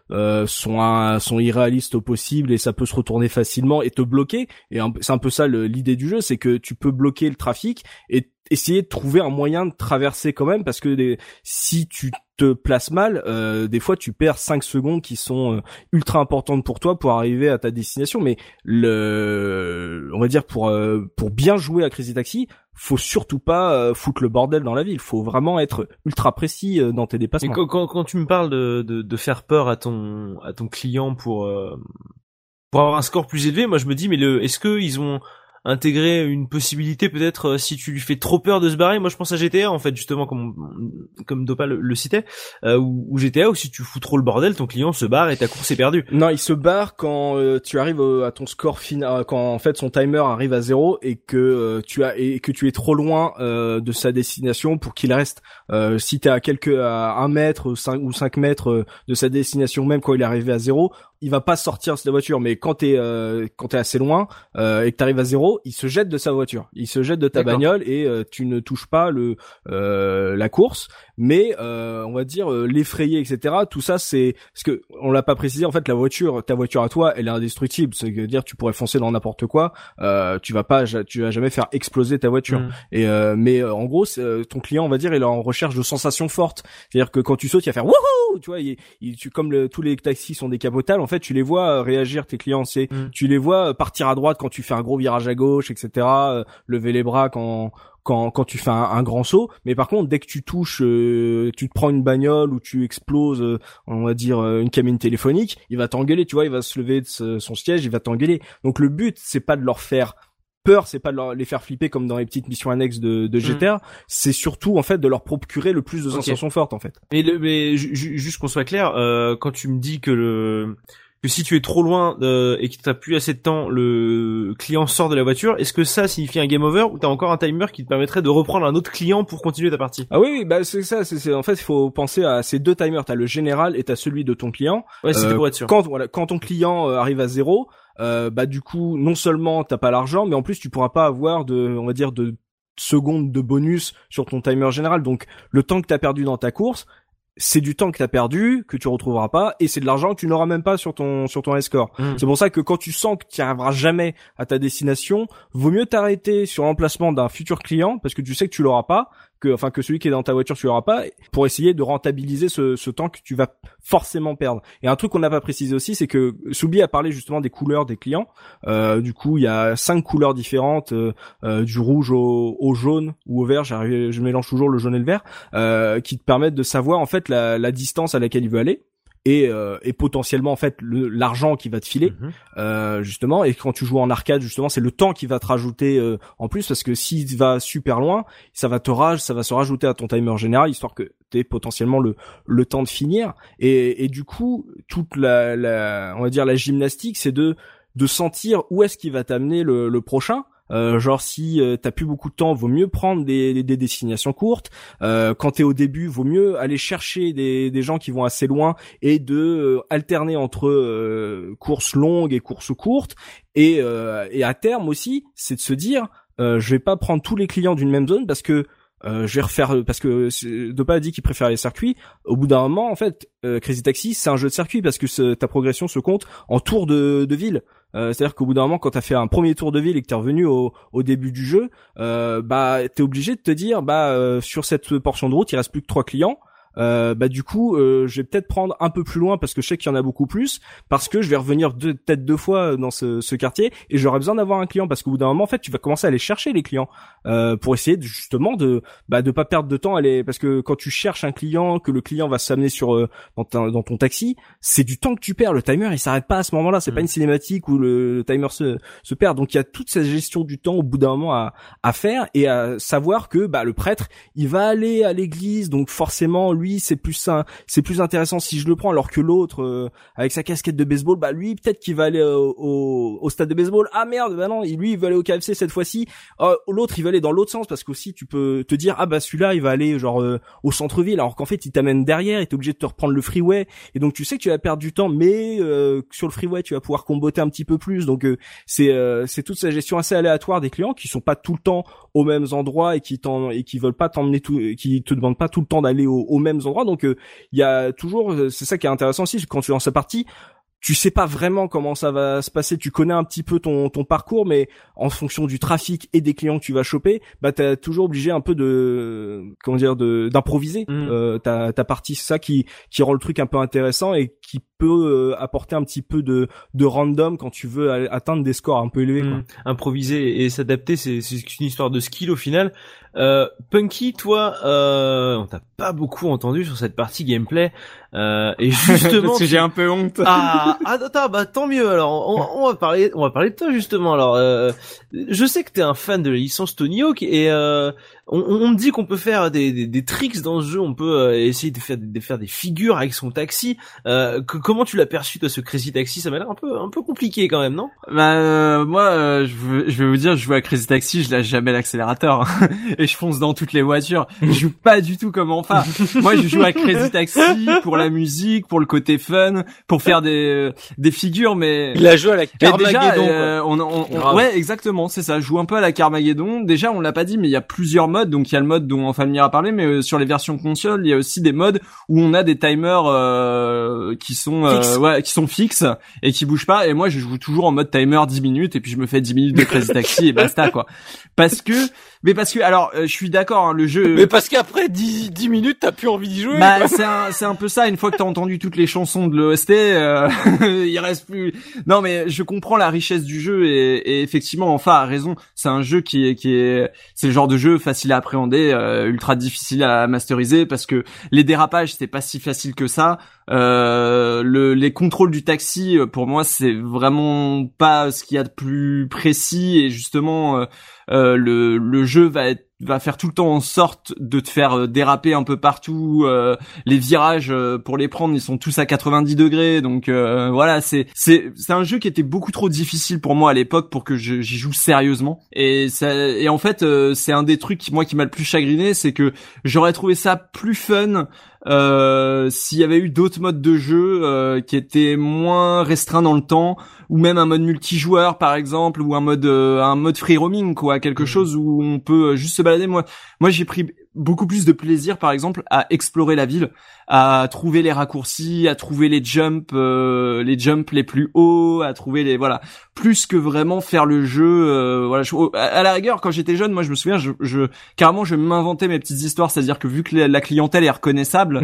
B: euh, sont un, sont irréalistes au possible et ça peut se retourner facilement et te bloquer. Et un, c'est un peu ça le, l'idée du jeu, c'est que tu peux bloquer le trafic et essayer de trouver un moyen de traverser quand même, parce que des, si tu te places mal, euh, des fois tu perds cinq secondes qui sont euh, ultra importantes pour toi pour arriver à ta destination. Mais le, on va dire pour euh, pour bien jouer à Crazy Taxi, faut surtout pas euh, foutre le bordel dans la ville. Faut vraiment être ultra précis euh, dans tes déplacements.
A: Mais quand, quand, quand tu me parles de, de, de faire peur à ton à ton client pour euh, pour avoir un score plus élevé, moi je me dis mais le est-ce que ils ont intégrer une possibilité peut-être euh, si tu lui fais trop peur de se barrer. Moi je pense à G T A en fait, justement comme comme Dopa le, le citait, euh, ou, ou G T A où si tu fous trop le bordel, ton client se barre et ta course est perdue.
B: Non, il se barre quand euh, tu arrives euh, à ton score final, quand en fait son timer arrive à zéro et que euh, tu as et que tu es trop loin euh, de sa destination pour qu'il reste. Euh, si t'es à quelques à un mètre cinq, ou cinq mètres euh, de sa destination, même quand il est arrivé à zéro, il va pas sortir de la voiture. Mais quand t'es euh, quand t'es assez loin euh, et que t'arrives à zéro, il se jette de sa voiture, il se jette de ta
A: D'accord.
B: bagnole et euh, tu ne touches pas le euh, la course. Mais euh, on va dire euh, l'effrayer, et cetera. Tout ça, c'est parce que on l'a pas précisé. En fait, la voiture, ta voiture à toi, elle est indestructible. C'est-à-dire, tu pourrais foncer dans n'importe quoi, euh, tu vas pas, tu vas jamais faire exploser ta voiture.
A: Mmh.
B: Et euh, mais euh, en gros, c'est, euh, ton client, on va dire, il est en recherche de sensations fortes. C'est-à-dire que quand tu sautes, il va faire wouhou, tu vois. Il, il, tu, comme le, tous les taxis sont décapotables, en fait, tu les vois euh, réagir. Tes clients, c'est,
A: Mmh.
B: tu les vois euh, partir à droite quand tu fais un gros virage à gauche, et cetera. Euh, lever les bras quand quand quand tu fais un, un grand saut. Mais par contre, dès que tu touches, euh, tu te prends une bagnole ou tu exploses, euh, on va dire euh, une cabine téléphonique, il va t'engueuler, tu vois, il va se lever de ce- son siège, il va t'engueuler. Donc le but, c'est pas de leur faire peur, c'est pas de leur, les faire flipper comme dans les petites missions annexes de, de G T A, c'est surtout en fait de leur procurer le plus de
A: Ok.
B: sensations fortes en fait.
A: Mais le, mais ju- ju- juste qu'on soit clair, euh, quand tu me dis que le que si tu es trop loin euh, et que t'as plus assez de temps, le client sort de la voiture, est-ce que ça signifie un game over ou t'as encore un timer qui te permettrait de reprendre un autre client pour continuer ta partie?
B: Ah oui, oui, bah c'est ça, c'est, c'est en fait il faut penser à ces deux timers, t'as le général et t'as celui de ton client.
A: Ouais, c'était
B: Euh,
A: pour être sûr.
B: Quand voilà, quand ton client euh, arrive à zéro, euh, bah du coup non seulement t'as pas l'argent, mais en plus tu pourras pas avoir de, on va dire de secondes de bonus sur ton timer général. Donc le temps que t'as perdu dans ta course, c'est du temps que t'as perdu, que tu retrouveras pas, et c'est de l'argent que tu n'auras même pas sur ton sur ton score.
A: Mm.
B: C'est pour ça que quand tu sens que tu arriveras jamais à ta destination, vaut mieux t'arrêter sur l'emplacement d'un futur client, parce que tu sais que tu l'auras pas, que enfin que celui qui est dans ta voiture tu l'auras pas, pour essayer de rentabiliser ce, ce temps que tu vas forcément perdre. Et un truc qu'on n'a pas précisé aussi, c'est que Soubi a parlé justement des couleurs des clients. Euh, du coup, il y a cinq couleurs différentes, euh, euh, du rouge au, au jaune ou au vert. J'arrive, je mélange toujours le jaune et le vert, euh, qui te permettent de savoir en fait la, la distance à laquelle il veut aller. Et, euh, et potentiellement en fait le, l'argent qui va te filer
A: Mhm.
B: euh, justement. Et quand tu joues en arcade justement, c'est le temps qui va te rajouter euh, en plus, parce que s'il va super loin, ça va te rage ça va se rajouter à ton timer général, histoire que t'aies potentiellement le le temps de finir. Et, et du coup toute la, la on va dire la gymnastique, c'est de de sentir où est-ce qu'il va t'amener le, le prochain. Euh, genre si euh, t'as plus beaucoup de temps, vaut mieux prendre des, des, des destinations courtes. Euh, quand t'es au début, vaut mieux aller chercher des, des gens qui vont assez loin et de euh, alterner entre euh, courses longues et courses courtes. Et, euh, et à terme aussi, c'est de se dire, euh, je vais pas prendre tous les clients d'une même zone parce que euh, je vais refaire, parce que c'est- Dopa a dit qu'il préfère les circuits. Au bout d'un moment, en fait, euh, Crazy Taxi, c'est un jeu de circuit parce que ce- ta progression se compte en tours de, de ville. Euh, c'est-à-dire qu'au bout d'un moment, quand t'as fait un premier tour de ville et que t'es revenu au, au début du jeu, euh, bah t'es obligé de te dire, bah euh, sur cette portion de route, il reste plus que trois clients. Euh, bah du coup, euh, je vais peut-être prendre un peu plus loin parce que je sais qu'il y en a beaucoup plus, parce que je vais revenir deux, peut-être deux fois dans ce, ce quartier et j'aurai besoin d'avoir un client, parce qu'au bout d'un moment, en fait, tu vas commencer à aller chercher les clients euh, pour essayer de, justement de bah de pas perdre de temps. à les- parce que quand tu cherches un client, que le client va s'amener sur euh, dans, ta- dans ton taxi, c'est du temps que tu perds. Le timer, il s'arrête pas à ce moment-là. C'est
A: Mm.
B: pas une cinématique où le, le timer se se perd. Donc il y a toute cette gestion du temps au bout d'un moment à à faire, et à savoir que bah le prêtre, il va aller à l'église, donc forcément lui c'est plus ça, c'est plus intéressant si je le prends, alors que l'autre euh, avec sa casquette de baseball, bah lui peut-être qu'il va aller au, au, au stade de baseball. Ah merde, bah non, lui il va aller au K F C cette fois-ci. Euh, l'autre il va aller dans l'autre sens, parce qu'aussi tu peux te dire ah bah celui-là il va aller genre euh, au centre-ville, alors qu'en fait il t'amène derrière et t'es obligé de te reprendre le freeway, et donc tu sais que tu vas perdre du temps, mais euh, sur le freeway tu vas pouvoir comboter un petit peu plus. Donc euh, c'est euh, c'est toute cette gestion assez aléatoire des clients qui sont pas tout le temps aux mêmes endroits et qui t'en et qui veulent pas t'emmener tout, qui te demandent pas tout le temps d'aller au, au même mêmes endroits. Donc il y a toujours, c'est ça qui est intéressant aussi, quand tu lances la partie, tu sais pas vraiment comment ça va se passer. Tu connais un petit peu ton ton parcours, mais en fonction du trafic et des clients que tu vas choper, bah t'es toujours obligé un peu de comment dire de d'improviser mmh. euh, ta ta partie. C'est ça qui qui rend le truc un peu intéressant et qui peut euh, apporter un petit peu de de random quand tu veux atteindre des scores un peu élevés. Mmh.
A: Quoi. Improviser et s'adapter, c'est c'est une histoire de skill au final. Euh, Punky, toi, euh, on t'a pas beaucoup entendu sur cette partie gameplay, euh, et justement,
E: parce que j'ai un peu honte.
A: Ah, ah, attends, bah tant mieux. Alors, on, on va parler, on va parler de toi justement. Alors, euh, je sais que t'es un fan de la licence Tony Hawk et euh, on, on me dit qu'on peut faire des, des, des tricks dans ce jeu. On peut euh, essayer de faire, de faire des figures avec son taxi. Euh, que, comment tu l'as perçu toi, ce Crazy Taxi? Ça m'a l'air un peu, un peu compliqué quand même, non?
E: Bah euh, moi, euh, je, veux, je vais vous dire, je joue à Crazy Taxi, je lâche jamais l'accélérateur et je fonce dans toutes les voitures. Je joue pas du tout comme enfin. Moi, je joue à Crazy Taxi pour la musique, pour le côté fun, pour faire des des figures, mais
D: il a joué à la Carmageddon.
E: Euh, on, on, on, ouais, exactement, c'est ça. Je joue un peu à la Carmageddon. Déjà, on l'a pas dit, mais il y a plusieurs modes. Donc, il y a le mode dont Famille a parlé, mais euh, sur les versions console, il y a aussi des modes où on a des timers euh, qui sont euh, ouais, qui sont fixes et qui bougent pas. Et moi, je joue toujours en mode timer dix minutes et puis je me fais dix minutes de Crazy Taxi et basta quoi. Parce que, mais parce que, alors, euh, je suis d'accord, hein, le jeu.
D: Mais parce qu'après dix, dix minutes, t'as plus envie d'y jouer.
E: Bah, quoi. c'est un, c'est un peu ça. Une fois que t'as entendu toutes les chansons de l'O S T, euh, il reste plus. Non, mais je comprends la richesse du jeu et, et effectivement, enfin, a raison. C'est un jeu qui est, qui est, c'est le genre de jeu facile à appréhender, euh, ultra difficile à masteriser parce que les dérapages, c'est pas si facile que ça. Euh, le, les contrôles du taxi, pour moi, c'est vraiment pas ce qu'il y a de plus précis et justement, euh, euh, le, le jeu va être va faire tout le temps en sorte de te faire déraper un peu partout. Euh, les virages euh, pour les prendre, ils sont tous à quatre-vingt-dix degrés. Donc euh, voilà, c'est c'est c'est un jeu qui était beaucoup trop difficile pour moi à l'époque pour que je, j'y joue sérieusement. Et ça et en fait, euh, c'est un des trucs qui, moi qui m'a le plus chagriné, c'est que j'aurais trouvé ça plus fun euh, s'il y avait eu d'autres modes de jeu euh, qui étaient moins restreints dans le temps, ou même un mode multijoueur par exemple, ou un mode euh, un mode free roaming quoi, quelque mmh. chose où on peut juste se balader. Moi moi j'ai pris beaucoup plus de plaisir par exemple à explorer la ville, à trouver les raccourcis, à trouver les jumps euh, les jumps les plus hauts, à trouver les voilà, plus que vraiment faire le jeu euh, voilà, je, à la rigueur quand j'étais jeune, moi je me souviens je, je carrément je m'inventais mes petites histoires, c'est-à-dire que vu que la, la clientèle est reconnaissable,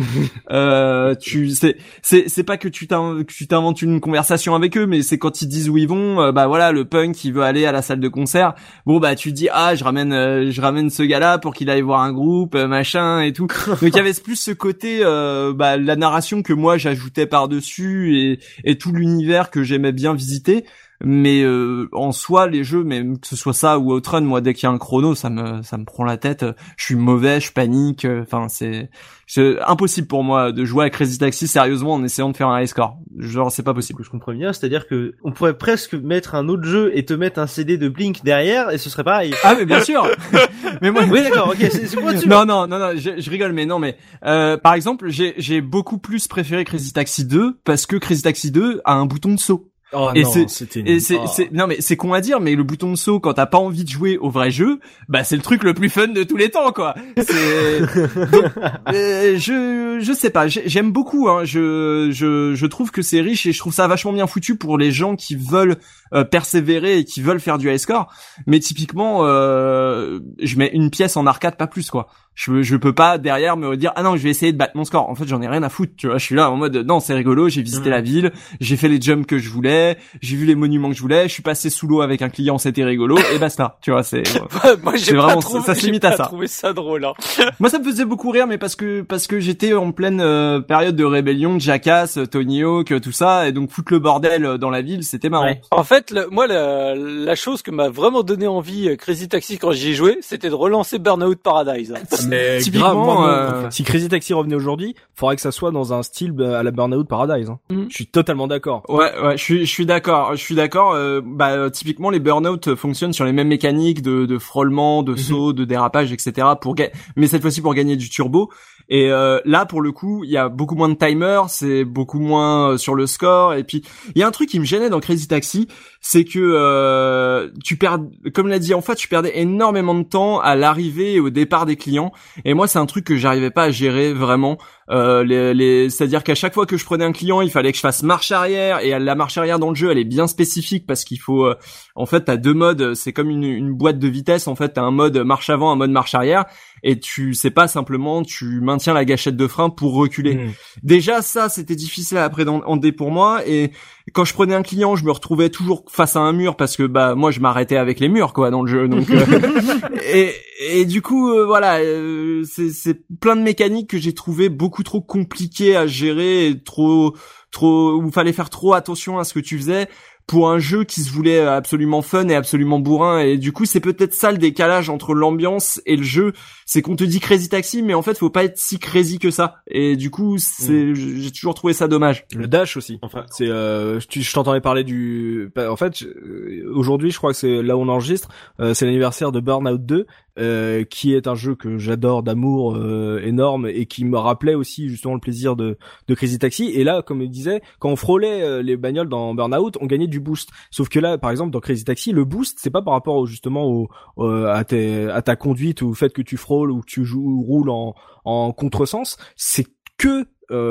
E: euh tu c'est c'est c'est pas que tu t'in, que tu t'inventes une conversation avec eux, mais c'est quand ils disent où ils vont, euh, bah voilà, le punk il veut aller à la salle de concert, bon bah tu dis ah je ramène euh, je ramène ce gars-là pour qu'il aille voir un groupe euh, machin et tout. Donc il y avait plus ce côté euh, bah la narration que moi j'ajoutais par-dessus et et tout l'univers que j'aimais bien visiter. Mais euh, en soi les jeux, même que ce soit ça ou Outrun, moi dès qu'il y a un chrono ça me ça me prend la tête, je suis mauvais, je panique, enfin c'est c'est impossible pour moi de jouer à Crazy Taxi sérieusement en essayant de faire un high score. Genre c'est pas possible.
A: Je comprends bien, c'est-à-dire que on pourrait presque mettre un autre jeu et te mettre un C D de Blink derrière et ce serait pareil.
E: Ah mais bien sûr. Mais moi
A: oui d'accord, OK, c'est c'est quoi dessus.
E: Non non non non, je, je rigole mais non mais euh par exemple, j'ai j'ai beaucoup plus préféré Crazy Taxi deux parce que Crazy Taxi deux a un bouton de saut.
A: Oh
E: et
A: non,
E: c'est,
A: c'était une...
E: et c'est,
A: oh.
E: c'est, non mais c'est con à dire, mais le bouton de saut quand t'as pas envie de jouer au vrai jeu, bah c'est le truc le plus fun de tous les temps quoi. C'est, donc, euh, je, je sais pas, j'aime beaucoup, hein. Je, je, je trouve que c'est riche et je trouve ça vachement bien foutu pour les gens qui veulent euh, persévérer et qui veulent faire du high score. Mais typiquement, euh, je mets une pièce en arcade, pas plus quoi. Je, je peux pas derrière me dire ah non je vais essayer de battre mon score. En fait j'en ai rien à foutre, tu vois. Je suis là en mode non c'est rigolo, j'ai visité mmh. la ville, j'ai fait les jumps que je voulais, j'ai vu les monuments que je voulais, je suis passé sous l'eau avec un client, c'était rigolo et basta. Tu vois c'est.
D: Moi j'ai
E: c'est
D: pas
E: vraiment,
D: trouvé,
E: ça se limite
D: j'ai
E: à
D: pas
E: ça.
D: trouvé ça drôle. Hein.
E: Moi ça me faisait beaucoup rire mais parce que parce que j'étais en pleine euh, période de rébellion, de Jackass, Tony Hawk, tout ça et donc foutre le bordel dans la ville c'était marrant. Ouais.
D: En fait le, moi la, la chose que m'a vraiment donné envie Crazy Taxi quand j'y ai joué, c'était de relancer Burnout Paradise.
B: Mais
E: typiquement. Euh...
B: Si Crazy Taxi revenait aujourd'hui, faudrait que ça soit dans un style à la Burnout Paradise. Hein. Mm. Je suis totalement d'accord.
E: Ouais, ouais, je suis, je suis d'accord. Je suis d'accord. Euh, bah, typiquement, les Burnout fonctionnent sur les mêmes mécaniques de, de frôlement, de saut, mm-hmm. de dérapage, et cetera. Pour ga- mais cette fois-ci pour gagner du turbo. Et euh, là, pour le coup, il y a beaucoup moins de timer, c'est beaucoup moins euh, sur le score. Et puis, il y a un truc qui me gênait dans Crazy Taxi, c'est que euh, tu perds, comme l'a dit en fait, tu perdais énormément de temps à l'arrivée et au départ des clients. Et moi, c'est un truc que j'arrivais pas à gérer vraiment. Euh, les, les, c'est-à-dire qu'à chaque fois que je prenais un client, il fallait que je fasse marche arrière, et la marche arrière dans le jeu, elle est bien spécifique parce qu'il faut, euh, en fait, t'as deux modes, c'est comme une, une boîte de vitesse, en fait, t'as un mode marche avant, un mode marche arrière, et tu, c'est pas simplement, tu maintiens la gâchette de frein pour reculer. Mmh. Déjà, ça, c'était difficile à appréhender pour moi, et quand je prenais un client, je me retrouvais toujours face à un mur parce que, bah, moi, je m'arrêtais avec les murs, quoi, dans le jeu, donc, euh, et, et du coup, euh, voilà, euh, c'est, c'est plein de mécaniques que j'ai trouvé beaucoup trop compliquées à gérer, et trop, trop, où fallait faire trop attention à ce que tu faisais pour un jeu qui se voulait absolument fun et absolument bourrin. Et du coup, c'est peut-être ça le décalage entre l'ambiance et le jeu, c'est qu'on te dit Crazy Taxi, mais en fait, faut pas être si crazy que ça. Et du coup, c'est, mmh. j'ai toujours trouvé ça dommage.
B: Le dash aussi. Enfin, c'est, euh, tu, je t'entendais parler du, en fait, aujourd'hui, je crois que c'est là où on enregistre, euh, c'est l'anniversaire de Burnout deux. Euh, qui est un jeu que j'adore d'amour euh, énorme et qui me rappelait aussi justement le plaisir de, de Crazy Taxi. Et là, comme il disait, quand on frôlait euh, les bagnoles dans Burnout, on gagnait du boost. Sauf que là, par exemple, dans Crazy Taxi, le boost, c'est pas par rapport au, justement au, euh, à, tes, à ta conduite ou au fait que tu frôles ou que tu joues ou roules en, en contresens, c'est que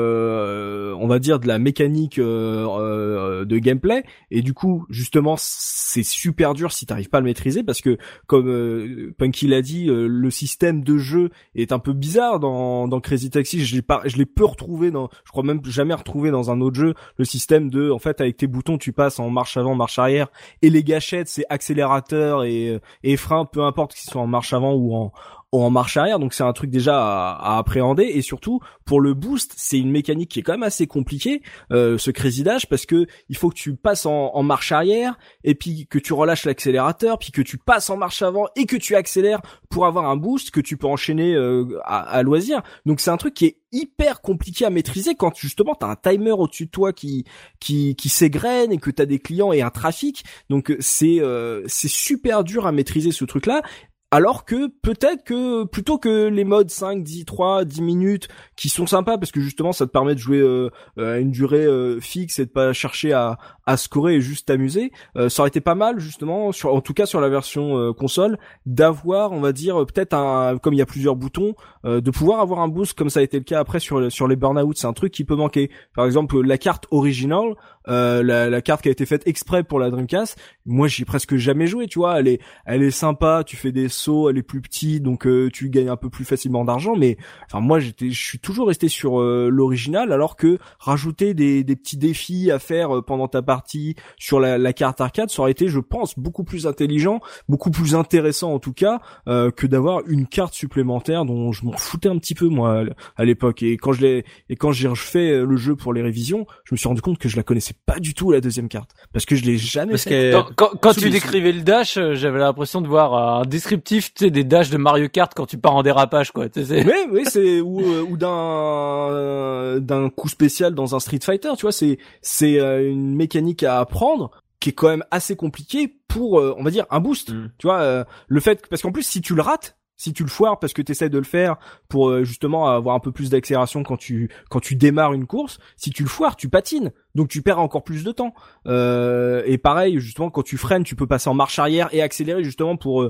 B: Euh, on va dire de la mécanique euh, euh, de gameplay, et du coup justement c'est super dur si t'arrives pas à le maîtriser parce que comme euh, Punky l'a dit, euh, le système de jeu est un peu bizarre dans, dans Crazy Taxi. Je l'ai pas, je l'ai peu retrouvé dans, je crois même jamais retrouvé dans un autre jeu, le système de en fait avec tes boutons tu passes en marche avant, marche arrière, et les gâchettes c'est accélérateur et, et frein, peu importe qu'ils soient en marche avant ou en en marche arrière. Donc c'est un truc déjà à, à appréhender, et surtout pour le boost c'est une mécanique qui est quand même assez compliquée, euh, ce Crazy Dash, parce que il faut que tu passes en, en marche arrière et puis que tu relâches l'accélérateur, puis que tu passes en marche avant et que tu accélères pour avoir un boost que tu peux enchaîner euh, à, à loisir. Donc c'est un truc qui est hyper compliqué à maîtriser quand justement t'as un timer au-dessus de toi qui qui qui s'égrène et que t'as des clients et un trafic. Donc c'est euh, c'est super dur à maîtriser ce truc là. Alors que peut-être que plutôt que les modes cinq, dix, trois, dix minutes qui sont sympas parce que justement ça te permet de jouer euh, à une durée euh, fixe et de pas chercher à à scorer et juste t'amuser, euh, ça aurait été pas mal justement sur, en tout cas sur la version euh, console, d'avoir, on va dire, peut-être un, comme il y a plusieurs boutons, euh, de pouvoir avoir un boost comme ça a été le cas après sur sur les Burnout. C'est un truc qui peut manquer. Par exemple la carte originale, euh, la, la carte qui a été faite exprès pour la Dreamcast, moi j'y ai presque jamais joué, tu vois, elle est elle est sympa, tu fais des sauts, elle est plus petite donc euh, tu gagnes un peu plus facilement d'argent, mais enfin moi j'étais je suis toujours resté sur euh, l'original, alors que rajouter des des petits défis à faire euh, pendant ta partie sur la, la carte arcade, ça aurait été, je pense, beaucoup plus intelligent, beaucoup plus intéressant en tout cas, euh, que d'avoir une carte supplémentaire dont je m'en foutais un petit peu moi à l'époque. Et quand je l'ai et quand j'ai fait le jeu pour les révisions, je me suis rendu compte que je la connaissais pas du tout la deuxième carte parce que je l'ai jamais
D: parce
B: fait.
D: Que quand, quand tu décrivais le dash, j'avais l'impression de voir un descriptif, tu sais, des dashs de Mario Kart quand tu pars en dérapage, quoi. Tu sais.
B: Oui, oui, c'est ou euh, ou d'un euh, d'un coup spécial dans un Street Fighter, tu vois, c'est c'est euh, une mécanique à apprendre qui est quand même assez compliquée pour euh, on va dire un boost. Mm. Tu vois, euh, le fait parce qu'en plus si tu le rates, si tu le foires parce que tu essaies de le faire pour euh, justement avoir un peu plus d'accélération quand tu quand tu démarres une course, si tu le foires, tu patines. Donc tu perds encore plus de temps. Euh, et pareil, justement, quand tu freines, tu peux passer en marche arrière et accélérer justement pour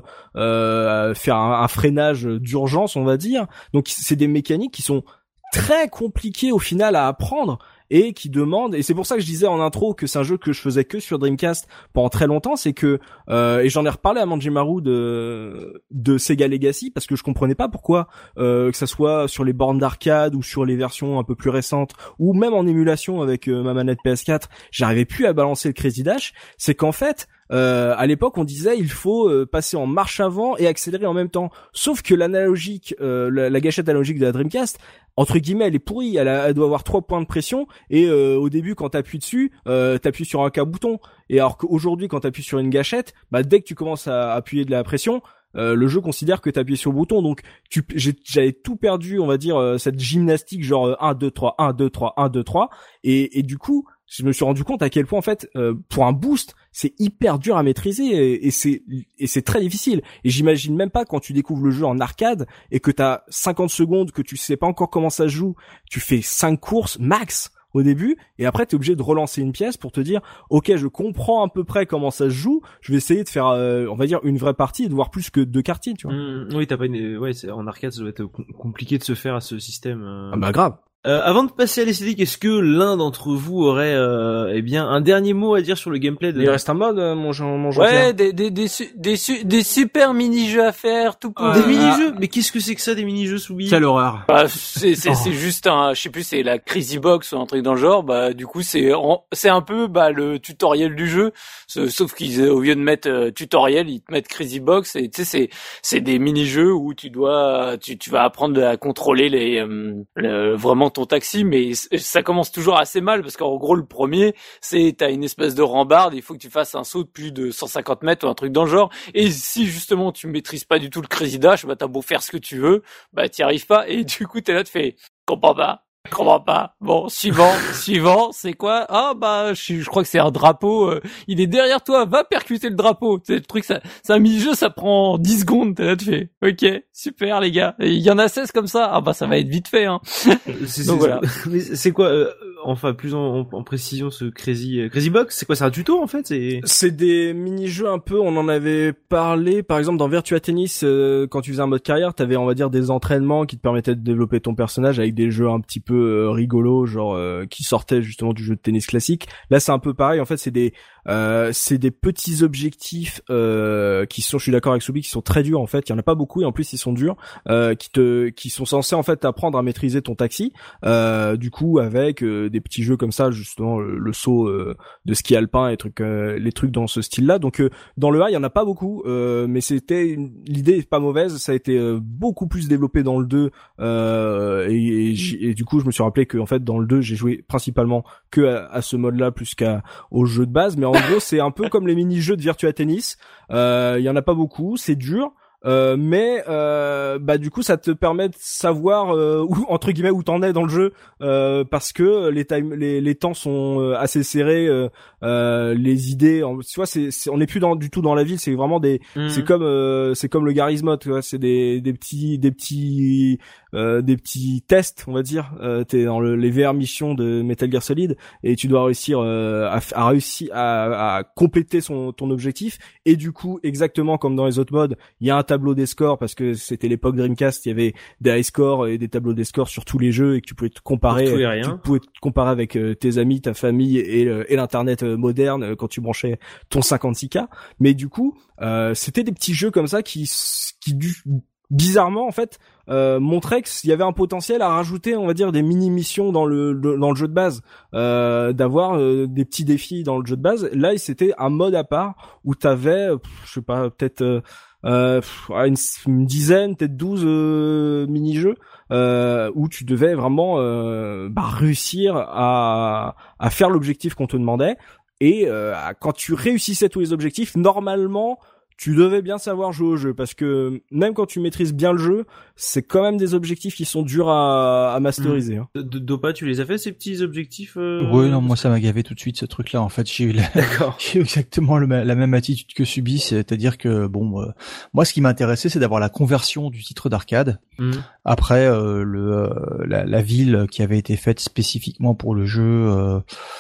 B: euh, faire un, un freinage d'urgence, on va dire. Donc c'est des mécaniques qui sont très compliquées au final à apprendre et qui demandent, et c'est pour ça que je disais en intro que c'est un jeu que je faisais que sur Dreamcast pendant très longtemps, c'est que euh, et j'en ai reparlé à Manjimaru de de Sega Legacy parce que je comprenais pas pourquoi euh, que ça soit sur les bornes d'arcade ou sur les versions un peu plus récentes ou même en émulation avec euh, ma manette P S quatre, j'arrivais plus à balancer le Crazy Dash. C'est qu'en fait Euh, à l'époque, on disait il faut euh, passer en marche avant et accélérer en même temps. Sauf que l'analogique, euh, la, la gâchette analogique de la Dreamcast, entre guillemets, elle est pourrie. Elle, a, elle doit avoir trois points de pression. Et euh, au début, quand t'appuies dessus, euh, t'appuies sur un cas-bouton. Et alors qu'aujourd'hui, quand t'appuies sur une gâchette, bah dès que tu commences à appuyer de la pression, Euh, le jeu considère que t'appuies sur le bouton, donc tu, j'ai, j'avais tout perdu, on va dire, euh, cette gymnastique genre euh, un, deux, trois, un, deux, trois, un, deux, trois, et, et du coup, je me suis rendu compte à quel point en fait, euh, pour un boost, c'est hyper dur à maîtriser et, et c'est et c'est très difficile. Et j'imagine même pas quand tu découvres le jeu en arcade et que t'as cinquante secondes, que tu sais pas encore comment ça se joue, tu fais cinq courses max au début, et après t'es obligé de relancer une pièce pour te dire ok, je comprends à peu près comment ça se joue, je vais essayer de faire euh, on va dire une vraie partie et de voir plus que deux quartiers, tu vois.
A: Mmh, oui, t'as pas une ouais, c'est, en arcade ça doit être compliqué de se faire à ce système. Euh...
B: Ah bah grave.
A: Euh, avant de passer à l'esthétique, est-ce que l'un d'entre vous aurait, euh, eh bien, un dernier mot à dire sur le gameplay de...
B: Il reste un mode, euh, mon Jean, mon Jean
D: Ouais, des, des, des, su- des, su- des super mini-jeux à faire, tout pour...
A: Des mini-jeux? Mais qu'est-ce que c'est que ça, des mini-jeux, Soubi?
E: Quelle horreur.
D: Bah, c'est, c'est,
A: Oh.
D: c'est juste un, je sais plus, c'est la Crazy Box ou un truc dans le genre, bah, du coup, c'est, en- c'est un peu, bah, le tutoriel du jeu, S- sauf qu'ils, au lieu de mettre euh, tutoriel, ils te mettent Crazy Box, et tu sais, c'est, c'est des mini-jeux où tu dois, tu, tu vas apprendre à contrôler les, euh, le- vraiment ton taxi, mais c- ça commence toujours assez mal, parce qu'en gros, le premier, c'est, t'as une espèce de rambarde, il faut que tu fasses un saut de plus de cent cinquante mètres ou un truc dans le genre, et si justement tu maîtrises pas du tout le Crazy Dash, bah, t'as beau faire ce que tu veux, bah, t'y arrives pas, et du coup, t'es là, tu fais, comprends pas. Comprends pas. Bon, suivant, suivant, c'est quoi? Ah bah, je, je crois que c'est un drapeau. euh, il est derrière toi. Va percuter le drapeau. C'est le truc. Ça, c'est un mini-jeu. Ça prend dix secondes. T'es là, tu fais. Ok, super les gars. Et il y en a seize comme ça. Ah bah, ça va être vite fait. Hein.
A: C'est,
D: Donc
A: c'est-
D: voilà.
A: mais c'est quoi, euh, enfin, plus en, en, en précision, ce Crazy, euh, Crazy Box? C'est quoi? C'est un tuto, en fait? C'est...
B: C'est des mini-jeux un peu, on en avait parlé, par exemple dans Virtua Tennis, euh, quand tu faisais un mode carrière, t'avais on va dire des entraînements qui te permettaient de développer ton personnage avec des jeux un petit peu euh, rigolos, genre euh, qui sortaient justement du jeu de tennis classique. Là c'est un peu pareil, en fait c'est des euh, c'est des petits objectifs euh, qui sont, je suis d'accord avec Soubi, qui sont très durs en fait, il y en a pas beaucoup et en plus ils sont durs, euh, qui te qui sont censés en fait t'apprendre à maîtriser ton taxi, euh, du coup avec euh, des petits jeux comme ça, justement le, le saut euh, de ski alpin et trucs euh, les trucs dans ce style là. Donc euh, dans le A il y en a pas beaucoup, euh, mais c'était une... l'idée est pas mauvaise, ça a été euh, beaucoup plus développé dans le deux, euh, et, et, j'- et du coup je me suis rappelé que en fait dans le deux j'ai joué principalement que à, à ce mode là plus qu'à au jeu de base, mais en gros c'est un peu comme les mini-jeux de Virtua Tennis, euh, il y en a pas beaucoup, c'est dur. Euh, mais euh, bah du coup ça te permet de savoir euh, où entre guillemets où t'en es dans le jeu, euh, parce que les time les, les temps sont euh, assez serrés, euh, euh, les idées en, tu vois c'est, c'est on n'est plus dans du tout dans la ville, c'est vraiment des
A: Mhm.
B: c'est comme euh, c'est comme le Garry's Mod, tu vois, c'est des des petits des petits euh, des petits tests, on va dire. Euh, t'es dans le, les V R missions de Metal Gear Solid et tu dois réussir euh, à, à réussir à, à compléter son ton objectif, et du coup exactement comme dans les autres modes il y a un tableau des scores parce que c'était l'époque Dreamcast, il y avait des high scores et des tableaux des scores sur tous les jeux et que tu pouvais te comparer,
A: Pour tout et
B: tu
A: rien.
B: pouvais te comparer avec euh, tes amis, ta famille et, le- et l'internet euh, moderne euh, quand tu branchais ton cinquante-six K. Mais du coup, euh, c'était des petits jeux comme ça qui s- qui du bizarrement en fait euh, montraient qu'il y avait un potentiel à rajouter, on va dire, des mini missions dans le, le- dans le jeu de base, euh, d'avoir euh, des petits défis dans le jeu de base. Là c'était un mode à part où t'avais euh, pff, je sais pas, peut-être euh, euh, pff, une, une dizaine, peut-être douze euh, mini-jeux euh, où tu devais vraiment euh, bah, réussir à, à faire l'objectif qu'on te demandait. Et euh, quand tu réussissais tous les objectifs, normalement, tu devais bien savoir jouer au jeu, parce que même quand tu maîtrises bien le jeu, c'est quand même des objectifs qui sont durs à, à masteriser. Hein.
A: De, de- Dopa, tu les as fait, ces petits objectifs? Euh...
C: Ouais, non, moi ça m'a gavé tout de suite ce truc-là. En fait, j'ai eu la...
A: D'accord.
C: j'ai eu exactement le ma- la même attitude que Subi, c'est-à-dire que bon, euh, moi ce qui m'intéressait, c'est d'avoir la conversion du titre d'arcade.
A: Mhm.
C: Après, euh, le euh, la, la ville qui avait été faite spécifiquement pour le jeu, euh,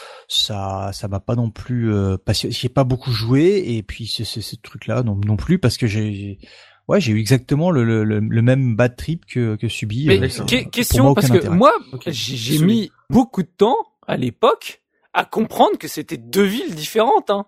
C: ça ça m'a pas non plus euh, passionné. J'ai pas beaucoup joué, et puis ce, ce, ce truc-là non non plus, parce que j'ai ouais j'ai eu exactement le le, le le même bad trip que que Subi.
D: Mais
C: euh,
A: d'accord.
D: que-
C: pour
D: question,
C: moi,
D: parce
C: aucun
D: que
C: intérêt.
D: moi,
A: Ok.
D: j'ai, j'ai
A: Soumis.
D: mis beaucoup de temps à l'époque à comprendre que c'était deux villes différentes. Hein.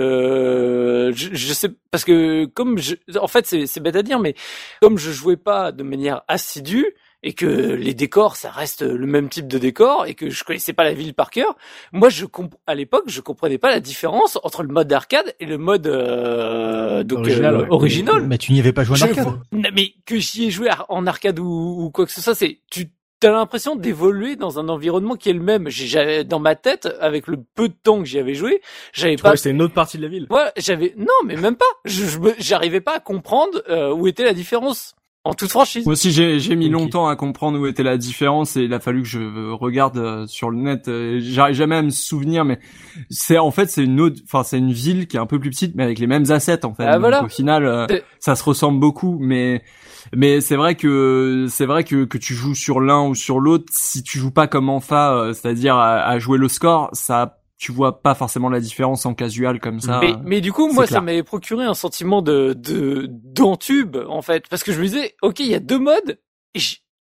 D: Je, je, je sais parce que comme je, en fait c'est, c'est bête à dire, mais comme je jouais pas de manière assidue et que les décors ça reste le même type de décor et que je connaissais pas la ville par cœur, moi je comp- à l'époque je comprenais pas la différence entre le mode d'arcade et le mode euh, donc
B: Original,
D: euh,
B: ouais.
D: original.
C: Mais tu n'y avais pas joué en
D: Je
C: arcade.
D: vois- Non, mais que j'y ai joué ar- en arcade ou, ou quoi que ce soit, c'est tu as l'impression d'évoluer dans un environnement qui est le même. J'ai j'avais dans ma tête, avec le peu de temps que j'y avais joué, j'avais
B: Tu
D: pas.
B: crois que c'était une autre partie de la ville?
D: Ouais, j'avais non, mais même pas. Je, je me- j'arrivais pas à comprendre euh, où était la différence. En toute franchise.
E: Moi aussi, j'ai j'ai mis
B: Ok.
E: longtemps à comprendre où était la différence et il a fallu que je regarde euh, sur le net. euh, J'arrive jamais à me souvenir, mais c'est en fait c'est une autre, enfin c'est une ville qui est un peu plus petite, mais avec les mêmes assets en fait.
D: Ah,
E: Donc,
D: voilà.
E: au final, euh,
D: Euh.
E: ça se ressemble beaucoup, mais mais c'est vrai que c'est vrai que que tu joues sur l'un ou sur l'autre, si tu joues pas comme Enfa, euh, c'est-à-dire à, à jouer le score, ça tu vois pas forcément la différence en casual comme ça.
D: Mais, mais du coup, moi,
E: c'est
D: ça
E: clair.
D: m'avait procuré un sentiment de, de, d'entube, en fait. Parce que je me disais, ok, il y a deux modes, et j-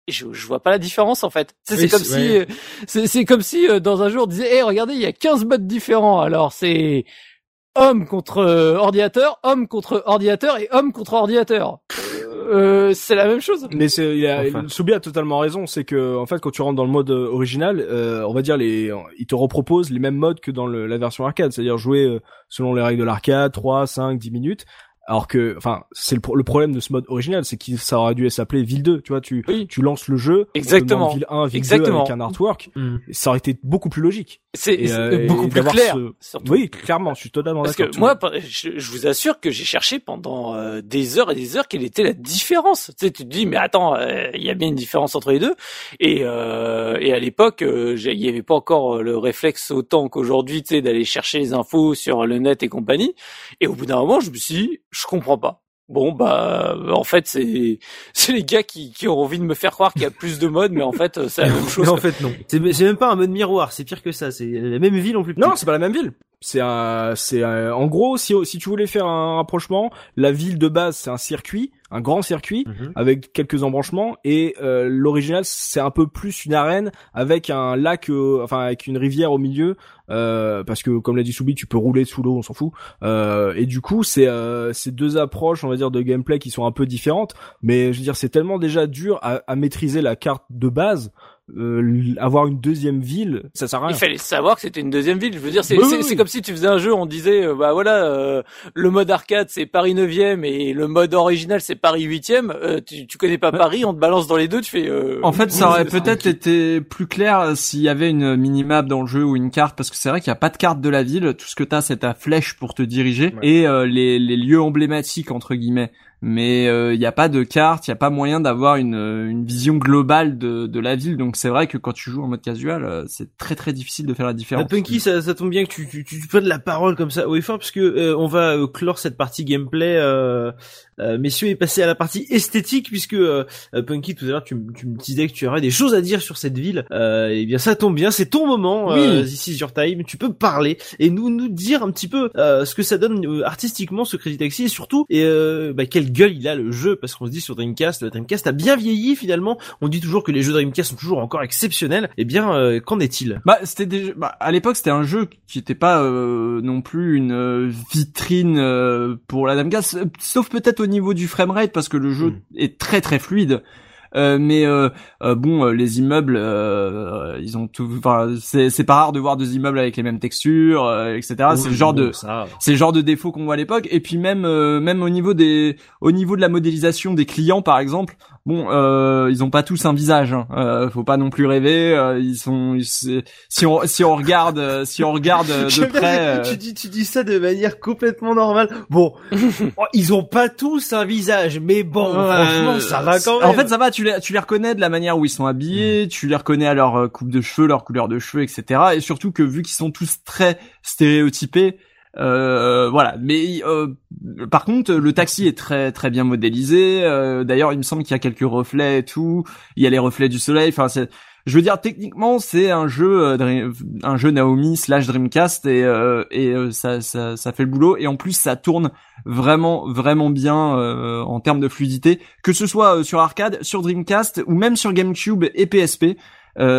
D: Et je, je vois pas la différence en fait. C'est,
A: Oui,
D: c'est comme
A: c'est-
D: si,
A: ouais.
D: euh, c'est, c'est comme si euh, dans un jeu on disait, hey, regardez, il y a quinze modes différents. Alors c'est homme contre euh, ordinateur, homme contre ordinateur et homme contre ordinateur. Euh, c'est la même chose.
B: Mais c'est, il a,
A: Enfin.
B: Soubi a totalement raison. C'est que, en fait, quand tu rentres dans le mode euh, original, euh, on va dire les, ils te reproposent les mêmes modes que dans le, la version arcade. C'est-à-dire jouer euh, selon les règles de l'arcade, trois, cinq, dix minutes. Alors que, enfin, c'est le, pro- le problème de ce mode original, c'est qu'il ça aurait dû s'appeler Ville deux. Tu vois, tu,
D: Oui.
B: tu lances le jeu.
D: Exactement.
B: on te demande Ville un, Ville
D: Exactement.
B: deux avec un artwork.
A: Mm.
B: Ça aurait été beaucoup plus logique.
D: C'est,
B: Et,
D: c'est
B: euh,
D: beaucoup
B: et
D: plus
B: d'avoir
D: clair.
B: ce-
D: Surtout.
B: Oui, clairement, je suis totalement
D: Parce
B: d'accord.
D: que moi, je, je vous assure que j'ai cherché pendant euh, des heures et des heures quelle était la différence. Tu sais, tu te dis, mais attends, euh, il y a bien une différence entre les deux. Et, euh, et à l'époque, euh, j'ai- il y avait pas encore le réflexe autant qu'aujourd'hui, tu sais, d'aller chercher les infos sur le net et compagnie. Et au bout d'un moment, je me suis dit, je comprends pas. Bon, bah, en fait, c'est c'est les gars qui, qui ont envie de me faire croire qu'il y a plus de modes, mais en fait, c'est la même chose.
A: Mais en fait non. C'est, c'est même pas un mode miroir, c'est pire que ça. C'est la même ville en plus petite.
B: Non, c'est pas la même ville. C'est un, c'est un- en gros, si si tu voulais faire un rapprochement, la ville de base c'est un circuit, un grand circuit
A: Mhm.
B: avec quelques embranchements, et euh, l'original c'est un peu plus une arène avec un lac, euh, enfin avec une rivière au milieu, euh, parce que comme l'a dit Soubi, tu peux rouler sous l'eau, on s'en fout. Euh, et du coup, c'est euh, c'est deux approches, on va dire, de gameplay qui sont un peu différentes, mais je veux dire, c'est tellement déjà dur à, à maîtriser la carte de base. Euh, avoir une deuxième ville, ça sert à rien.
D: Il fallait savoir que c'était une deuxième ville. Je veux dire, c'est
B: Oui,
D: c'est
B: oui,
D: c'est
B: oui.
D: comme si tu faisais un jeu, on disait, euh, bah voilà, euh, le mode arcade c'est Paris neuvième et le mode original c'est Paris huitième. Euh, tu, tu connais pas Paris, on te balance dans les deux, tu fais. Euh,
E: En fait, ça
D: oui,
E: aurait
D: c'est-
E: peut-être été plus clair s'il y avait une minimap dans le jeu ou une carte, parce que c'est vrai qu'il n'y a pas de carte de la ville. Tout ce que t'as, c'est ta flèche pour te diriger
B: Ouais.
E: et euh, les, les lieux emblématiques entre guillemets. Mais euh, il n'y a pas de carte, il n'y a pas moyen d'avoir une, une vision globale de, de la ville. Donc c'est vrai que quand tu joues en mode casual, euh, c'est très très difficile de faire la
A: Ah,
E: différence.
A: Punky, ça, ça tombe bien que tu, tu, tu, tu prennes la parole comme ça haut et fort, parce que euh, on va euh, clore cette partie gameplay, euh, euh, messieurs, et passer à la partie esthétique, puisque euh, euh, Punky, tout à l'heure, tu, m- tu me disais que tu aurais des choses à dire sur cette ville. Euh, et bien, ça tombe bien, c'est ton moment.
E: Oui.
A: Euh, This is your time. Tu peux parler et nous nous dire un petit peu euh, ce que ça donne euh, artistiquement ce Crazy Taxi, et surtout, et euh, bah, quelle gueule il a le jeu, parce qu'on se dit sur Dreamcast, le Dreamcast a bien vieilli finalement. On dit toujours que les jeux Dreamcast sont toujours encore exceptionnels. Eh bien, euh, qu'en est-il?
E: Bah, c'était déjà, bah, à l'époque, c'était un jeu qui était pas euh, non plus une euh, vitrine euh, pour la Dreamcast, sauf peut-être au niveau du framerate, parce que le jeu
A: Mm.
E: est très très fluide. Euh, mais euh, euh, bon, euh, les immeubles, euh, ils ont tout. Enfin, c'est c'est pas rare de voir deux immeubles avec les mêmes textures, euh, et cetera. c'est le genre de
A: ça.
E: c'est le genre de défaut qu'on voit à l'époque. Et puis même euh, même au niveau des au niveau de la modélisation des clients, par exemple, bon, euh, ils ont pas tous un visage. Hein. Euh, faut pas non plus rêver. Euh, ils sont ils- c'est- si on si on regarde euh, si on regarde euh, de
A: J'aime bien
E: près.
A: que
E: euh,
A: Tu dis, tu dis ça de manière complètement normale. Bon, oh, ils ont pas tous un visage, mais bon, franchement,
E: Euh,
A: ça va quand même.
E: En fait, ça va. Tu les, tu les reconnais de la manière où ils sont habillés. Tu les reconnais à leur euh, coupe de cheveux, leur couleur de cheveux, et cetera. Et surtout que vu qu'ils sont tous très stéréotypés, euh, voilà. Mais euh, par contre, le taxi est très très bien modélisé. Euh, D'ailleurs, il me semble qu'il y a quelques reflets et tout. Il y a les reflets du soleil. Enfin, c'est. Je veux dire, techniquement, c'est un jeu, euh, Dream- un jeu Naomi slash Dreamcast, et euh, et euh, ça, ça ça fait le boulot. Et en plus, ça tourne vraiment vraiment bien euh, en termes de fluidité, que ce soit euh, sur arcade, sur Dreamcast ou même sur GameCube et P S P.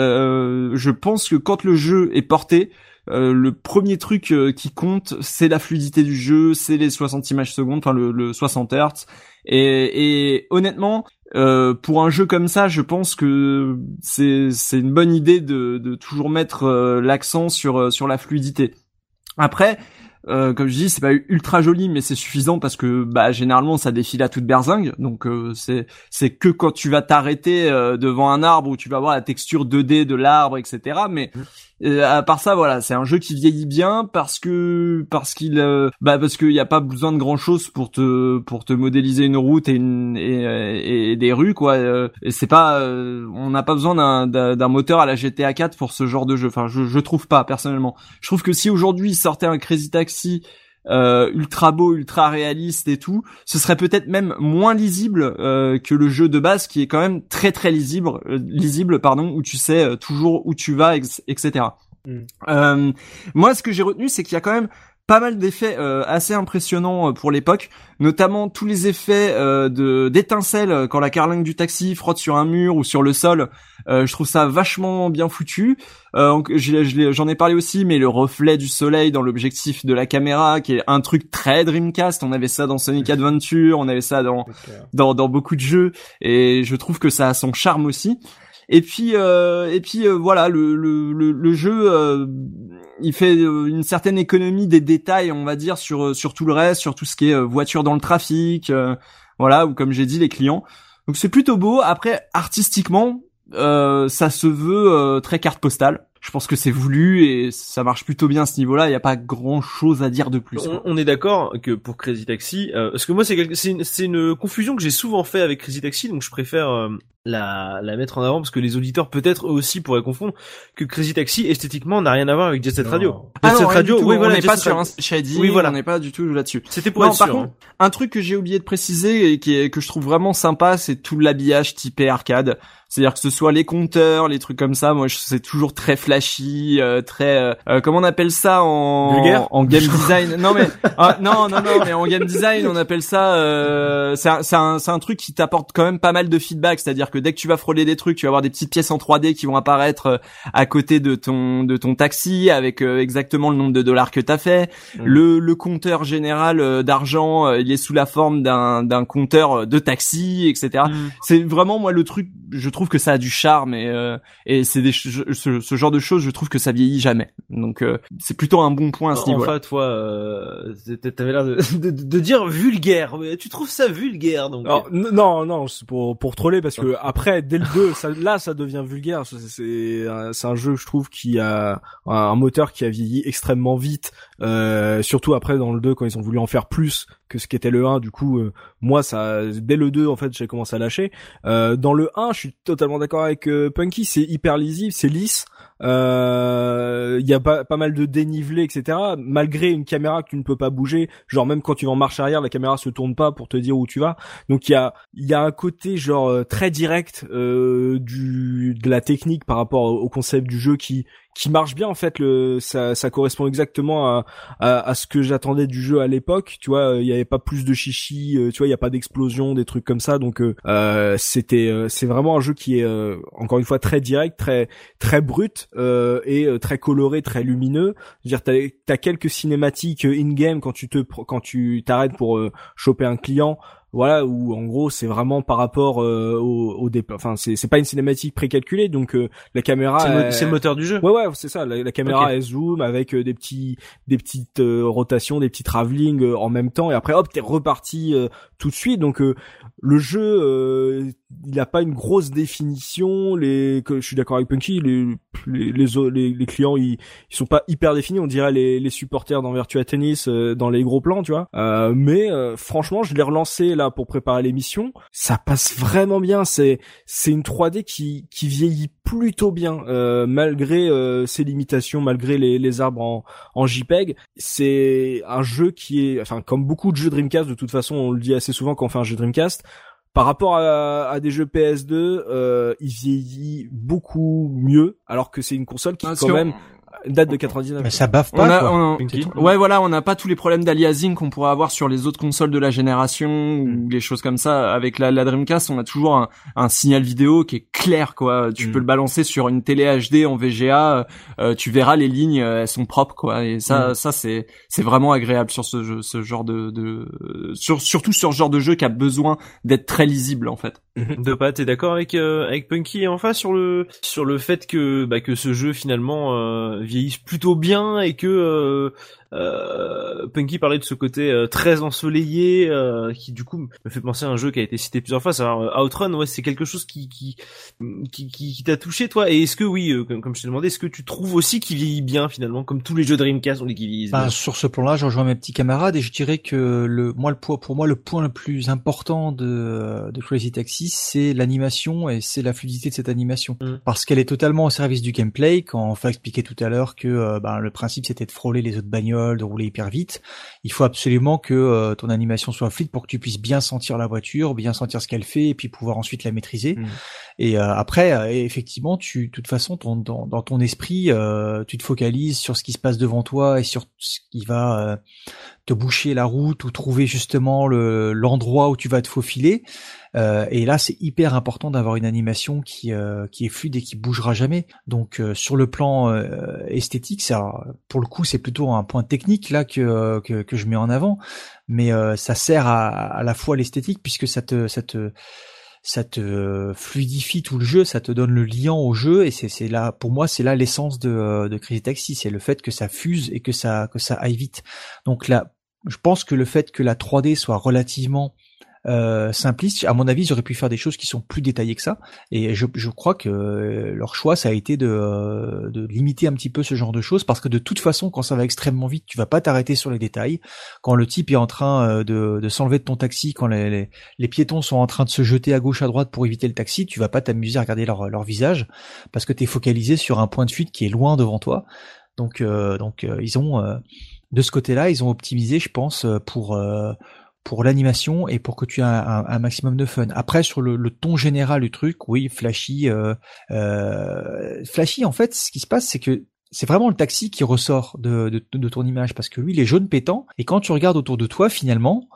E: Euh, je pense que quand le jeu est porté, euh, le premier truc euh, qui compte, c'est la fluidité du jeu, c'est les soixante images secondes, enfin le, le soixante hertz. Et, et honnêtement, euh, pour un jeu comme ça, je pense que c'est c'est une bonne idée de de toujours mettre euh, l'accent sur euh, sur la fluidité. Après, euh, comme je dis, c'est pas ultra joli, mais c'est suffisant parce que bah généralement ça défile à toute berzingue. Donc euh, c'est c'est que quand tu vas t'arrêter euh, devant un arbre où tu vas voir la texture deux D de l'arbre, et cetera. Mais euh, à part ça, voilà, c'est un jeu qui vieillit bien parce que parce qu'il euh, bah parce qu'il y a pas besoin de grand chose pour te pour te modéliser une route et une et, et, et des rues quoi. Euh, Et c'est pas euh, on n'a pas besoin d'un, d'un d'un moteur à la G T A quatre pour ce genre de jeu. Enfin, je je trouve pas personnellement. Je trouve que si aujourd'hui sortait un Crazy Taxi euh, ultra beau, ultra réaliste et tout, ce serait peut-être même moins lisible euh, que le jeu de base qui est quand même très très lisible, euh, lisible pardon, où tu sais euh, toujours où tu vas, et cetera.
A: Mm.
E: Euh, moi, ce que j'ai retenu, c'est qu'il y a quand même pas mal d'effets euh, assez impressionnants pour l'époque, notamment tous les effets euh, de d'étincelles quand la carlingue du taxi frotte sur un mur ou sur le sol. Euh, je trouve ça vachement bien foutu. Euh, je, je, j'en ai parlé aussi, mais le reflet du soleil dans l'objectif de la caméra, qui est un truc très Dreamcast. On avait ça dans Sonic Adventure, on avait ça dans dans, dans beaucoup de jeux, et je trouve que ça a son charme aussi. Et puis euh, et puis euh, voilà, le le le, le jeu euh, il fait une certaine économie des détails, on va dire, sur sur tout le reste, sur tout ce qui est voiture dans le trafic, euh, voilà, ou comme j'ai dit, les clients. Donc c'est plutôt beau. Après, artistiquement, euh, ça se veut euh, très carte postale. Je pense que c'est voulu et ça marche plutôt bien à ce niveau-là. Il y a pas grand-chose à dire de plus.
A: On, on est d'accord que pour Crazy Taxi, euh, parce que moi c'est quelque, c'est une, c'est une confusion que j'ai souvent fait avec Crazy Taxi, donc je préfère euh, la la mettre en avant parce que les auditeurs peut-être eux aussi pourraient confondre que Crazy Taxi esthétiquement n'a rien à voir avec Jet Set Radio.
E: Ah
A: Jet
E: non,
A: Set Radio, oui
E: on
A: voilà,
E: n'est
A: Jet
E: pas
A: Set
E: sur
A: Radio.
E: un shading,
A: Oui, voilà.
E: on n'est pas du tout là-dessus.
A: C'était pour
E: non,
A: être
E: par
A: sûr.
E: contre, un truc que j'ai oublié de préciser et qui est, que je trouve vraiment sympa, c'est tout l'habillage typé arcade. C'est-à-dire que ce soit les compteurs, les trucs comme ça, moi je- c'est toujours très flashy, euh, très euh, euh, comment on appelle ça en
B: Vulgaire
E: en game design. Non mais ah, non non non mais en game design on appelle ça euh, c'est un, c'est un c'est un truc qui t'apporte quand même pas mal de feedback, c'est-à-dire que dès que tu vas frôler des trucs, tu vas avoir des petites pièces en trois D qui vont apparaître euh, à côté de ton de ton taxi avec euh, exactement le nombre de dollars que t'as fait.
B: Mm.
E: Le le compteur général euh, d'argent, euh, il est sous la forme d'un d'un compteur de taxi, et cetera.
A: Mm.
E: C'est vraiment moi le truc, je trouve que ça a du charme et euh, et c'est des ch- ce, ce genre de choses, je trouve que ça vieillit jamais. Donc euh, c'est plutôt un bon point à ce niveau-là.
A: Enfin, toi, euh, t'avais t'avais l'air de, de, de dire vulgaire. Mais tu trouves ça vulgaire, donc.
B: Alors, n- non, non, c'est pour pour troller parce que après dès le deux, ça, là ça devient vulgaire. C'est c'est un, c'est un jeu, je trouve, qui a un moteur qui a vieilli extrêmement vite. Euh, surtout après dans le deux quand ils ont voulu en faire plus que ce qu'était le un. Du coup, euh, moi ça dès le deux en fait j'ai commencé à lâcher. Euh, dans le un, je suis totalement d'accord avec euh, Punky. C'est hyper lisible, c'est lisse. Euh, il y a pas, pas mal de dénivelé, et cetera. Malgré une caméra que tu ne peux pas bouger, genre même quand tu vas en marche arrière, la caméra se tourne pas pour te dire où tu vas. Donc il y a, il y a un côté genre euh, très direct euh, du de la technique par rapport au, au concept du jeu qui qui marche bien en fait. Le ça, ça correspond exactement à, à, à ce que j'attendais du jeu à l'époque. Tu vois, il y avait pas plus de chichi, euh, tu vois, il y a pas d'explosion, des trucs comme ça. Donc euh, c'était, euh, c'est vraiment un jeu qui est euh, encore une fois très direct, très très brut euh, et euh, très coloré, très lumineux. Je veux dire, t'as, t'as quelques cinématiques in-game quand tu te quand tu t'arrêtes pour euh, choper un client. Voilà, où en gros c'est vraiment par rapport euh, au, au départ. Enfin, c'est c'est pas une cinématique précalculée, donc euh, la caméra.
A: C'est le, mo-
B: elle-
A: c'est le moteur du jeu.
B: Ouais, ouais, c'est ça. La, la caméra
A: Ok.
B: elle zoom avec euh, des petits, des petites euh, rotations, des petits travelling euh, en même temps, et après hop, t'es reparti euh, tout de suite. Donc euh, le jeu, euh, il a pas une grosse définition. Les, que, je suis d'accord avec Punky, les les les, o- les, les clients ils ils sont pas hyper définis. On dirait les les supporters dans Virtua Tennis euh, dans les gros plans, tu vois. Euh, mais euh, franchement, je l'ai relancé là pour préparer l'émission. Ça passe vraiment bien. C'est c'est une trois D qui qui vieillit plutôt bien euh, malgré euh, ses limitations, malgré les les arbres en en JPEG. C'est un jeu qui est, enfin comme beaucoup de jeux Dreamcast, de toute façon, on le dit assez souvent quand on fait un jeu Dreamcast. Par rapport à, à des jeux P S deux, euh, il vieillit beaucoup mieux, alors que c'est une console qui
E: Parce
B: quand
E: qu'on-
B: même date de quatre-vingt-dix-neuf.
C: Mais ça baffe
E: On
C: pas,
E: a,
C: quoi.
E: on a-
A: Punky.
E: ouais, voilà, on n'a pas tous les problèmes d'aliasing qu'on pourrait avoir sur les autres consoles de la génération
B: Mm.
E: ou les choses comme ça. Avec la, la Dreamcast, on a toujours un, un signal vidéo qui est clair, quoi. Tu
B: Mm.
E: peux le balancer sur une télé H D en V G A, euh, tu verras les lignes, euh, elles sont propres, quoi. Et ça,
B: Mm.
E: ça c'est c'est vraiment agréable sur ce jeu, ce genre de, de sur, surtout sur ce genre de jeu qui a besoin d'être très lisible, en fait.
A: De pas, t'es d'accord avec euh, avec Punky et enfin sur le sur le fait que bah que ce jeu finalement euh, vieillisse plutôt bien et que euh, euh, Punky parlait de ce côté euh, très ensoleillé euh, qui du coup me fait penser à un jeu qui a été cité plusieurs fois. C'est un, euh, Outrun, ouais, c'est quelque chose qui qui qui, qui, qui t'a touché toi. Et est-ce que oui, euh, comme, comme je t'ai demandé, est-ce que tu trouves aussi qu'il vieillit bien finalement, comme tous les jeux Dreamcast on dit qu'ils vieillissent
C: Ben,
A: bien.
C: sur ce plan-là, je rejoins mes petits camarades et je dirais que le, moi, le point, pour moi, le point le plus important de, de Crazy Taxi, c'est l'animation et c'est la fluidité de cette animation.
A: Mm.
C: Parce qu'elle est totalement au service du gameplay. Quand Fa expliquait tout à l'heure que euh, ben, le principe c'était de frôler les autres bagnoles, de rouler hyper vite, il faut absolument que euh, ton animation soit fluide pour que tu puisses bien sentir la voiture, bien sentir ce qu'elle fait et puis pouvoir ensuite la maîtriser.
B: Mm.
C: Et euh, après, euh, effectivement, tu, de toute façon, ton, dans, dans ton esprit, euh, tu te focalises sur ce qui se passe devant toi et sur ce qui va euh, te boucher la route ou trouver justement le l'endroit où tu vas te faufiler. Euh, et là, c'est hyper important d'avoir une animation qui euh, qui est fluide et qui bougera jamais. Donc, euh, sur le plan euh, esthétique, ça, pour le coup, c'est plutôt un point technique là que que, que je mets en avant, mais euh, ça sert à, à la fois l'esthétique puisque ça te ça te ça te fluidifie tout le jeu, ça te donne le lien au jeu, et c'est c'est là, pour moi, c'est là l'essence de de Crazy Taxi, c'est le fait que ça fuse et que ça que ça aille vite. Donc là, je pense que le fait que la trois D soit relativement euh, simpliste, à mon avis, ils auraient pu faire des choses qui sont plus détaillées que ça, et je, je crois que euh, leur choix, ça a été de, euh, de limiter un petit peu ce genre de choses, parce que de toute façon, quand ça va extrêmement vite, tu vas pas t'arrêter sur les détails. Quand le type est en train euh, de, de s'enlever de ton taxi, quand les, les, les piétons sont en train de se jeter à gauche à droite pour éviter le taxi, tu vas pas t'amuser à regarder leur, leur visage, parce que t'es focalisé sur un point de fuite qui est loin devant toi. Donc, euh, donc euh, ils ont, euh, de ce côté-là, ils ont optimisé, je pense, pour euh, pour l'animation et pour que tu aies un, un, un maximum de fun. Après, sur le, le ton général du truc, oui, flashy, euh, euh, flashy. En fait, ce qui se passe, c'est que c'est vraiment le taxi qui ressort de, de, de ton image, parce que lui, il est jaune pétant, et quand tu regardes autour de toi, finalement,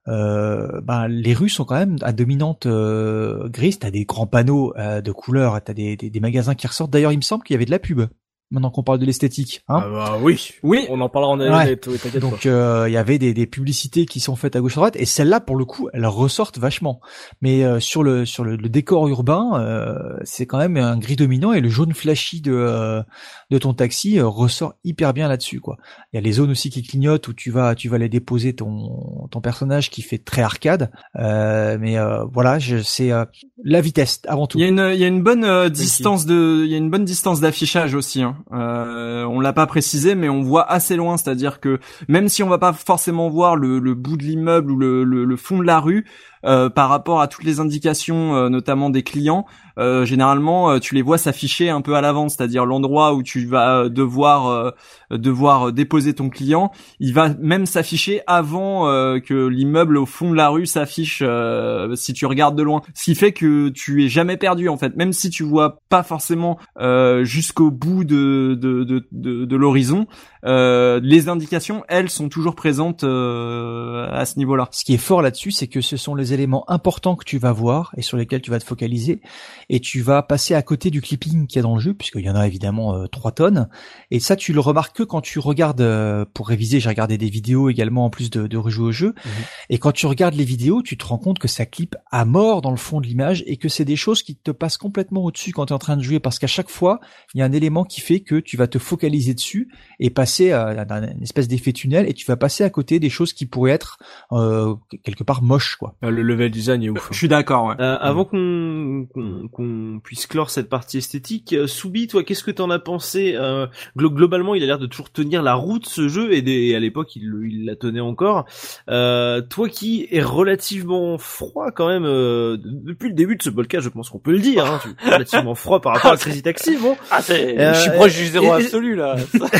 C: euh, ben les rues sont quand même à dominante euh, grise. T'as des grands panneaux euh, de couleurs, t'as des, des, des magasins qui ressortent. D'ailleurs, il me semble qu'il y avait de la pub. Maintenant qu'on parle de l'esthétique, hein.
B: Ah bah oui,
E: Oui.
B: on en parlera en
C: Ouais.
B: année. Ouais.
C: Donc il euh, y avait des, des publicités qui sont faites à gauche à droite, et celles-là, pour le coup, elles ressortent vachement. Mais euh, sur le sur le, le décor urbain, euh, c'est quand même un gris dominant, et le jaune flashy de euh, de ton taxi euh, ressort hyper bien là-dessus, quoi. Il y a les zones aussi qui clignotent où tu vas tu vas aller déposer ton ton personnage, qui fait très arcade. Euh, mais euh, voilà, je, c'est euh, la vitesse avant tout.
E: Il y a une il y a une bonne euh, distance de il y a une bonne distance d'affichage aussi, hein. Euh, on l'a pas précisé, mais on voit assez loin, c'est-à-dire que même si on va pas forcément voir le, le bout de l'immeuble ou le, le, le fond de la rue, euh, par rapport à toutes les indications, euh, notamment des clients, euh, généralement euh, tu les vois s'afficher un peu à l'avance, c'est-à-dire l'endroit où tu vas devoir euh, devoir déposer ton client, il va même s'afficher avant euh, que l'immeuble au fond de la rue s'affiche, euh, si tu regardes de loin, ce qui fait que tu es jamais perdu en fait, même si tu vois pas forcément euh, jusqu'au bout de de de de, de l'horizon, euh, les indications elles sont toujours présentes euh, à ce niveau-là.
C: Ce qui est fort là-dessus, c'est que ce sont les éléments importants que tu vas voir et sur lesquels tu vas te focaliser, et tu vas passer à côté du clipping qu'il y a dans le jeu, puisqu'il y en a évidemment euh, trois tonnes, et ça tu le remarques que quand tu regardes, euh, pour réviser, j'ai regardé des vidéos également en plus de, de rejouer au jeu, mmh. Et quand tu regardes les vidéos, tu te rends compte que ça clippe à mort dans le fond de l'image, et que c'est des choses qui te passent complètement au-dessus quand tu es en train de jouer, parce qu'à chaque fois, il y a un élément qui fait que tu vas te focaliser dessus et passer à, à une espèce d'effet tunnel, et tu vas passer à côté des choses qui pourraient être euh, quelque part moches, quoi.
B: Le level design est ouf.
E: Je suis d'accord, ouais.
A: Euh, avant qu'on, qu'on qu'on puisse clore cette partie esthétique, euh, Soubi, toi, qu'est-ce que t'en as pensé? euh, glo- Globalement, il a l'air de toujours tenir la route, ce jeu, et, des, et à l'époque, il, il la tenait encore. Euh, toi qui es relativement froid quand même, euh, depuis le début de ce podcast, je pense qu'on peut le dire, hein, tu es relativement froid par rapport à Crazy Taxi, bon.
D: Ah, c'est,
A: Euh,
D: je suis proche du zéro
A: et-
D: absolu, là.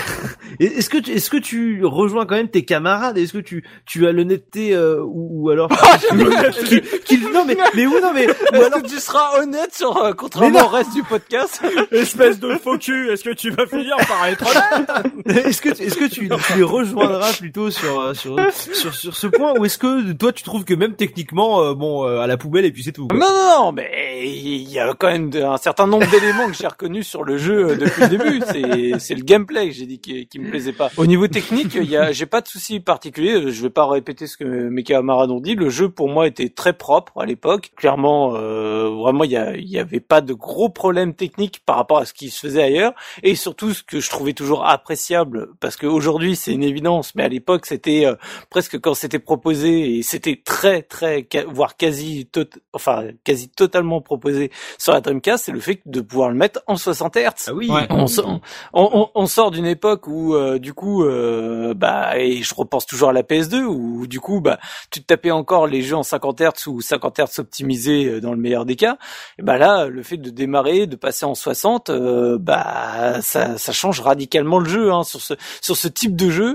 A: Est-ce que tu, est-ce que tu rejoins quand même tes camarades? Est-ce que tu, tu as l'honnêteté, euh, ou, ou alors qui, qui- non mais, mais oui, non mais, ou
D: Est-ce
A: alors
D: que tu seras honnête sur, euh, contrairement au reste du podcast?
B: Espèce de faux cul, est-ce que tu vas finir par être honnête?
A: est-ce que, tu- est-ce que tu, tu les rejoindras plutôt sur, euh, sur, sur, sur ce point, ou est-ce que toi tu trouves que même techniquement, euh, bon, euh, à la poubelle et puis c'est tout, quoi.
D: Non, non, non, mais il y a quand même de- un certain nombre d'éléments que j'ai reconnus sur le jeu euh, depuis le début. C'est, c'est le gameplay que j'ai dit qui, qui me plaisait pas. Au niveau technique, il y a, j'ai pas de souci particulier. Je vais pas répéter ce que mes camarades ont dit. Le jeu, pour moi, était très propre à l'époque. Clairement, euh, vraiment, il y, a, il y avait pas de gros problèmes techniques par rapport à ce qui se faisait ailleurs. Et surtout, ce que je trouvais toujours appréciable, parce qu'aujourd'hui, c'est une évidence, mais à l'époque, c'était euh, presque quand c'était proposé, et c'était très, très, ca- voire quasi, tot- enfin, quasi totalement proposé sur la Dreamcast, c'est le fait de pouvoir le mettre en soixante hertz.
A: Ah oui.
E: Ouais.
D: On, sort- on, on, on sort d'une époque où euh, du coup euh, bah et je repense toujours à la P S deux où du coup bah tu te tapais encore les jeux en cinquante hertz ou cinquante hertz optimisés euh, dans le meilleur des cas, et bah là le fait de démarrer, de passer en soixante, euh, bah ça ça change radicalement le jeu, hein, sur ce sur ce type de jeu.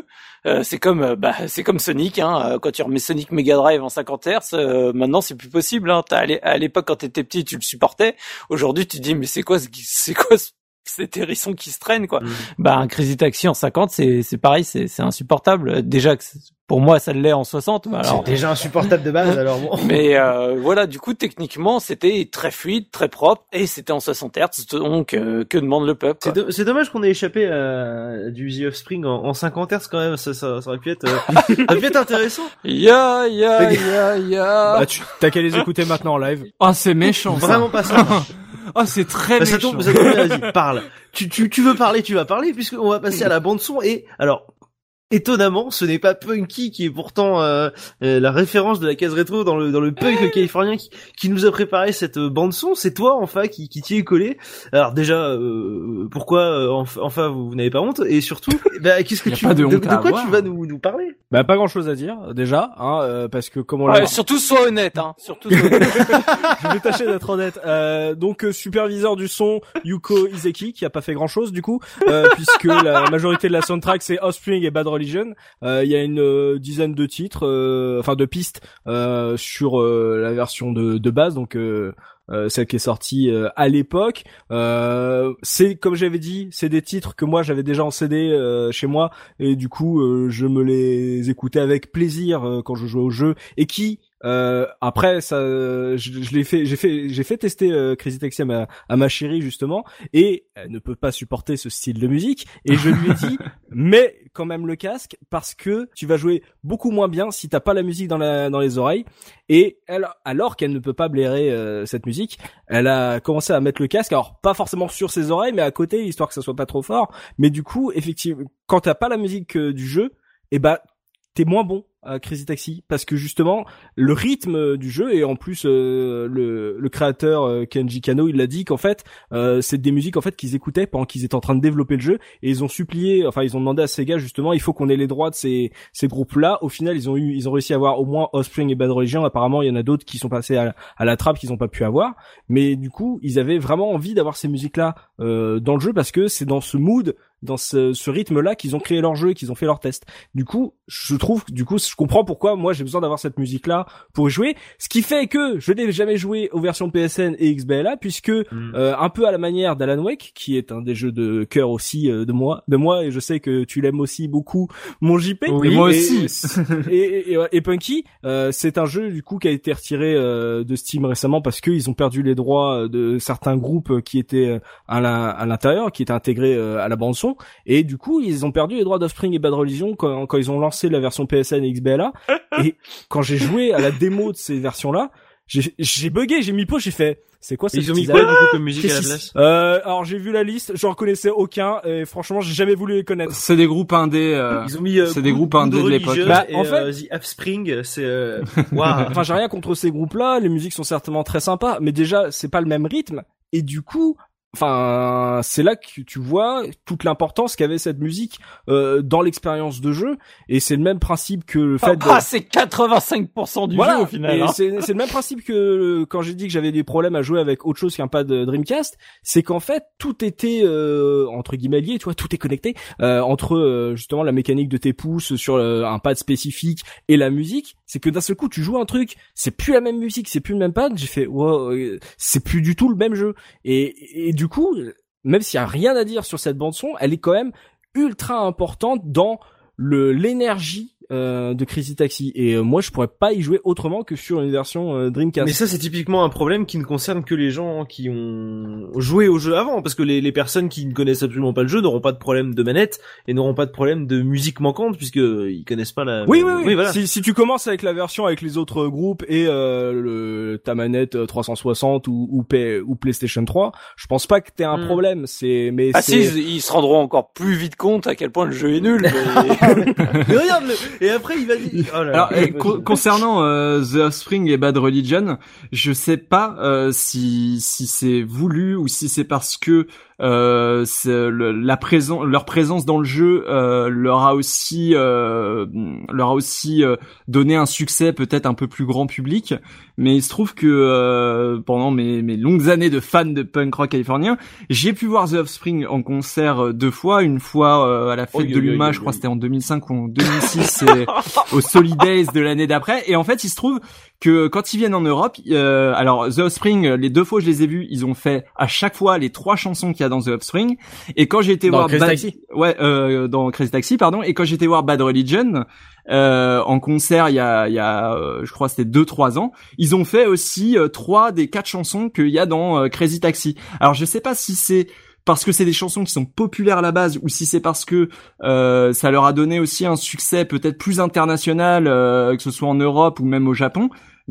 D: Euh, c'est comme euh, bah c'est comme Sonic, hein. Quand tu remets Sonic Mega Drive en cinquante hertz, euh, maintenant c'est plus possible. Hein. T'as, à l'époque quand t'étais petit, tu le supportais. Aujourd'hui, tu te dis mais c'est quoi, ce- c'est quoi ce- cet hérisson qui se traîne quoi.
A: Mm.
D: Bah un Crazy Taxi en cinquante, c'est c'est pareil, c'est c'est insupportable. Déjà que c'est- pour moi ça l'est en soixante. Bah, alors,
A: C'est déjà insupportable de base, alors bon.
D: mais euh, voilà, du coup techniquement c'était très fluide, très propre et c'était en soixante hertz. Donc euh, que demande le peuple quoi.
A: C'est, do- c'est dommage qu'on ait échappé à du The Offspring en, en cinquante hertz quand même, ça, ça, ça aurait pu être, euh, ça aurait pu être intéressant.
D: Ya ya ya ya.
B: Bah, tu t'as qu'à les écouter maintenant en live.
E: Oh, c'est méchant, ça.
A: Vraiment pas ça.
E: Oh, c'est très
A: Bah, ça
E: méchant.
A: tombe, ça tombe bien, vas-y, parle. Tu, tu, tu veux parler, tu vas parler, puisqu'on va passer à la bande son et, alors, étonnamment, ce n'est pas Punky qui est pourtant euh, euh, la référence de la case rétro dans le dans le punk californien qui, qui nous a préparé cette euh, bande son. C'est toi enfin qui qui t'y est collé. Alors déjà, euh, pourquoi euh, enf- enfin vous, vous n'avez pas honte et surtout, bah, qu'est-ce que
E: Y a
A: tu
E: pas de
A: de,
E: honte
A: de
E: à
A: quoi
E: avoir.
A: tu vas nous nous parler?
B: Bah pas grand chose à dire déjà, hein, euh, parce que comme on l'a
D: Ouais, surtout sois honnête, hein. Surtout sois honnête.
B: je vais tâcher d'être honnête. Euh, donc euh, superviseur du son Yuko Izeki qui a pas fait grand chose du coup, euh, puisque la majorité de la soundtrack c'est Offspring et Bad Religion. Euh, Il y a une euh, dizaine de titres, euh, enfin de pistes euh, sur euh, la version de, de base, donc euh, euh, celle qui est sortie euh, à l'époque. Euh, c'est comme j'avais dit, c'est des titres que moi j'avais déjà en C D euh, chez moi et du coup euh, je me les écoutais avec plaisir euh, quand je jouais au jeu et qui Euh, après, ça, je, je l'ai fait, j'ai fait, j'ai fait tester euh, Crazy Taxi à ma, à ma chérie justement, et elle ne peut pas supporter ce style de musique. Et je lui ai dit, mets quand même le casque parce que tu vas jouer beaucoup moins bien si t'as pas la musique dans la, dans les oreilles. Et elle, alors qu'elle ne peut pas blairer euh, cette musique, elle a commencé à mettre le casque. Alors pas forcément sur ses oreilles, mais à côté, histoire que ça soit pas trop fort. Mais du coup, effectivement, quand t'as pas la musique euh, du jeu, et bah t'es moins bon à Crazy Taxi parce que justement le rythme du jeu et en plus euh, le, le créateur euh, Kenji Kano il l'a dit qu'en fait euh, c'est des musiques en fait qu'ils écoutaient pendant qu'ils étaient en train de développer le jeu et ils ont supplié, enfin ils ont demandé à Sega justement il faut qu'on ait les droits de ces ces groupes là. Au final ils ont eu ils ont réussi à avoir au moins Offspring et Bad Religion. Apparemment il y en a d'autres qui sont passés à, à la trappe qu'ils ont pas pu avoir, mais du coup ils avaient vraiment envie d'avoir ces musiques là euh, dans le jeu parce que c'est dans ce mood, dans ce, ce rythme-là qu'ils ont créé leur jeu et qu'ils ont fait leur test. Du coup, je trouve, du coup, je comprends pourquoi moi j'ai besoin d'avoir cette musique-là pour y jouer. Ce qui fait que je n'ai jamais joué aux versions P S N et X B L A puisque
A: Mm.
B: euh, un peu à la manière d'Alan Wake, qui est un des jeux de cœur aussi euh, de moi, de moi et je sais que tu l'aimes aussi beaucoup, mon J P.
E: Oui,
B: Et-
E: moi
B: et-
E: aussi.
B: et, et, et, et Punky, euh, c'est un jeu du coup qui a été retiré euh, de Steam récemment parce qu'ils ont perdu les droits de certains groupes qui étaient à la, à l'intérieur, qui étaient intégrés euh, à la bande son, et du coup ils ont perdu les droits d'Offspring et Bad Religion quand, quand ils ont lancé la version P S N et X B L A. Et quand j'ai joué à la démo de ces versions-là, j'ai, j'ai bugué, j'ai mis pause, j'ai fait c'est quoi cette
A: Ils ont mis
B: design
A: quoi du coup comme musique à la
B: Qu'est-ce
A: place?
B: qui- euh, alors j'ai vu la liste, j'en reconnaissais aucun et franchement j'ai jamais voulu les connaître.
E: C'est des groupes indés. Euh...
A: Ils ont mis euh,
E: c'est des
A: Good-
E: groupes
A: Good
E: indés de l'époque.
A: Religion
B: Bah,
A: et,
B: en fait-
A: euh, The Offspring, c'est euh, waouh.
B: Enfin, j'ai rien contre ces groupes-là, les musiques sont certainement très sympas, mais déjà, c'est pas le même rythme, et du coup, enfin, c'est là que tu vois toute l'importance qu'avait cette musique euh, dans l'expérience de jeu, et c'est le même principe que le fait de...
D: Ah, c'est quatre-vingt-cinq pour cent du
B: Voilà,
D: jeu au final.
B: et
D: Hein.
B: c'est, c'est le même principe que euh, quand j'ai dit que j'avais des problèmes à jouer avec autre chose qu'un pad Dreamcast, c'est qu'en fait tout était euh, entre guillemets lié, tu vois, tout est connecté euh, entre euh, justement la mécanique de tes pouces sur euh, un pad spécifique et la musique. C'est que d'un seul coup tu joues un truc, c'est plus la même musique, c'est plus le même pad. J'ai fait wow, euh, c'est plus du tout le même jeu. Et, et du coup, même s'il y a rien à dire sur cette bande son, elle est quand même ultra importante dans le l'énergie euh, de Crazy Taxi, et euh, moi je pourrais pas y jouer autrement que sur une version euh, Dreamcast.
A: Mais ça, c'est typiquement un problème qui ne concerne que les gens qui ont joué au jeu avant, parce que les, les personnes qui ne connaissent absolument pas le jeu n'auront pas de problème de manette et n'auront pas de problème de musique manquante puisque ils connaissent pas la.
B: Oui, oui, oui.
A: voilà.
B: Si, si tu commences avec la version avec les autres groupes et euh, le, ta manette euh, trois cent soixante ou ou, P, ou PlayStation trois, je pense pas que t'aies un
D: Hmm.
B: problème. C'est mais
D: Ah
B: c'est...
D: si, ils, ils se rendront encore plus vite compte à quel point le jeu est nul. Mais...
A: Mais regarde le, Et après, il va dire... Oh là là.
E: Alors, euh, con- concernant euh, The Offspring et Bad Religion, je sais pas euh, si si c'est voulu ou si c'est parce que euh, c'est le, la présence, leur présence dans le jeu euh, leur a aussi euh, leur a aussi euh, donné un succès peut-être un peu plus grand public. Mais il se trouve que euh, pendant mes mes longues années de fan de punk rock californien, j'ai pu voir The Offspring en concert euh, deux fois, une fois euh, à la fête
A: Oh,
E: de
A: yo, yo,
E: l'U M A,
A: yo,
E: je crois
A: yo.
E: que c'était en deux mille cinq ou en deux mille six, et au Solidays de l'année d'après. Et en fait, il se trouve que quand ils viennent en Europe, euh, alors The Offspring, les deux fois où je les ai vus, ils ont fait à chaque fois les trois chansons qu'il y a dans The Offspring. Et quand j'ai été
B: Dans
E: voir
B: Crazy
E: Bad...
B: Taxi
E: ouais, euh, dans Crazy Taxi, pardon. Et quand j'ai été voir Bad Religion euh, en concert, il y a, il y a, euh, je crois, c'était deux trois ans, ils ont fait aussi euh, trois des quatre chansons qu'il y a dans euh, Crazy Taxi. Alors je sais pas si c'est parce que c'est des chansons qui sont populaires à la base ou si c'est parce que euh, ça leur a donné aussi un succès peut-être plus international, euh, que ce soit en Europe ou même au Japon.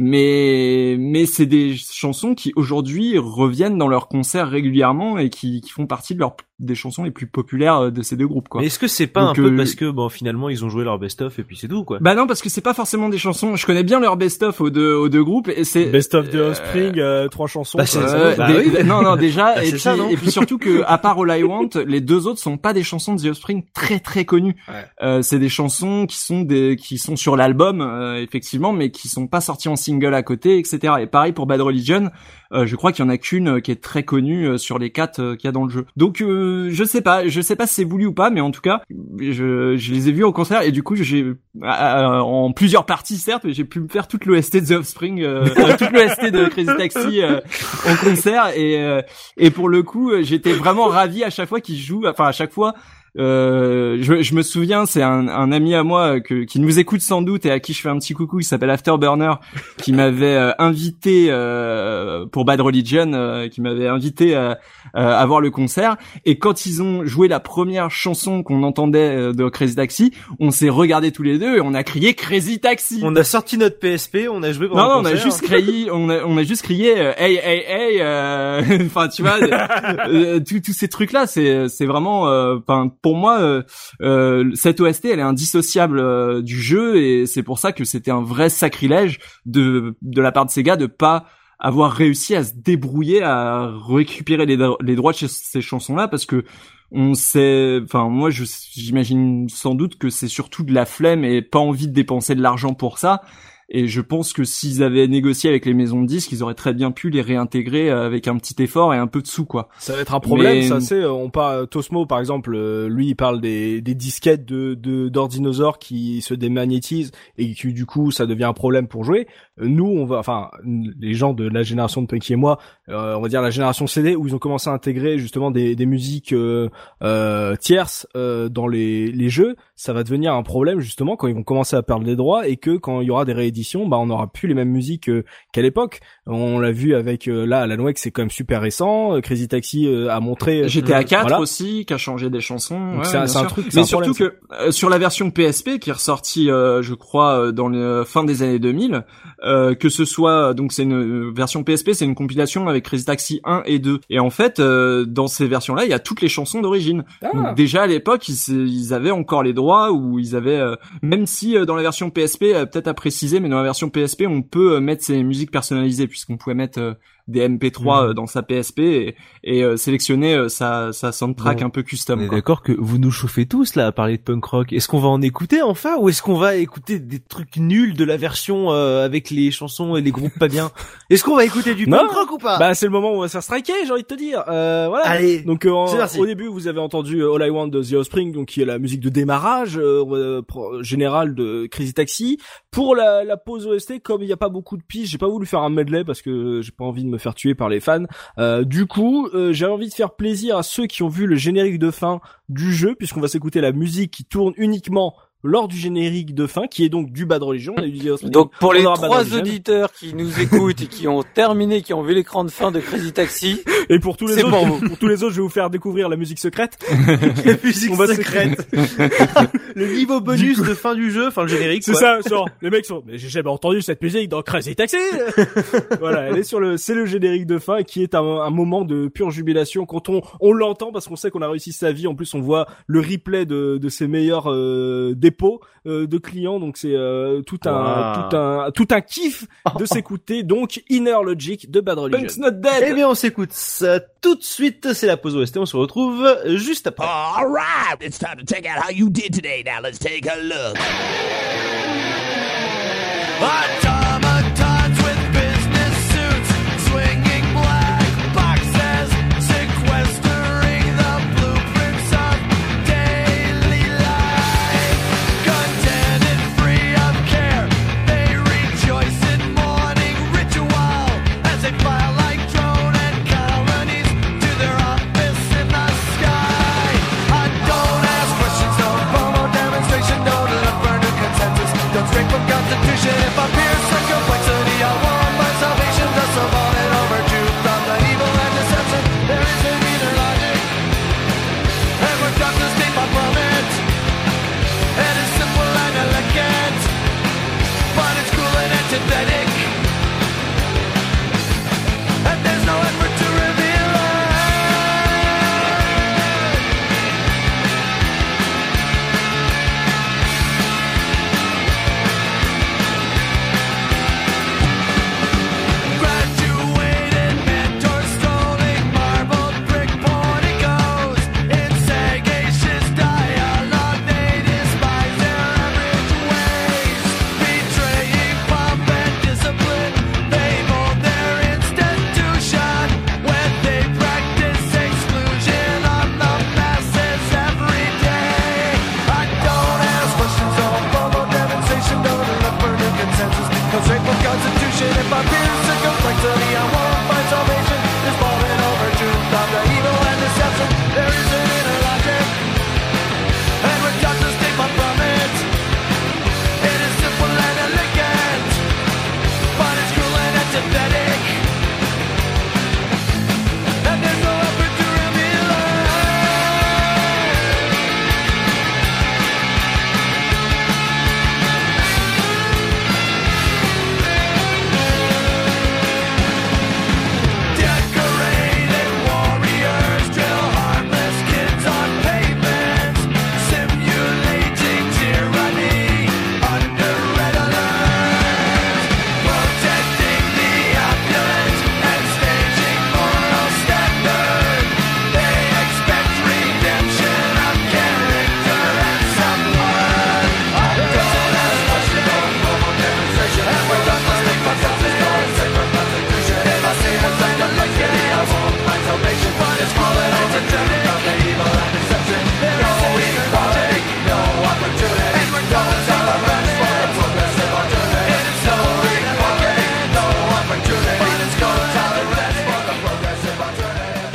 E: Mais mais c'est des chansons qui aujourd'hui reviennent dans leurs concerts régulièrement et qui, qui font partie de leurs des chansons les plus populaires de ces deux groupes, quoi.
A: Mais est-ce que c'est pas
E: Donc,
A: un peu
E: euh,
A: parce que bon finalement ils ont joué leur best-of et puis c'est tout quoi.
E: Bah non, parce que c'est pas forcément des chansons. Je connais bien leur best-of aux deux aux deux groupes et c'est
B: Best of the Offspring, euh, trois chansons.
A: Bah, c'est
B: ça-
A: ça.
E: Euh,
A: Bah
E: des-
A: oui.
E: non non déjà
A: Bah,
E: et
A: c'est
E: puis
A: ça, non
E: et puis surtout que à part All I Want, les deux autres sont pas des chansons de The Offspring très très connues.
B: Ouais.
E: Euh, c'est des chansons qui sont des qui sont sur l'album euh, effectivement, mais qui sont pas sorties en single à côté, et cetera. Et pareil pour Bad Religion, euh, je crois qu'il y en a qu'une euh, qui est très connue euh, sur les quatre euh, qu'il y a dans le jeu. Donc euh, je sais pas, je sais pas si c'est voulu ou pas, mais en tout cas je je les ai vus au concert et du coup j'ai euh, en plusieurs parties certes, mais j'ai pu me faire toute l'O S T de The Offspring, euh, euh, toute l'O S T de Crazy Taxi euh, en concert et euh, et pour le coup j'étais vraiment ravi à chaque fois qu'ils jouent, enfin à chaque fois. Euh, je, je me souviens, c'est un, un ami à moi que, qui nous écoute sans doute et à qui je fais un petit coucou, qui s'appelle Afterburner, qui m'avait euh, invité euh, pour Bad Religion, euh, qui m'avait invité à, à voir le concert. Et quand ils ont joué la première chanson qu'on entendait de Crazy Taxi, on s'est regardés tous les deux et on a crié Crazy Taxi.
A: On a sorti notre P S P, on a joué pendant
E: Non,
A: le
E: non, on a
A: concert.
E: juste crié, on a, on a juste crié, euh, hey, hey, hey, euh, enfin, tu vois, euh, tous tous ces trucs-là, c'est, c'est vraiment, enfin, pour moi, euh, euh, cette O S T, elle est indissociable euh, du jeu et c'est pour ça que c'était un vrai sacrilège de, de la part de Sega de pas avoir réussi à se débrouiller à récupérer les, les droits de ces chansons-là parce que on sait, enfin moi je j'imagine sans doute que c'est surtout de la flemme et pas envie de dépenser de l'argent pour ça. Et je pense que s'ils avaient négocié avec les maisons de disques, ils auraient très bien pu les réintégrer avec un petit effort et un peu de sous, quoi.
B: Ça va être un problème,
E: Mais-
B: ça c'est, on parle, Tosmo par exemple, euh, lui il parle des, des disquettes de, de, d'ordinosaures qui se démagnétisent et qui du coup ça devient un problème pour jouer. Euh, Nous on va, enfin, les gens de la génération de Punky et moi, euh, on va dire la génération C D où ils ont commencé à intégrer justement des, des musiques euh, euh, tierces euh, dans les, les jeux, ça va devenir un problème justement quand ils vont commencer à perdre les droits et que quand il y aura des rééditions, bah on n'aura plus les mêmes musiques euh, qu'à l'époque. On l'a vu avec euh, là Alan Wake, c'est quand même super récent. Euh, Crazy Taxi euh, a montré. euh,
E: G T A quatre
B: voilà.
E: aussi, qui a changé des chansons.
B: Donc
E: ouais,
B: c'est un-
E: bien
B: c'est un
E: sûr.
B: truc, c'est
E: Mais
B: un
E: surtout
B: problème,
E: que euh, sur la version P S P qui est ressortie, euh, je crois, euh, dans le fin des années deux mille, euh, que ce soit donc c'est une euh, version P S P, c'est une compilation avec Crazy Taxi un et deux. Et en fait, euh, dans ces versions-là, il y a toutes les chansons d'origine.
B: Ah.
E: Donc déjà à l'époque, ils, s- ils avaient encore les droits ou ils avaient, euh, même si euh, dans la version P S P, euh, peut-être à préciser, mais dans la version P S P, on peut euh, mettre ses musiques personnalisées puisqu'on pouvait mettre euh, des M P trois
A: Mhm.
E: euh, dans sa P S P et, et euh, sélectionner euh, sa, sa soundtrack
A: Bon.
E: un peu
A: On
E: custom.
A: est
E: quoi.
A: d'accord que vous nous chauffez tous là à parler de punk rock. Est-ce qu'on va en écouter enfin ou est-ce qu'on va écouter des trucs nuls de la version euh, avec les chansons et les groupes pas bien? Est-ce qu'on va écouter du
B: Non.
A: punk rock ou pas?
B: Bah c'est le moment où on va se faire striker, j'ai envie de te dire. Euh, voilà.
A: Allez.
B: Donc euh, en-
A: c'est parti.
B: au début vous avez entendu euh, All I Want de The Offspring, donc qui est la musique de démarrage euh, euh, pro- générale de Crazy Taxi. Pour la, la pause O S T, comme il n'y a pas beaucoup de pistes, j'ai pas voulu faire un medley parce que j'ai pas envie de me faire tuer par les fans. Euh, du coup, euh, j'ai envie de faire plaisir à ceux qui ont vu le générique de fin du jeu, puisqu'on va s'écouter la musique qui tourne uniquement lors du générique de fin, qui est donc du Bad Religion. On a eu The Offspring,
D: Donc pour
B: on
D: les
B: aura Bad
D: trois
B: Religion.
D: auditeurs qui nous écoutent et qui ont terminé, qui ont vu l'écran de fin de Crazy Taxi,
B: Et pour tous les
A: C'est
B: autres,
A: pour vous.
B: pour tous les autres, je vais vous faire découvrir la musique secrète.
A: La musique
B: On va se-
A: secrète. Le niveau bonus de fin du jeu, enfin le générique.
B: C'est
A: quoi.
B: ça, genre, les mecs sont, mais j'ai jamais entendu cette musique dans Crazy Taxi! Voilà, elle est sur le, c'est le générique de fin qui est un, un moment de pure jubilation quand on, on l'entend parce qu'on sait qu'on a réussi sa vie. En plus, on voit le replay de, de ses meilleurs, euh, dépôts, euh, de clients. Donc c'est, euh, tout un,
A: Wow.
B: tout un, tout un kiff de s'écouter. Donc, Inner Logic de Bad Religion.
E: Punk's not dead.
A: Eh bien, on s'écoute ça tout de suite. C'est la pause O S T. On se retrouve juste après.
G: All right, it's time to check out how you did today. Now let's take a look. Automatons with business suits, swinging black boxes, sequestering the blueprints of daily life. Contented, free of care, they rejoice in morning ritual as they file like drone and colonies to their office in the sky. I don't ask questions, don't follow demonstration, don't look for new consensus, don't stray from constitution. If I pierce the complexity, I want my salvation, thus I'm on it over truth from the evil and deception. There isn't either logic, and we're taught to stay far from it. It is simple and elegant, but it's cruel and antithetic. And there's no effort to reveal it. Graduated mentor strolling marbled brick porticos. In sagacious dialogue they despise their average ways. Betraying pomp and discipline, they mold their institution when they practice exclusion on the masses every day. I don't ask questions, don't follow demonstration, don't look for new consensus, don't stray from constitution. If I pierce the complexity, I won't find salvation. It's falling over truth of the evil and deception. There is an inner logic, and we're taught to stay far from it. It is simple and elegant, but it's cruel and antithetic. And there's no effort to reveal it. Decorated warriors drill harmless kids on pavements, simulating tyranny under red alert, protecting the opulent and staging moral standard. They expect redemption of character and some blood. I don't ask questions, don't follow demonstration, and we're done to stick my selfish goals, sacred constitution. If I see what's like the light, I won't find salvation, but it's falling over truth of the evil and deception. No inner logic, no opportunity, and we're done to tolerance for the progressive alternative. It is no inner logic, no opportunity, but it's no tolerance for the progressive alternative.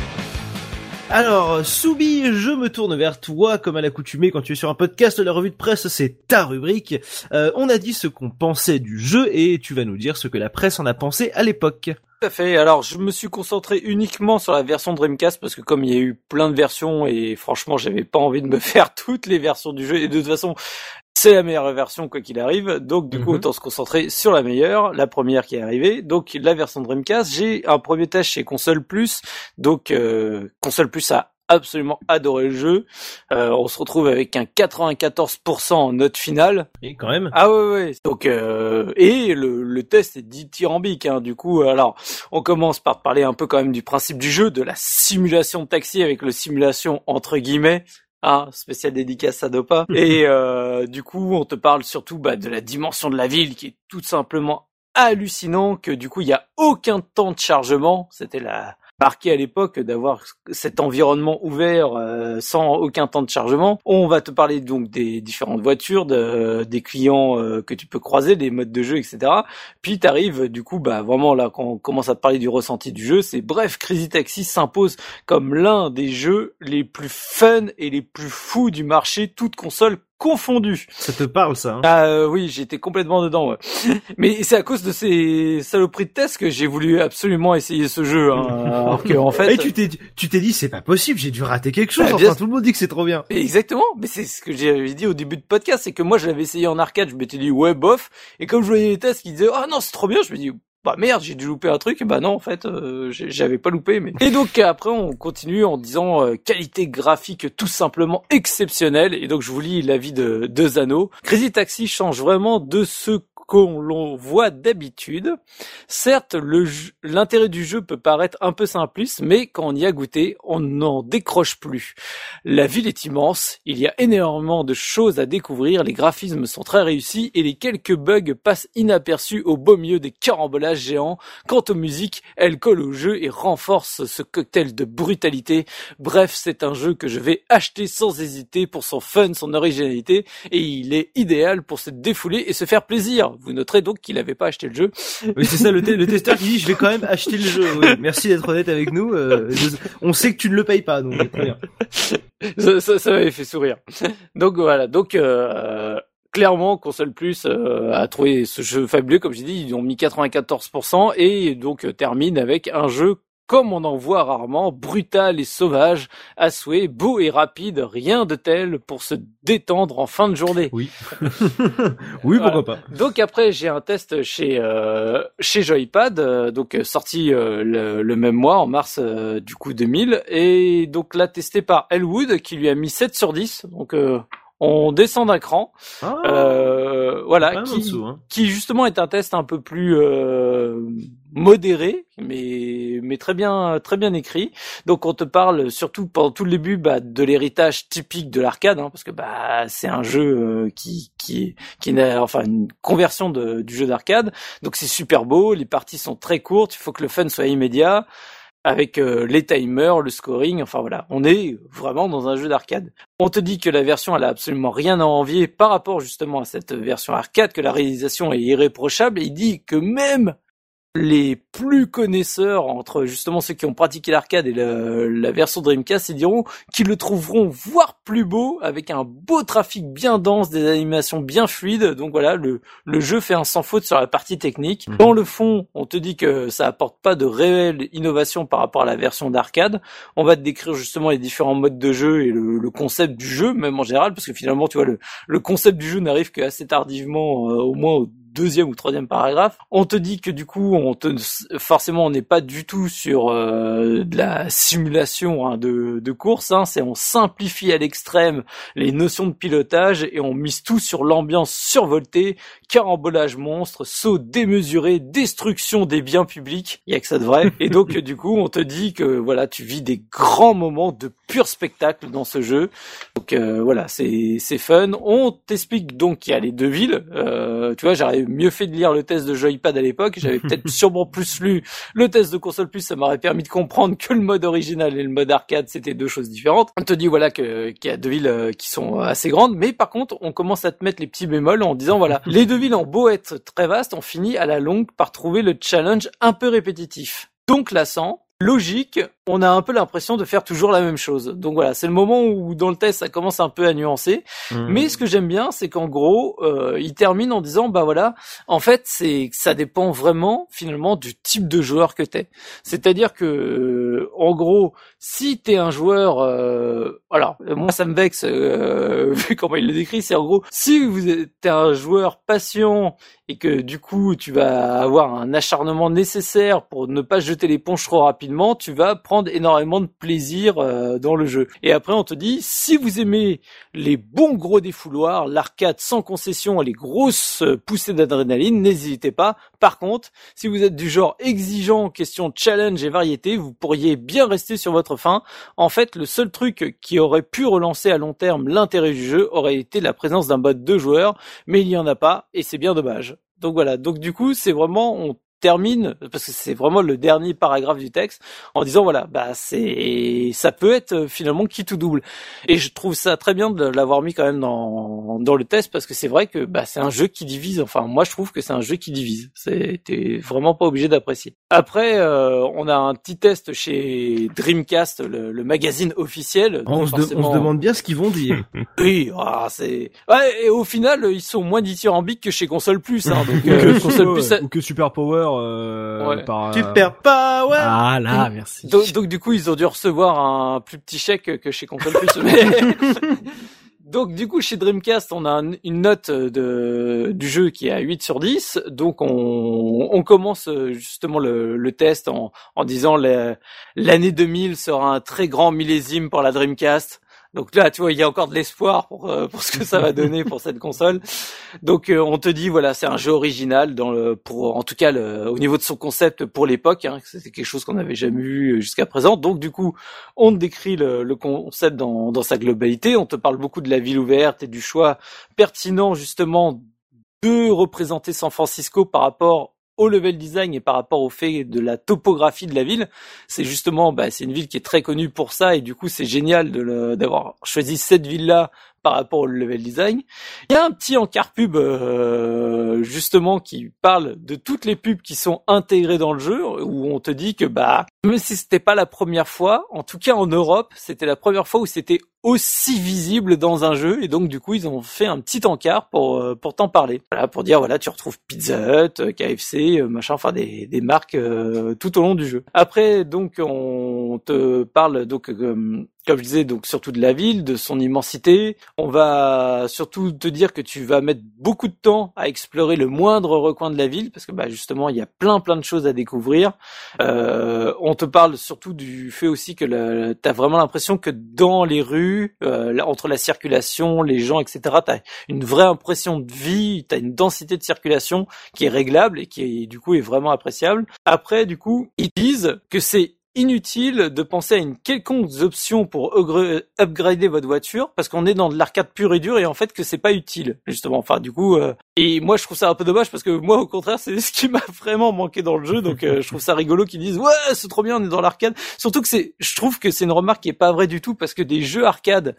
A: Alors, Soubi, je me tourne vers toi, comme à l'accoutumée quand tu es sur un podcast. La revue de presse, c'est ta rubrique. Euh, on a dit ce qu'on pensait du jeu et tu vas nous dire ce que la presse en a pensé à l'époque.
D: Tout à fait. Alors, je me suis concentré uniquement sur la version Dreamcast parce que comme il y a eu plein de versions et franchement, j'avais pas envie de me faire toutes les versions du jeu et de toute façon, c'est la meilleure version quoi qu'il arrive. Donc du coup,
A: Mhm.
D: autant se concentrer sur la meilleure, la première qui est arrivée. Donc la version Dreamcast, j'ai un premier test chez Console Plus. Donc euh, Console Plus a absolument adoré le jeu. Euh, on se retrouve avec un quatre-vingt-quatorze pour cent en note finale.
A: Et quand même.
D: Ah ouais ouais. Donc euh, et le, le test est dithyrambique hein. Du coup, alors on commence par te parler un peu quand même du principe du jeu, de la simulation de taxi avec le simulation entre guillemets. Ah, spécial dédicace à Dopa. Et euh, du coup, on te parle surtout bah, de la dimension de la ville qui est tout simplement hallucinant, que du coup, il y a aucun temps de chargement. C'était la marqué à l'époque d'avoir cet environnement ouvert euh, sans aucun temps de chargement. On va te parler donc des différentes voitures, de, des clients euh, que tu peux croiser, des modes de jeu, et cetera. Puis t'arrives du coup, bah vraiment là quand on commence à te parler du ressenti du jeu, c'est bref, Crazy Taxi s'impose comme l'un des jeux les plus fun et les plus fous du marché, toutes consoles confondus.
A: Ça te parle, ça, hein?
D: Ah euh, oui, j'étais complètement dedans. Ouais. Mais c'est à cause de ces saloperies de tests que j'ai voulu absolument essayer ce jeu. Hein, alors que en fait,
A: Et tu t'es, tu t'es dit, c'est pas possible, j'ai dû rater quelque chose.
D: Bah,
A: Enfin,
D: bien-
A: tout le monde dit que c'est trop bien.
D: exactement. Mais c'est ce que j'avais dit au début de podcast, c'est que moi je l'avais essayé en arcade, je m'étais dit ouais bof. Et comme je voyais les tests qui disaient ah non c'est trop bien, je me dis bah merde, j'ai dû louper un truc. Et bah non, en fait, euh, j'ai- j'avais pas loupé. Mais et donc après, on continue en disant euh, qualité graphique tout simplement exceptionnelle. Et donc je vous lis l'avis de, de Zano. Crazy Taxi change vraiment de ce qu'on l'on voit d'habitude. Certes, le jeu- l'intérêt du jeu peut paraître un peu simpliste, mais quand on y a goûté, on n'en décroche plus. La ville est immense, il y a énormément de choses à découvrir, les graphismes sont très réussis et les quelques bugs passent inaperçus au beau milieu des carambolages géants. Quant aux musiques, elles collent au jeu et renforcent ce cocktail de brutalité. Bref, c'est un jeu que je vais acheter sans hésiter pour son fun, son originalité, et il est idéal pour se défouler et se faire plaisir. Vous noterez donc qu'il n'avait pas acheté le jeu.
A: Oui, c'est ça, le, te- le testeur qui dit, je vais quand même acheter le jeu. Oui, merci d'être honnête avec nous. Euh, je- on sait que tu ne le payes pas, donc très bien.
D: ça, ça, ça m'avait fait sourire. Donc voilà, donc euh, clairement Console Plus euh, a trouvé ce jeu fabuleux, comme j'ai dit, ils ont mis quatre-vingt-quatorze pour cent et donc euh, termine avec un jeu comme on en voit rarement, brutal et sauvage, à souhait, beau et rapide, rien de tel pour se détendre en fin de journée.
A: Oui. Oui, pourquoi pas.
D: Donc après j'ai un test chez euh, chez Joypad, euh, donc euh, sorti euh, le, le même mois en mars euh, du coup deux mille, et donc là testé par Elwood qui lui a mis sept sur dix, donc euh, on descend d'un cran.
A: Ah,
D: Euh, voilà,
A: quand même en
D: qui,
A: dessous, hein.
D: qui justement est un test un peu plus euh, modéré, mais mais très bien très bien écrit. Donc on te parle surtout pendant tout le début bah, de l'héritage typique de l'arcade, hein, parce que bah c'est un jeu euh, qui qui qui n'a enfin une conversion de, du jeu d'arcade. Donc c'est super beau, les parties sont très courtes, il faut que le fun soit immédiat. Avec euh, les timers, le scoring, enfin voilà, on est vraiment dans un jeu d'arcade. On te dit que la version elle a absolument rien à envier par rapport justement à cette version arcade, que la réalisation est irréprochable, et il dit que même les plus connaisseurs, entre justement ceux qui ont pratiqué l'arcade et la, la version Dreamcast, ils diront qu'ils le trouveront voire plus beau, avec un beau trafic bien dense, des animations bien fluides. Donc voilà, le, le jeu fait un sans faute sur la partie technique.
A: Mhm.
D: Dans le fond, on te dit que ça apporte pas de réelle innovation par rapport à la version d'arcade. On va te décrire justement les différents modes de jeu et le, le concept du jeu, même en général, parce que finalement, tu vois, le, le concept du jeu n'arrive qu'assez tardivement, euh, au moins au deuxième ou troisième paragraphe. On te dit que du coup, on te, forcément, on n'est pas du tout sur euh, de la simulation hein, de, de course. Hein, c'est on simplifie à l'extrême les notions de pilotage et on mise tout sur l'ambiance survoltée, carambolage monstre, saut démesuré, destruction des biens publics. Il y a que ça de vrai. Et donc, du coup, on te dit que voilà, tu vis des grands moments de pur spectacle dans ce jeu. Donc euh, voilà, c'est c'est fun. On t'explique donc qu'il y a les deux villes. Euh, tu vois, j'aurais mieux fait de lire le test de Joypad à l'époque. J'avais peut-être sûrement plus lu le test de Console Plus. Ça m'aurait permis de comprendre que le mode original et le mode arcade c'était deux choses différentes. On te dit voilà que qu'il y a deux villes euh, qui sont assez grandes, mais par contre on commence à te mettre les petits bémols en disant voilà, les deux villes ont beau être très vastes, on finit à la longue par trouver le challenge un peu répétitif. Donc lassant. Logique, on a un peu l'impression de faire toujours la même chose. Donc voilà, c'est le moment où dans le test ça commence un peu à nuancer.
A: Mmh.
D: Mais ce que j'aime bien, c'est qu'en gros, euh, il termine en disant bah voilà, en fait c'est ça dépend vraiment finalement du type de joueur que t'es. C'est-à-dire que euh, en gros, si t'es un joueur, euh, alors moi ça me vexe euh, vu comment il le décrit, c'est en gros si vous êtes un joueur patient et que du coup tu vas avoir un acharnement nécessaire pour ne pas jeter l'éponge trop rapidement, tu vas prendre énormément de plaisir euh, dans le jeu. Et après on te dit, si vous aimez les bons gros défouloirs, l'arcade sans concession et les grosses poussées d'adrénaline, n'hésitez pas. Par contre, si vous êtes du genre exigeant, question challenge et variété, vous pourriez bien rester sur votre faim. En fait, le seul truc qui aurait pu relancer à long terme l'intérêt du jeu aurait été la présence d'un mode de joueurs, mais il n'y en a pas et c'est bien dommage. Donc voilà, donc du coup c'est vraiment, on termine, parce que c'est vraiment le dernier paragraphe du texte, en disant voilà, bah c'est, ça peut être euh, finalement quitte ou double. Et je trouve ça très bien de l'avoir mis quand même dans dans le test, parce que c'est vrai que bah c'est un jeu qui divise. Enfin, moi je trouve que c'est un jeu qui divise. C'est, t'es vraiment pas obligé d'apprécier. Après, euh, on a un petit test chez Dreamcast, le, le magazine officiel.
A: On se, de-
D: Forcément-
A: on se demande bien ce qu'ils vont dire.
D: Oui, ah, c'est. Ouais, et au final, ils sont moins dithyrambiques que chez Console Plus. Hein, donc
B: Ou
D: euh,
B: que,
D: Console
B: ouais,
D: Plus. ça-
B: ou que Super Power euh,
D: Ouais.
B: par.
A: Super Power.
B: Ah là, merci.
D: Donc, donc du coup, ils ont dû recevoir un plus petit chèque que chez Console Plus. Mais... Donc du coup, chez Dreamcast, on a un- une note de du jeu qui est à huit sur dix. Donc on, on commence euh, justement le, le test en, en disant le- l'année deux mille sera un très grand millésime pour la Dreamcast. Donc là, tu vois, il y a encore de l'espoir pour euh, pour ce que ça va donner pour cette console. Donc euh, on te dit voilà, c'est un jeu original dans le pour en tout cas le, au niveau de son concept pour l'époque, hein, c'était quelque chose qu'on n'avait jamais vu jusqu'à présent. Donc du coup, on te décrit le, le concept dans dans sa globalité, on te parle beaucoup de la ville ouverte et du choix pertinent justement de représenter San Francisco par rapport au level design et par rapport au fait de la topographie de la ville. C'est justement, bah, c'est une ville qui est très connue pour ça, et du coup, c'est génial de le, d'avoir choisi cette ville-là par rapport au level design. Il y a un petit encart pub, euh, justement, qui parle de toutes les pubs qui sont intégrées dans le jeu, où on te dit que, bah, même si c'était pas la première fois, en tout cas en Europe, c'était la première fois où c'était aussi visible dans un jeu, et donc du coup ils ont fait un petit encart pour euh, pour t'en parler. Voilà, pour dire voilà, tu retrouves Pizza Hut, K F C, euh, machin, enfin des des marques euh, tout au long du jeu. Après donc on te parle donc euh, comme je disais, donc surtout de la ville, de son immensité. On va surtout te dire que tu vas mettre beaucoup de temps à explorer le moindre recoin de la ville, parce que bah justement il y a plein plein de choses à découvrir. Euh, on te parle surtout du fait aussi que le, t'as vraiment l'impression que dans les rues, euh, là, entre la circulation, les gens, et cetera, t'as une vraie impression de vie, t'as une densité de circulation qui est réglable et qui est, du coup est vraiment appréciable. Après, du coup, ils disent que c'est inutile de penser à une quelconque option pour upgra- upgrader votre voiture, parce qu'on est dans de l'arcade pure et dure, et en fait que c'est pas utile justement. Enfin du coup, euh, et moi je trouve ça un peu dommage, parce que moi au contraire c'est ce qui m'a vraiment manqué dans le jeu, donc euh, je trouve ça rigolo qu'ils disent ouais c'est trop bien, on est dans l'arcade. Surtout que c'est, je trouve que c'est une remarque qui est pas vraie du tout, parce que des jeux arcade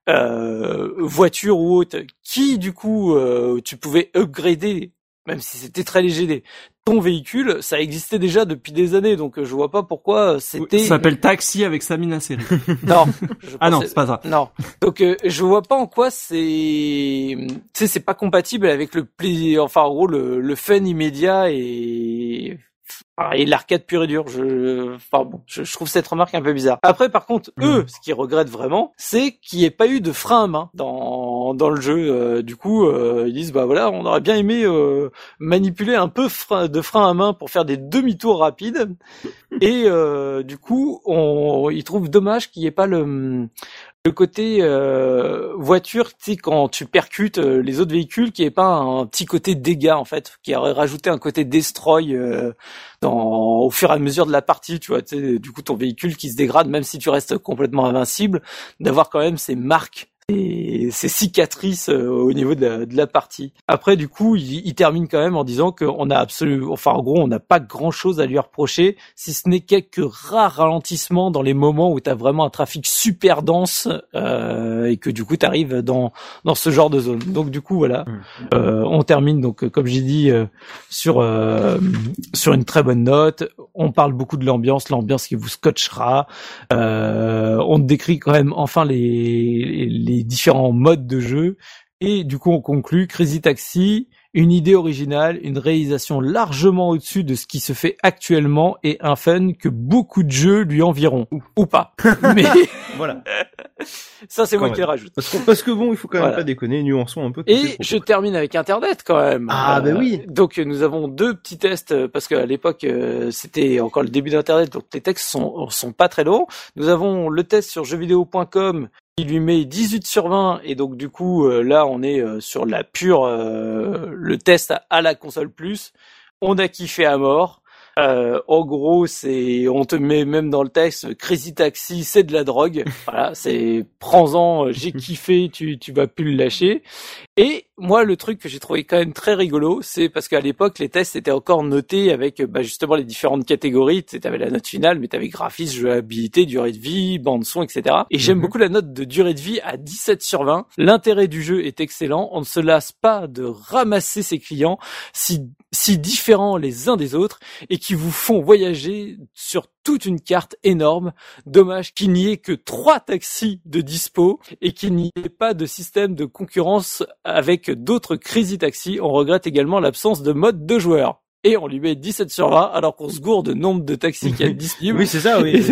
D: euh, voiture ou autre, qui du coup euh, tu pouvais upgrader, même si c'était très léger, des- ton véhicule, ça existait déjà depuis des années, donc euh, je vois pas pourquoi c'était...
E: Ça s'appelle Taxi avec Samina Seri.
D: Non. je
E: Ah non,
D: pensais-
E: c'est pas ça.
D: Non. Donc euh, je vois pas en quoi c'est, tu sais, c'est pas compatible avec le plaisir, enfin en gros le, le fun immédiat et enfin, et l'arcade pur et dur. Je, enfin bon, je, je trouve cette remarque un peu bizarre. Après, par contre, eux, ce qu'ils regrettent vraiment, c'est qu'il n'y ait pas eu de frein à main dans dans le jeu. Euh, du coup, euh, ils disent bah voilà, on aurait bien aimé euh, manipuler un peu frein, de frein à main pour faire des demi-tours rapides. Et euh, du coup, on, ils trouvent dommage qu'il n'y ait pas le le côté euh, voiture, tu sais, quand tu percutes euh, les autres véhicules, qui est pas un petit côté dégâts en fait, qui aurait rajouté un côté destroy euh, dans au fur et à mesure de la partie, tu vois, tu sais, du coup ton véhicule qui se dégrade, même si tu restes complètement invincible, d'avoir quand même ces marques et ces cicatrices euh, au niveau de la, de la partie. Après, du coup, il, il termine quand même en disant qu'on a absolument, enfin, en gros, on n'a pas grand chose à lui reprocher, si ce n'est quelques rares ralentissements dans les moments où t'as vraiment un trafic super dense, euh, et que du coup, t'arrives dans, dans ce genre de zone. Donc, du coup, voilà. Euh, on termine, donc, comme j'ai dit, euh, sur, euh, sur une très bonne note. On parle beaucoup de l'ambiance, l'ambiance qui vous scotchera. Euh, on décrit quand même, enfin, les, les différents modes de jeu, et du coup on conclut Crazy Taxi, une idée originale, une réalisation largement au-dessus de ce qui se fait actuellement, et un fun que beaucoup de jeux lui envieront, ou, ou pas. Mais
A: Voilà.
D: ça c'est moi
A: Quand
D: qui le
A: même.
D: rajoute.
A: Parce, qu'on- parce que bon, il faut quand même
D: Voilà.
A: pas déconner, nuançons un peu. tous ces
D: Et
A: propos.
D: je termine avec Internet quand même.
A: Ah, bah oui.
D: Donc nous avons deux petits tests, euh, parce qu'à l'époque euh, c'était encore le début d'Internet, donc les textes sont sont pas très longs. Nous avons le test sur jeux vidéo point com qui lui met dix-huit sur vingt, et donc du coup euh, là on est euh, sur la pure euh, le test à, à la console plus. On a kiffé à mort. Euh, en gros, c'est, on te met même dans le texte, Crazy Taxi, c'est de la drogue. Voilà, c'est, prends-en, euh, j'ai kiffé, tu, tu vas plus le lâcher. Et moi, le truc que j'ai trouvé quand même très rigolo, c'est parce qu'à l'époque, les tests étaient encore notés avec bah, justement les différentes catégories. Tu avais la note finale, mais tu avais graphisme, jouabilité, durée de vie, bande son, et cetera. Et j'aime
A: Mhm.
D: beaucoup la note de durée de vie à dix-sept sur vingt. L'intérêt du jeu est excellent. On ne se lasse pas de ramasser ses clients si, si différents les uns des autres et qui vous font voyager sur toute une carte énorme. Dommage qu'il n'y ait que trois taxis de dispo et qu'il n'y ait pas de système de concurrence avec d'autres Crazy Taxi. On regrette également l'absence de mode de joueur. Et on lui met dix-sept sur vingt alors qu'on se gourde de nombre de taxis qu'il y a disponibles.
A: Oui, c'est ça, oui.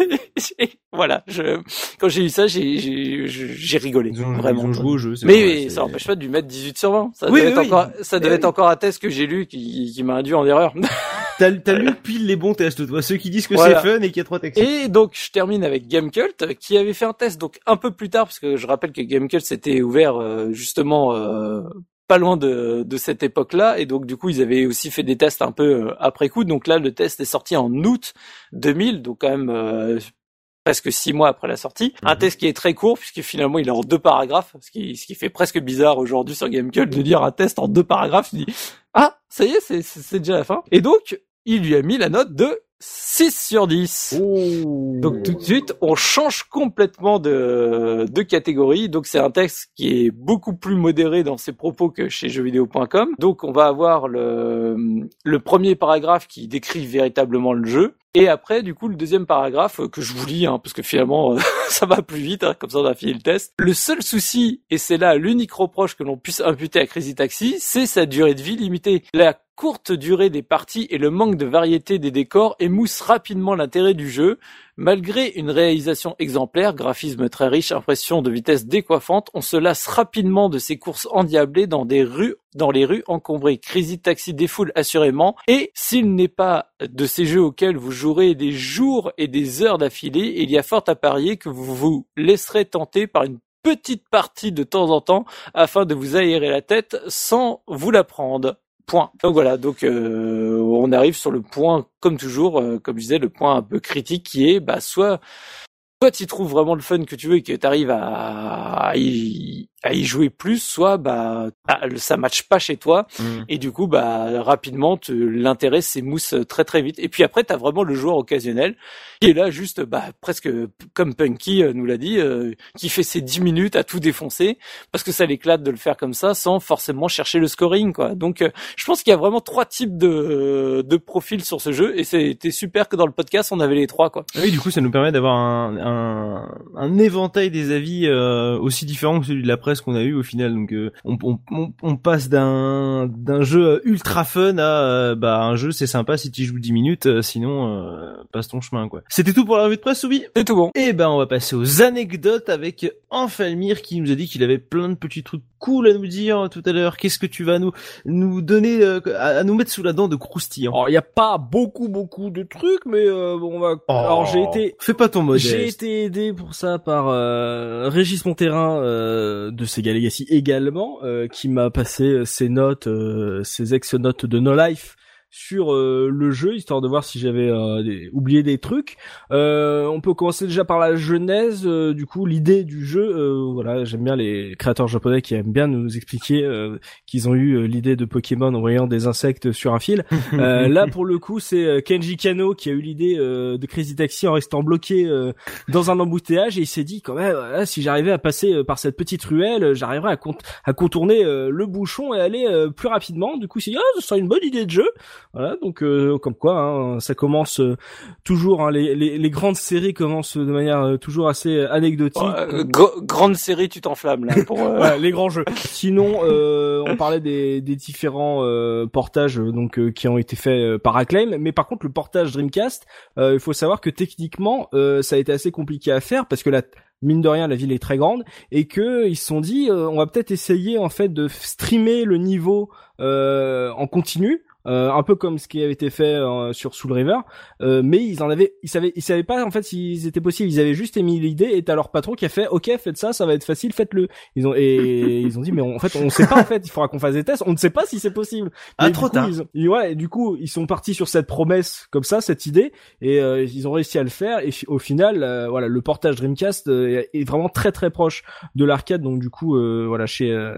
D: Et voilà, je, quand j'ai eu ça, j'ai, j'ai, j'ai rigolé.
A: Ils ont,
D: vraiment.
A: ils ont joué au jeu. c'est
D: Mais
A: vrai, c'est-
D: ça n'empêche pas de lui mettre dix-huit sur vingt. Ça
A: Oui,
D: devait être
A: oui,
D: encore, ça devait
A: oui.
D: être encore un test que j'ai lu qui, qui m'a induit en erreur.
A: T'as, t'as lu pile les bons tests, toi. Ceux qui disent que
D: Voilà.
A: c'est fun et qu'il y a trois taxis.
D: Et donc, je termine avec Gamecult, qui avait fait un test donc un peu plus tard, parce que je rappelle que Gamecult s'était ouvert euh, justement euh, pas loin de, de cette époque-là, et donc du coup, ils avaient aussi fait des tests un peu euh, après coup. Donc là, le test est sorti en août deux mille, donc quand même euh, presque six mois après la sortie. Un test qui est très court, puisque finalement, il est en deux paragraphes, ce qui, ce qui fait presque bizarre aujourd'hui sur Gamecult de dire un test en deux paragraphes. Tu dis, ah, ça y est, c'est, c'est, c'est déjà la fin. Et donc, il lui a mis la note de six sur dix. Donc tout de suite, on change complètement de, de catégorie. Donc c'est un texte qui est beaucoup plus modéré dans ses propos que chez jeux vidéo point com. Donc on va avoir le, le premier paragraphe qui décrit véritablement le jeu. Et après, du coup, le deuxième paragraphe, euh, que je vous lis, hein, parce que finalement, euh, ça va plus vite, hein, comme ça on a fini le test. Le seul souci, et c'est là l'unique reproche que l'on puisse imputer à Crazy Taxi, c'est sa durée de vie limitée. La courte durée des parties et le manque de variété des décors émoussent rapidement l'intérêt du jeu. Malgré une réalisation exemplaire, graphisme très riche, impression de vitesse décoiffante, on se lasse rapidement de ces courses endiablées dans des rues, dans les rues encombrées. Crazy Taxi défoule assurément, et s'il n'est pas de ces jeux auxquels vous jouerez des jours et des heures d'affilée, il y a fort à parier que vous vous laisserez tenter par une petite partie de temps en temps afin de vous aérer la tête sans vous la prendre. Point. Donc voilà, donc euh, on arrive sur le point, comme toujours, euh, comme je disais, le point un peu critique qui est, bah soit, soit tu trouves vraiment le fun que tu veux et que tu arrives à, à, y, à y jouer plus, soit bah ah, ça matche pas chez toi
A: Mmh.
D: et du coup bah rapidement te, l'intérêt s'émousse très très vite. Et puis après t'as vraiment le joueur occasionnel qui est là juste bah presque comme Punky euh, nous l'a dit, euh, qui fait ses dix minutes à tout défoncer parce que ça l'éclate de le faire comme ça sans forcément chercher le scoring quoi. Donc euh, je pense qu'il y a vraiment trois types de de profils sur ce jeu et c'était super que dans le podcast on avait les trois quoi.
A: Oui, du coup, ça nous permet d'avoir un, un, un éventail des avis euh, aussi différents que celui de la presse qu'on a eu au final. Donc, euh, on, on, on, on passe d'un d'un jeu ultra fun à euh, bah un jeu c'est sympa si tu joues dix minutes, euh, sinon euh, passe ton chemin quoi. C'était tout pour la revue de presse, Soubi.
D: C'est tout bon.
A: Et ben, on va passer aux anecdotes avec Enfalmir qui nous a dit qu'il avait plein de petits trucs cool à nous dire tout à l'heure. Qu'est-ce que tu vas nous nous donner euh, à, à nous mettre sous la dent de croustillant?
B: Alors, il y a pas beaucoup, beaucoup de trucs, mais euh, bon, on va.
A: Oh,
B: Alors, j'ai été,
A: fais pas ton modeste.
B: j'ai été aidé pour ça par euh, Régis Monterrain euh, de Sega Legacy également, euh, qui m'a passé ses notes, euh, ses ex-notes de No Life sur euh, le jeu, histoire de voir si j'avais euh, des- oublié des trucs. Euh, on peut commencer déjà par la genèse, euh, du coup l'idée du jeu. Euh, voilà, j'aime bien les créateurs japonais qui aiment bien nous expliquer euh, qu'ils ont eu euh, l'idée de Pokémon en voyant des insectes sur un fil. Euh, là pour le coup c'est euh, Kenji Kano qui a eu l'idée euh, de Crazy Taxi en restant bloqué euh, dans un embouteillage et il s'est dit quand même voilà, si j'arrivais à passer euh, par cette petite ruelle, euh, j'arriverais à, cont- à contourner euh, le bouchon et aller euh, plus rapidement. Du coup il s'est dit ah ce serait une bonne idée de jeu. Voilà, donc euh, comme quoi, hein, ça commence euh, toujours. Hein, les, les, les grandes séries commencent de manière euh, toujours assez anecdotique.
D: Euh, gr- grande série, tu t'enflammes là pour. Euh...
B: Voilà, les grands jeux. Sinon, euh, on parlait des, des différents euh, portages euh, donc euh, qui ont été faits euh, par Acclaim, mais par contre le portage Dreamcast, euh, il faut savoir que techniquement, euh, ça a été assez compliqué à faire parce que la mine de rien, la ville est très grande et que ils se sont dit, euh, on va peut-être essayer en fait de streamer le niveau euh, en continu. Euh, un peu comme ce qui avait été fait euh, sur Soul River, euh, mais ils en avaient, ils savaient, ils savaient pas en fait s'ils étaient possibles. Ils avaient juste émis l'idée et t'as leur patron qui a fait, ok, faites ça, ça va être facile, faites-le. Ils ont et ils ont dit, mais on, en fait, on sait pas en fait, il faudra qu'on fasse des tests. On ne sait pas si c'est possible.
A: Ah,
B: Mais
A: trop
B: du coup,
A: tard.
B: Ils ont, et ouais, et du coup, ils sont partis sur cette promesse comme ça, cette idée, et euh, ils ont réussi à le faire. Et fi- au final, euh, voilà, le portage Dreamcast euh, est vraiment très très proche de l'arcade. Donc du coup, euh, voilà, chez euh,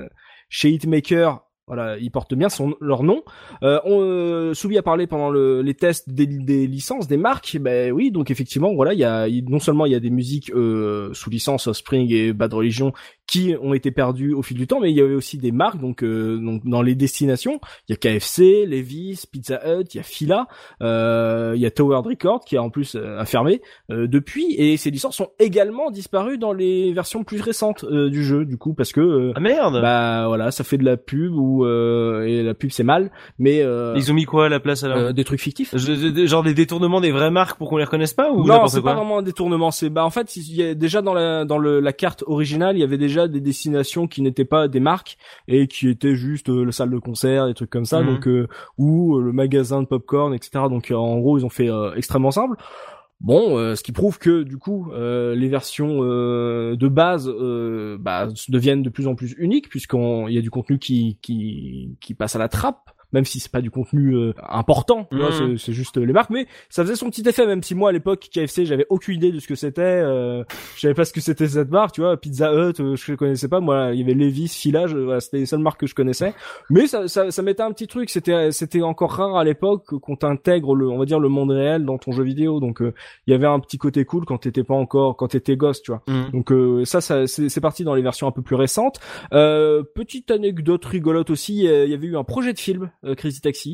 B: chez Hitmaker. Voilà, ils portent bien son, leur nom. Euh, on, euh, Soubi a parlé pendant le, les tests des, des licences, des marques. Ben oui, donc effectivement, voilà, il y a il, non seulement il y a des musiques euh, sous licence Offspring et Bad Religion qui ont été perdues au fil du temps, mais il y avait aussi des marques. Donc, euh, donc dans les destinations, il y a K F C, Levi's, Pizza Hut, il y a Fila, euh, il y a Tower Records qui a en plus euh, a fermé euh, depuis. Et ces licences sont également disparues dans les versions plus récentes euh, du jeu, du coup, parce que euh,
A: Ah merde.
B: bah voilà, ça fait de la pub ou euh, et la pub c'est mal, mais euh,
A: Ils ont mis quoi à la place alors?
B: euh, des trucs fictifs.
A: Je- je- Genre des détournements des vraies marques pour qu'on les reconnaisse pas ou
B: Non,
A: n'importe
B: c'est
A: quoi?
B: pas vraiment un détournement. C'est bah en fait, il y a déjà dans la dans le la carte originale, il y avait déjà des destinations qui n'étaient pas des marques et qui étaient juste euh, la salle de concert, des trucs comme ça,
A: Mhm.
B: donc euh, ou euh, le magasin de popcorn, et cetera. Donc euh, en gros, ils ont fait euh, extrêmement simple. Bon, euh, ce qui prouve que du coup euh, les versions euh, de base euh, bah, deviennent de plus en plus uniques puisqu'on il y a du contenu qui qui qui passe à la trappe. Même si c'est pas du contenu euh, important, tu vois,
A: Mhm.
B: c'est, c'est juste les marques, mais ça faisait son petit effet. Même si moi à l'époque K F C, j'avais aucune idée de ce que c'était, euh, je savais pas ce que c'était cette marque, tu vois. Pizza Hut, euh, je connaissais pas. Moi, il y avait Levi's, Fila, je- voilà, c'était les seules marques que je connaissais. Mais ça, ça, ça mettait un petit truc. C'était, c'était encore rare à l'époque qu'on t'intègre le, on va dire le monde réel dans ton jeu vidéo. Donc euh, il y avait un petit côté cool quand t'étais pas encore, quand t'étais gosse, tu vois.
A: Mhm.
B: Donc euh, ça, ça c'est, c'est parti dans les versions un peu plus récentes. Euh, petite anecdote rigolote aussi, euh, il y avait eu un projet de film, euh, Crazy Taxi,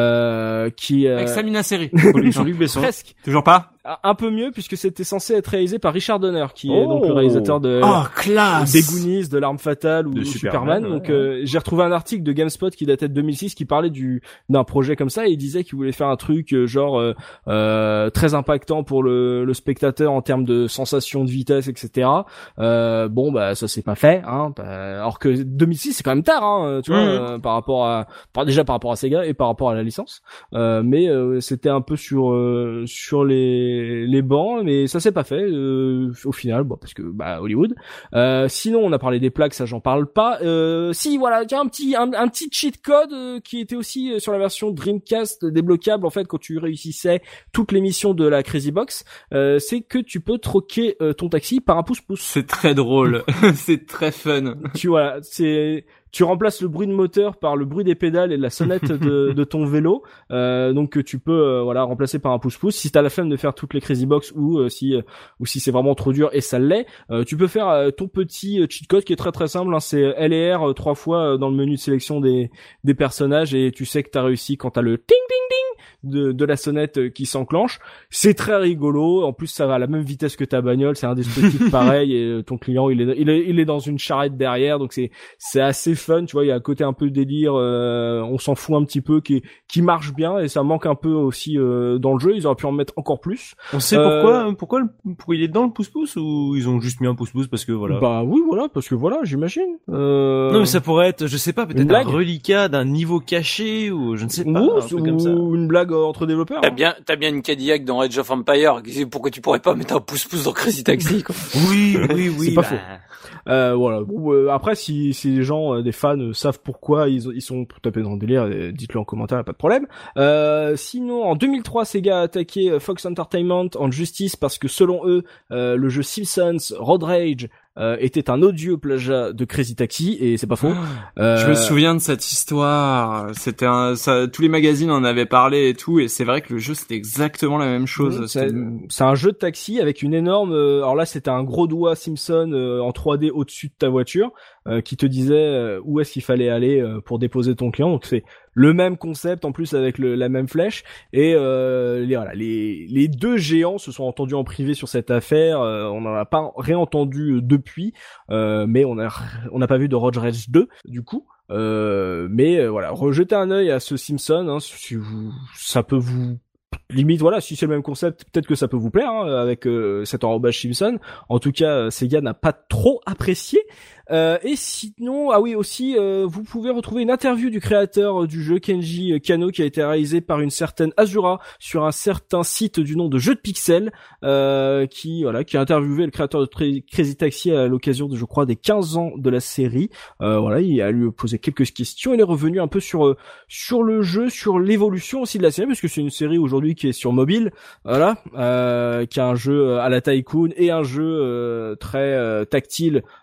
B: euh, qui euh,
E: Avec Samina Seri.
A: Jean-Luc Besson.
B: presque
E: Toujours pas?
B: un peu mieux puisque c'était censé être réalisé par Richard Donner, qui est
A: Oh.
B: donc le réalisateur de
E: Oh, classe!
B: des Goonies, de L'Arme Fatale ou
A: De
B: Superman.
A: Superman, ouais,
B: Donc euh, j'ai retrouvé un article de GameSpot qui datait de deux mille six qui parlait du d'un projet comme ça et il disait qu'il voulait faire un truc euh, genre euh, euh, très impactant pour le, le spectateur en termes de sensation de vitesse, et cetera. Euh, bon bah ça c'est pas fait, hein. Bah, alors que deux mille six c'est quand même tard, hein, tu vois,
A: Mhm.
B: euh, par rapport à par, déjà par rapport à Sega et par rapport à la licence. Euh, mais euh, c'était un peu sur euh, sur les les bancs, mais ça s'est pas fait euh, au final, bon parce que bah Hollywood. Euh, sinon on a parlé des plaques, ça j'en parle pas. Euh, si voilà, il y a un petit un, un petit cheat code euh, qui était aussi euh, sur la version Dreamcast débloquable en fait quand tu réussissais toutes les missions de la Crazy Box, euh, c'est que tu peux troquer euh, ton taxi par un pouce-pouce.
E: C'est très drôle. C'est très fun.
B: Tu vois, c'est tu remplaces le bruit de moteur par le bruit des pédales et de la sonnette de, de ton vélo, euh, donc que tu peux euh, voilà remplacer par un pouce-pouce. Si t'as la flemme de faire toutes les Crazy Box ou euh, si euh, ou si c'est vraiment trop dur et ça l'est, euh, tu peux faire euh, ton petit euh, cheat code qui est très très simple. Hein, c'est L et R euh, trois fois euh, dans le menu de sélection des des personnages et tu sais que t'as réussi quand t'as le ting ding ding de de la sonnette euh, qui s'enclenche. C'est très rigolo. En plus, ça va à la même vitesse que ta bagnole. C'est un dispositif pareil et euh, ton client il est il est il est dans une charrette derrière, donc c'est c'est assez fun, tu vois, il y a un côté un peu délire, euh, on s'en fout un petit peu, qui qui marche bien et ça manque un peu aussi euh, dans le jeu. Ils auraient pu en mettre encore plus.
A: On sait
B: Euh,
A: pourquoi, pourquoi, le- pourquoi il est dans le pouce-pouce ou ils ont juste mis un pouce-pouce parce que voilà.
B: Bah oui, voilà, parce que voilà, j'imagine. Euh...
A: Non mais ça pourrait être, je sais pas,
B: Une
A: peut-être un
B: blague
A: reliquat d'un niveau caché ou je ne sais pas,
B: ou,
A: un truc comme ça.
B: ou une blague euh, entre développeurs.
D: T'as
B: hein.
D: bien, t'as bien une Cadillac dans Age of Empire. Pourquoi tu pourrais pas mettre un pouce-pouce dans Crazy Taxi, quoi?
A: Oui, oui, oui.
B: C'est pas
A: bah,
B: faux. Euh, voilà. Bon, euh, après, si, si les gens, euh, des fans, euh, savent pourquoi ils, ils sont pour taper dans le délire, euh, dites-le en commentaire, pas de problème. Euh, sinon, en deux mille trois, Sega a attaqué euh, Fox Entertainment en justice parce que selon eux, euh, le jeu Simpsons Road Rage euh, était un odieux plagiat de Crazy Taxi et c'est pas faux. Euh,
E: Je me souviens de cette histoire. C'était un, ça, tous les magazines en avaient parlé et tout, et c'est vrai que le jeu c'était exactement la même chose.
B: C'est,
E: C'était-
B: c'est un jeu de taxi avec une énorme. euh, alors là, c'était un gros doigt Simpson euh, en trois D au-dessus de ta voiture euh, qui te disait euh, où est-ce qu'il fallait aller euh, pour déposer ton client. Donc c'est le même concept en plus avec le, la même flèche. Et euh, les, voilà, les, les deux géants se sont entendus en privé sur cette affaire. Euh, on n'en a pas réentendu euh, depuis, euh, mais on a on n'a pas vu de Road Rage deux du coup. Euh, mais euh, voilà, rejetez un œil à ce Simpson, hein, si vous, ça peut vous limite, voilà, si c'est le même concept, peut-être que ça peut vous plaire, hein, avec euh, cet enrobage Simpson. En tout cas, euh, Sega n'a pas trop apprécié. Euh, et sinon, ah oui, aussi, euh, vous pouvez retrouver une interview du créateur euh, du jeu, Kenji Kano, qui a été réalisée par une certaine Azura sur un certain site du nom de Jeux de Pixels, euh, qui, voilà, qui a interviewé le créateur de Tra- Crazy Taxi à l'occasion de, je crois, des quinze ans de la série. Euh, voilà, il a lui posé quelques questions. Il est revenu un peu sur euh, sur le jeu, sur l'évolution aussi de la série, parce que c'est une série aujourd'hui qui est sur mobile, voilà, euh, qui a un jeu à la Tycoon et un jeu euh, très euh, tactile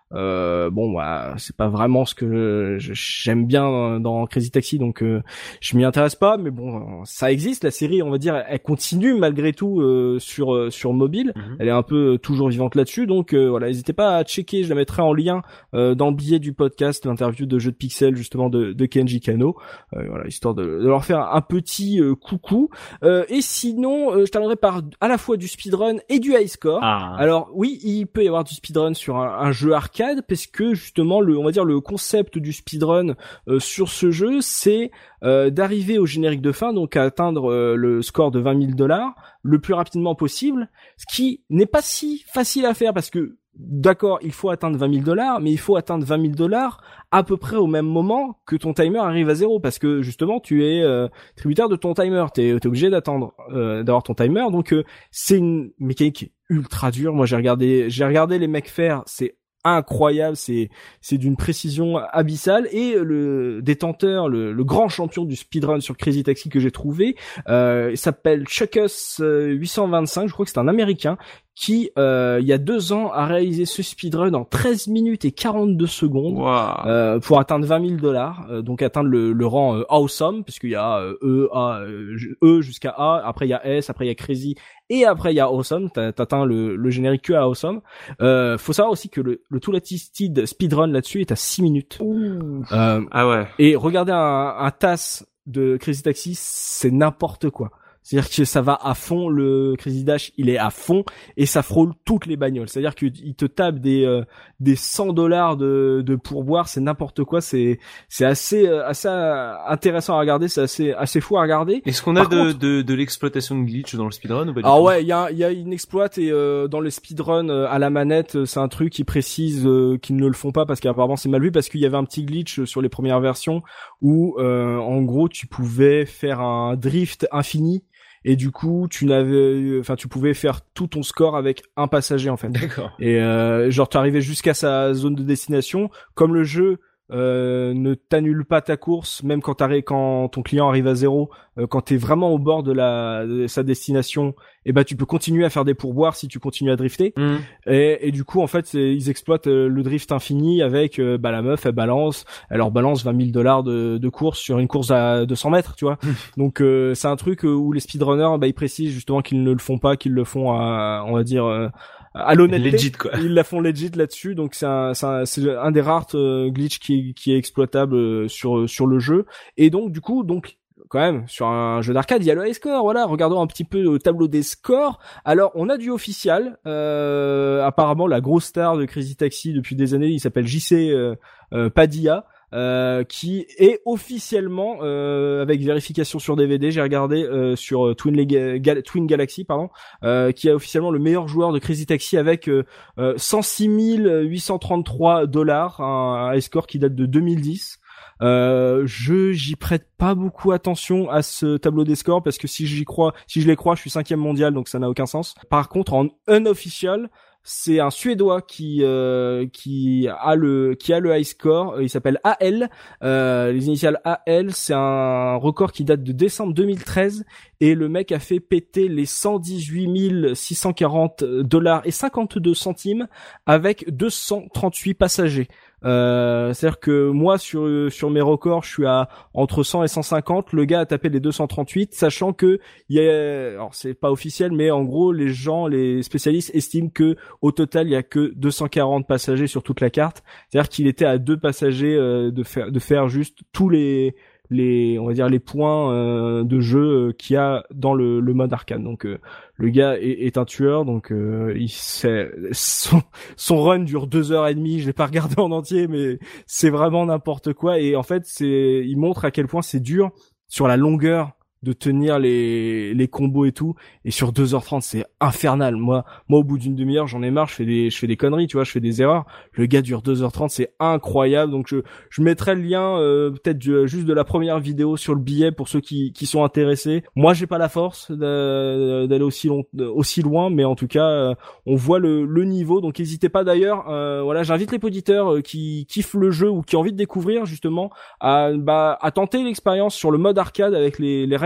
B: Euh, bon, bah, c'est pas vraiment ce que je- j'aime bien dans Crazy Taxi, donc euh, je m'y intéresse pas. Mais bon, ça existe. La série, on va dire, elle continue malgré tout euh, sur euh, sur mobile.
A: Mhm.
B: Elle est un peu euh, toujours vivante là-dessus. Donc euh, voilà, n'hésitez pas à checker. Je la mettrai en lien euh, dans le billet du podcast, l'interview de Jeux de Pixel justement de, de Kenji Kano. Euh, voilà, histoire de, de leur faire un petit euh, coucou. Euh, et sinon, euh, je terminerai par à la fois du speedrun et du high score.
A: Ah.
B: Alors oui, il peut y avoir du speedrun sur un, un jeu arcade parce que justement le, on va dire le concept du speedrun euh, sur ce jeu, c'est euh, d'arriver au générique de fin, donc à atteindre euh, le score de vingt mille dollars le plus rapidement possible, ce qui n'est pas si facile à faire parce que d'accord, il faut atteindre vingt mille dollars, mais il faut atteindre vingt mille dollars à peu près au même moment que ton timer arrive à zéro parce que justement tu es euh, tributaire de ton timer, t'es es obligé d'attendre euh, d'avoir ton timer, donc euh, c'est une mécanique ultra dure. Moi j'ai regardé j'ai regardé les mecs faire, c'est incroyable, c'est c'est d'une précision abyssale et le détenteur, le, le grand champion du speedrun sur Crazy Taxi que j'ai trouvé, euh, il s'appelle Chuckus huit cent vingt-cinq, je crois que c'est un Américain qui euh, il y a deux ans a réalisé ce speedrun en treize minutes et quarante-deux secondes.
E: Waouh.
B: Euh, pour atteindre vingt mille dollars, euh, donc atteindre le, le rang euh, awesome, puisqu'il y a euh, E, A, euh, E jusqu'à A, après il y a S, après il y a Crazy, et après il y a awesome, t'as- t'atteins le, le générique que à awesome. Euh, faut savoir aussi que le, le Too Latitude speedrun là-dessus est à six minutes. Euh,
E: Ah ouais.
B: et regarder un, un T A S de Crazy Taxi, c'est n'importe quoi. C'est-à-dire que ça va à fond, le Crazy Dash, il est à fond et ça frôle toutes les bagnoles. C'est-à-dire qu'il te tape des euh, des cent dollars de de pourboire, c'est n'importe quoi. C'est c'est assez euh, assez intéressant à regarder, c'est assez assez fou à regarder.
A: Est-ce qu'on a
B: Par
A: de,
B: contre-
A: de, de l'exploitation de glitch dans le speedrun ou pas du
B: Alors
A: tout
B: ouais, il y a il y a une exploit et euh, dans les speedruns euh, à la manette, euh, c'est un truc qui précise euh, qu'ils ne le font pas parce qu'apparemment c'est mal vu parce qu'il y avait un petit glitch sur les premières versions où euh, en gros tu pouvais faire un drift infini. Et du coup, tu n'avais, enfin, tu pouvais faire tout ton score avec un passager en fait.
A: D'accord.
B: Et euh, genre, tu arrivais jusqu'à sa zone de destination. Comme le jeu euh, ne t'annule pas ta course, même quand t'arrives, quand ton client arrive à zéro, euh, quand t'es vraiment au bord de la de sa destination, et ben tu peux continuer à faire des pourboires si tu continues à drifter.
A: Mhm.
B: Et, et du coup, en fait, c'est, ils exploitent euh, le drift infini avec euh, bah la meuf, elle balance, elle leur balance vingt mille dollars de, de course sur une course à deux cents mètres, tu vois. Donc euh, c'est un truc euh, où les speedrunners, bah ils précisent justement qu'ils ne le font pas, qu'ils le font à, on va dire, euh, à l'honnêteté.
A: Legit, quoi.
B: Ils la font legit là-dessus, donc c'est un, c'est un, c'est un des rares euh, glitch qui, qui est exploitable euh, sur sur le jeu. Et donc du coup, donc quand même sur un jeu d'arcade, il y a le high score. Voilà, regardons un petit peu le tableau des scores. Alors on a du officiel. Euh, apparemment, la grosse star de Crazy Taxi depuis des années, il s'appelle J C euh, euh, Padilla. Euh, qui est officiellement euh, avec vérification sur D V D, j'ai regardé euh, sur Twin, Lega- Gal- Twin Galaxy, pardon, euh, qui est officiellement le meilleur joueur de Crazy Taxi avec euh, euh, cent six mille huit cent trente-trois dollars, un, un high score qui date de deux mille dix. Euh, je j'y prête pas beaucoup attention à ce tableau des scores parce que si j'y crois, si je les crois, je suis cinquième mondial, donc ça n'a aucun sens. Par contre, en unofficial, c'est un Suédois qui euh, qui a le qui a le high score. Il s'appelle A L. Euh, les initiales A L, c'est un record qui date de décembre deux mille treize et le mec a fait péter les cent dix-huit mille six cent quarante dollars et cinquante-deux centimes avec deux cent trente-huit passagers. Euh, c'est-à-dire que moi sur sur mes records, je suis à entre cent et cent cinquante. Le gars a tapé les deux cent trente-huit, sachant que il y a, alors c'est pas officiel, mais en gros les gens, les spécialistes estiment que au total il y a que deux cent quarante passagers sur toute la carte. C'est-à-dire qu'il était à deux passagers euh, de faire de faire juste tous les les on va dire les points euh, de jeu euh, qu'il y a dans le, le mode arcade. Donc euh, le gars est, est un tueur, donc euh, il sait, son son run dure deux heures et demie. Je l'ai pas regardé en entier, mais c'est vraiment n'importe quoi. Et en fait, c'est il montre à quel point c'est dur sur la longueur de tenir les les combos et tout, et sur deux heures trente c'est infernal. Moi moi au bout d'une demi-heure j'en ai marre, je fais des je fais des conneries, tu vois, je fais des erreurs. Le gars dure deux heures trente, c'est incroyable. Donc je je mettrai le lien euh, peut-être du, juste de la première vidéo sur le billet pour ceux qui qui sont intéressés. Moi j'ai pas la force d'a- d'aller aussi long aussi loin, mais en tout cas euh, on voit le le niveau, donc n'hésitez pas d'ailleurs euh, voilà, j'invite les auditeurs euh, qui kiffent le jeu ou qui ont envie de découvrir justement à bah à tenter l'expérience sur le mode arcade avec les les règles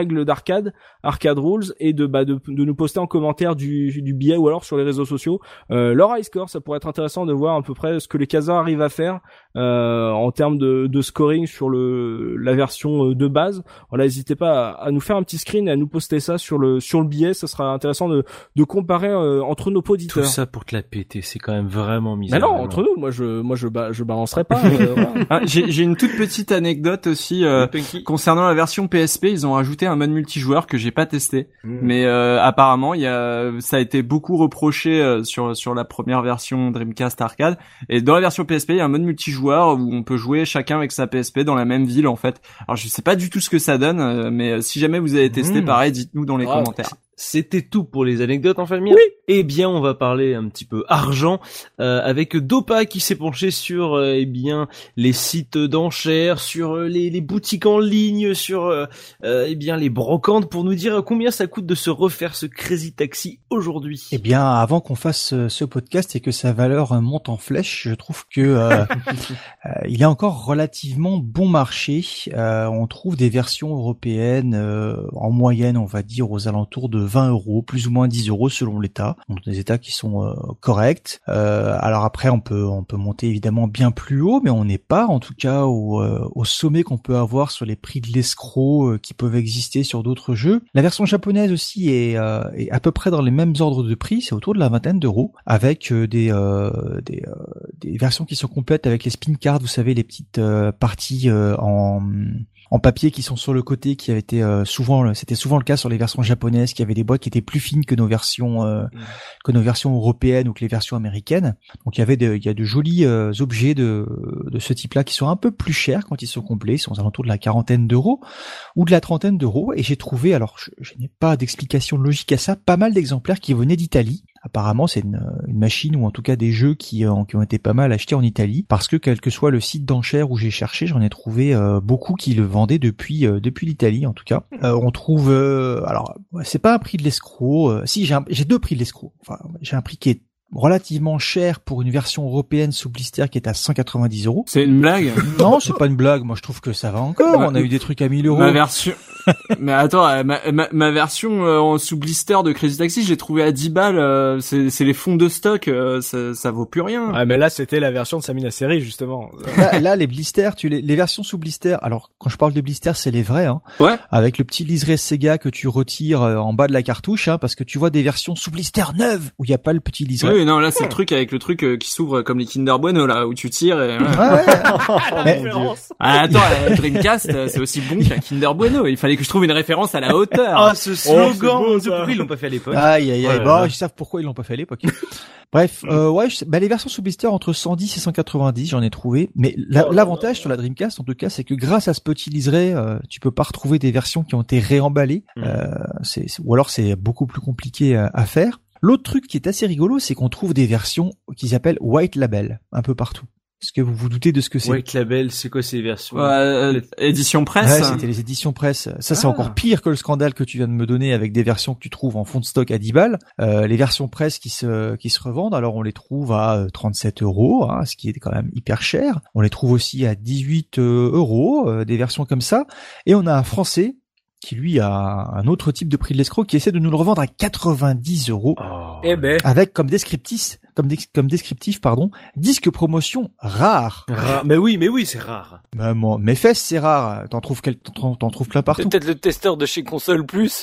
B: règles d'arcade, arcade rules, et de bah de, de nous poster en commentaire du, du billet ou alors sur les réseaux sociaux euh, leur high score. Ça pourrait être intéressant de voir à peu près ce que les caseurs arrivent à faire euh, en termes de, de scoring sur le la version de base. Voilà, n'hésitez pas à, à nous faire un petit screen et à nous poster ça sur le sur le billet. Ça sera intéressant de de comparer euh, entre nos auditeurs.
A: Tout ça pour te la péter, c'est quand même vraiment
B: Mais
A: misérable.
B: non, entre nous, moi je moi je ba- je balancerai pas. euh, voilà.
E: Ah, j'ai, j'ai une toute petite anecdote aussi euh, concernant la version P S P. Ils ont rajouté un mode multijoueur que j'ai pas testé,
A: Mmh.
E: mais euh, apparemment il y a, ça a été beaucoup reproché euh, sur sur la première version Dreamcast arcade. Et dans la version P S P, il y a un mode multijoueur où on peut jouer chacun avec sa P S P dans la même ville en fait. Alors je sais pas du tout ce que ça donne, euh, mais euh, si jamais vous avez testé,
A: Mmh.
E: pareil, dites-nous dans les
B: Ah,
E: commentaires.
A: C'était tout pour les anecdotes en famille. Oui. Eh bien, on va parler un petit peu argent euh, avec Dopa qui s'est penché sur euh, eh bien les sites d'enchères, sur euh, les, les boutiques en ligne, sur euh, euh, eh bien les brocantes pour nous dire combien ça coûte de se refaire ce Crazy Taxi aujourd'hui.
C: Eh bien, avant qu'on fasse euh, ce podcast et que sa valeur euh, monte en flèche, je trouve que euh, euh, il est encore relativement bon marché. Euh, on trouve des versions européennes euh, en moyenne, on va dire, aux alentours de vingt euros, plus ou moins dix euros selon l'État. Donc des États qui sont euh, corrects. Euh, alors après, on peut on peut monter évidemment bien plus haut, mais on n'est pas, en tout cas, au, euh, au sommet qu'on peut avoir sur les prix de l'escroc euh, qui peuvent exister sur d'autres jeux. La version japonaise aussi est, euh, est à peu près dans les mêmes ordres de prix, c'est autour de la vingtaine d'euros, avec euh, des euh, des, euh, des versions qui sont complètes avec les spin cards, vous savez, les petites euh, parties euh, en en papier qui sont sur le côté, qui avait été euh, souvent, c'était souvent le cas sur les versions japonaises, qui avaient des boîtes qui étaient plus fines que nos versions euh, mmh. que nos versions européennes ou que les versions américaines. Donc il y avait de, il y a de jolis euh, objets de de ce type-là qui sont un peu plus chers quand ils sont complets, ils sont aux alentours de la quarantaine d'euros ou de la trentaine d'euros. Et j'ai trouvé, alors je, je n'ai pas d'explication logique à ça, pas mal d'exemplaires qui venaient d'Italie. Apparemment, c'est une, une machine ou en tout cas des jeux qui, euh, qui ont été pas mal achetés en Italie, parce que quel que soit le site d'enchères où j'ai cherché, j'en ai trouvé euh, beaucoup qui le vendaient depuis euh, depuis l'Italie en tout cas. Euh, on trouve, euh, alors c'est pas un prix de l'escroc. Euh, si j'ai un, j'ai deux prix de l'escroc. Enfin, j'ai un prix qui est relativement cher pour une version européenne sous blister qui est à cent quatre-vingt-dix euros.
E: C'est une blague?
C: Non, c'est pas une blague. Moi, je trouve que ça va encore. On a eu des trucs à mille euros.
E: Ma version, mais attends, ma, ma, ma version euh, en sous blister de Crazy Taxi, je l'ai trouvée à dix balles. Euh, c'est, c'est les fonds de stock, euh, ça, ça vaut plus rien.
B: Ah, mais là, c'était la version de Samina Seri, justement.
C: Là, là, les blisters, tu les, les versions sous blister. Alors, quand je parle de blisters, c'est les vrais, hein.
E: Ouais.
C: Avec le petit liseré Sega que tu retires euh, en bas de la cartouche, hein, parce que tu vois des versions sous blister neuves où il y a pas le petit liseré.
E: Oui, non, là, c'est le truc avec le truc euh, qui s'ouvre comme les Kinder Bueno, là, où tu tires et... Ouais.
C: Ouais, ouais. Mais-
E: Ah, attends, la Dreamcast, euh, c'est aussi bon qu'un Kinder Bueno. Il fallait que je trouve une référence à la hauteur.
A: Ah, ce slogan,
B: c'est beau,
A: mon Dieu,
B: ça.
A: pourquoi ils l'ont pas fait à l'époque?
C: Aïe, aïe, aïe.
A: Ouais,
C: Bah,
A: ouais.
C: ils savent pourquoi ils l'ont pas fait à l'époque. Bref, euh, ouais, je- bah, les versions sous blister entre cent dix et cent quatre-vingt-dix, j'en ai trouvé. Mais la- l'avantage sur la Dreamcast, en tout cas, c'est que grâce à ce petit liseré, euh, tu peux pas retrouver des versions qui ont été réemballées.
A: Mm.
C: Euh, c'est, c'est- ou alors c'est beaucoup plus compliqué à, à faire. L'autre truc qui est assez rigolo, c'est qu'on trouve des versions qu'ils appellent white label un peu partout. Est-ce que vous vous doutez de ce que c'est?
A: White Label, c'est quoi ces versions?
E: Ouais, euh, édition presse.
C: Ouais, c'était les éditions presse. Ça, c'est
E: Ah.
C: encore pire que le scandale que tu viens de me donner avec des versions que tu trouves en fond de stock à dix balles. Euh, les versions presse qui se qui se revendent, alors on les trouve à euh, trente-sept euros, hein, ce qui est quand même hyper cher. On les trouve aussi à dix-huit euros, euh, des versions comme ça. Et on a un Français qui lui a un autre type de prix de l'escroc qui essaie de nous le revendre à quatre-vingt-dix euros.
A: Oh.
B: Eh ben.
C: Avec comme descriptif, comme, des- comme descriptif, pardon, disque promotion rare.
A: Rare. Mais oui, mais oui, c'est rare.
C: Mais moi, mes fesses, c'est rare. T'en trouves quel, t'en, t'en trouves plein
D: C'est
C: partout.
D: peut-être le testeur de chez Console Plus.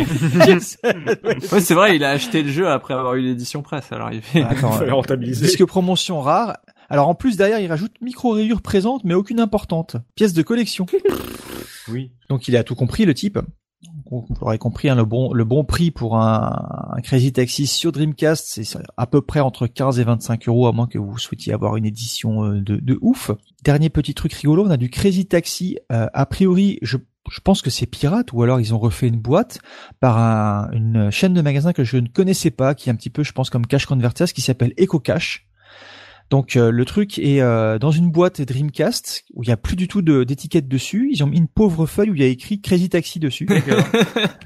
E: Ouais, c'est vrai, il a acheté le jeu après avoir eu l'édition presse, alors il fait...
C: Attends,
B: Fallait
C: euh,
B: rentabiliser.
C: disque promotion rare. Alors en plus derrière il rajoute micro rayure présente mais aucune importante. Pièce de collection.
A: Oui.
C: Donc il a tout compris le type. Vous l'aurez compris, hein, le bon le bon prix pour un, un Crazy Taxi sur Dreamcast, c'est à peu près entre quinze et vingt-cinq euros, à moins que vous souhaitiez avoir une édition euh, de, de ouf. Dernier petit truc rigolo, on a du Crazy Taxi. Euh, a priori, je je pense que c'est pirate ou alors ils ont refait une boîte par un, une chaîne de magasins que je ne connaissais pas, qui est un petit peu, je pense, comme Cash Converters, qui s'appelle EcoCash. Donc euh, le truc est euh, dans une boîte Dreamcast où il y a plus du tout de, d'étiquette dessus. Ils ont mis une pauvre feuille où il y a écrit Crazy Taxi dessus.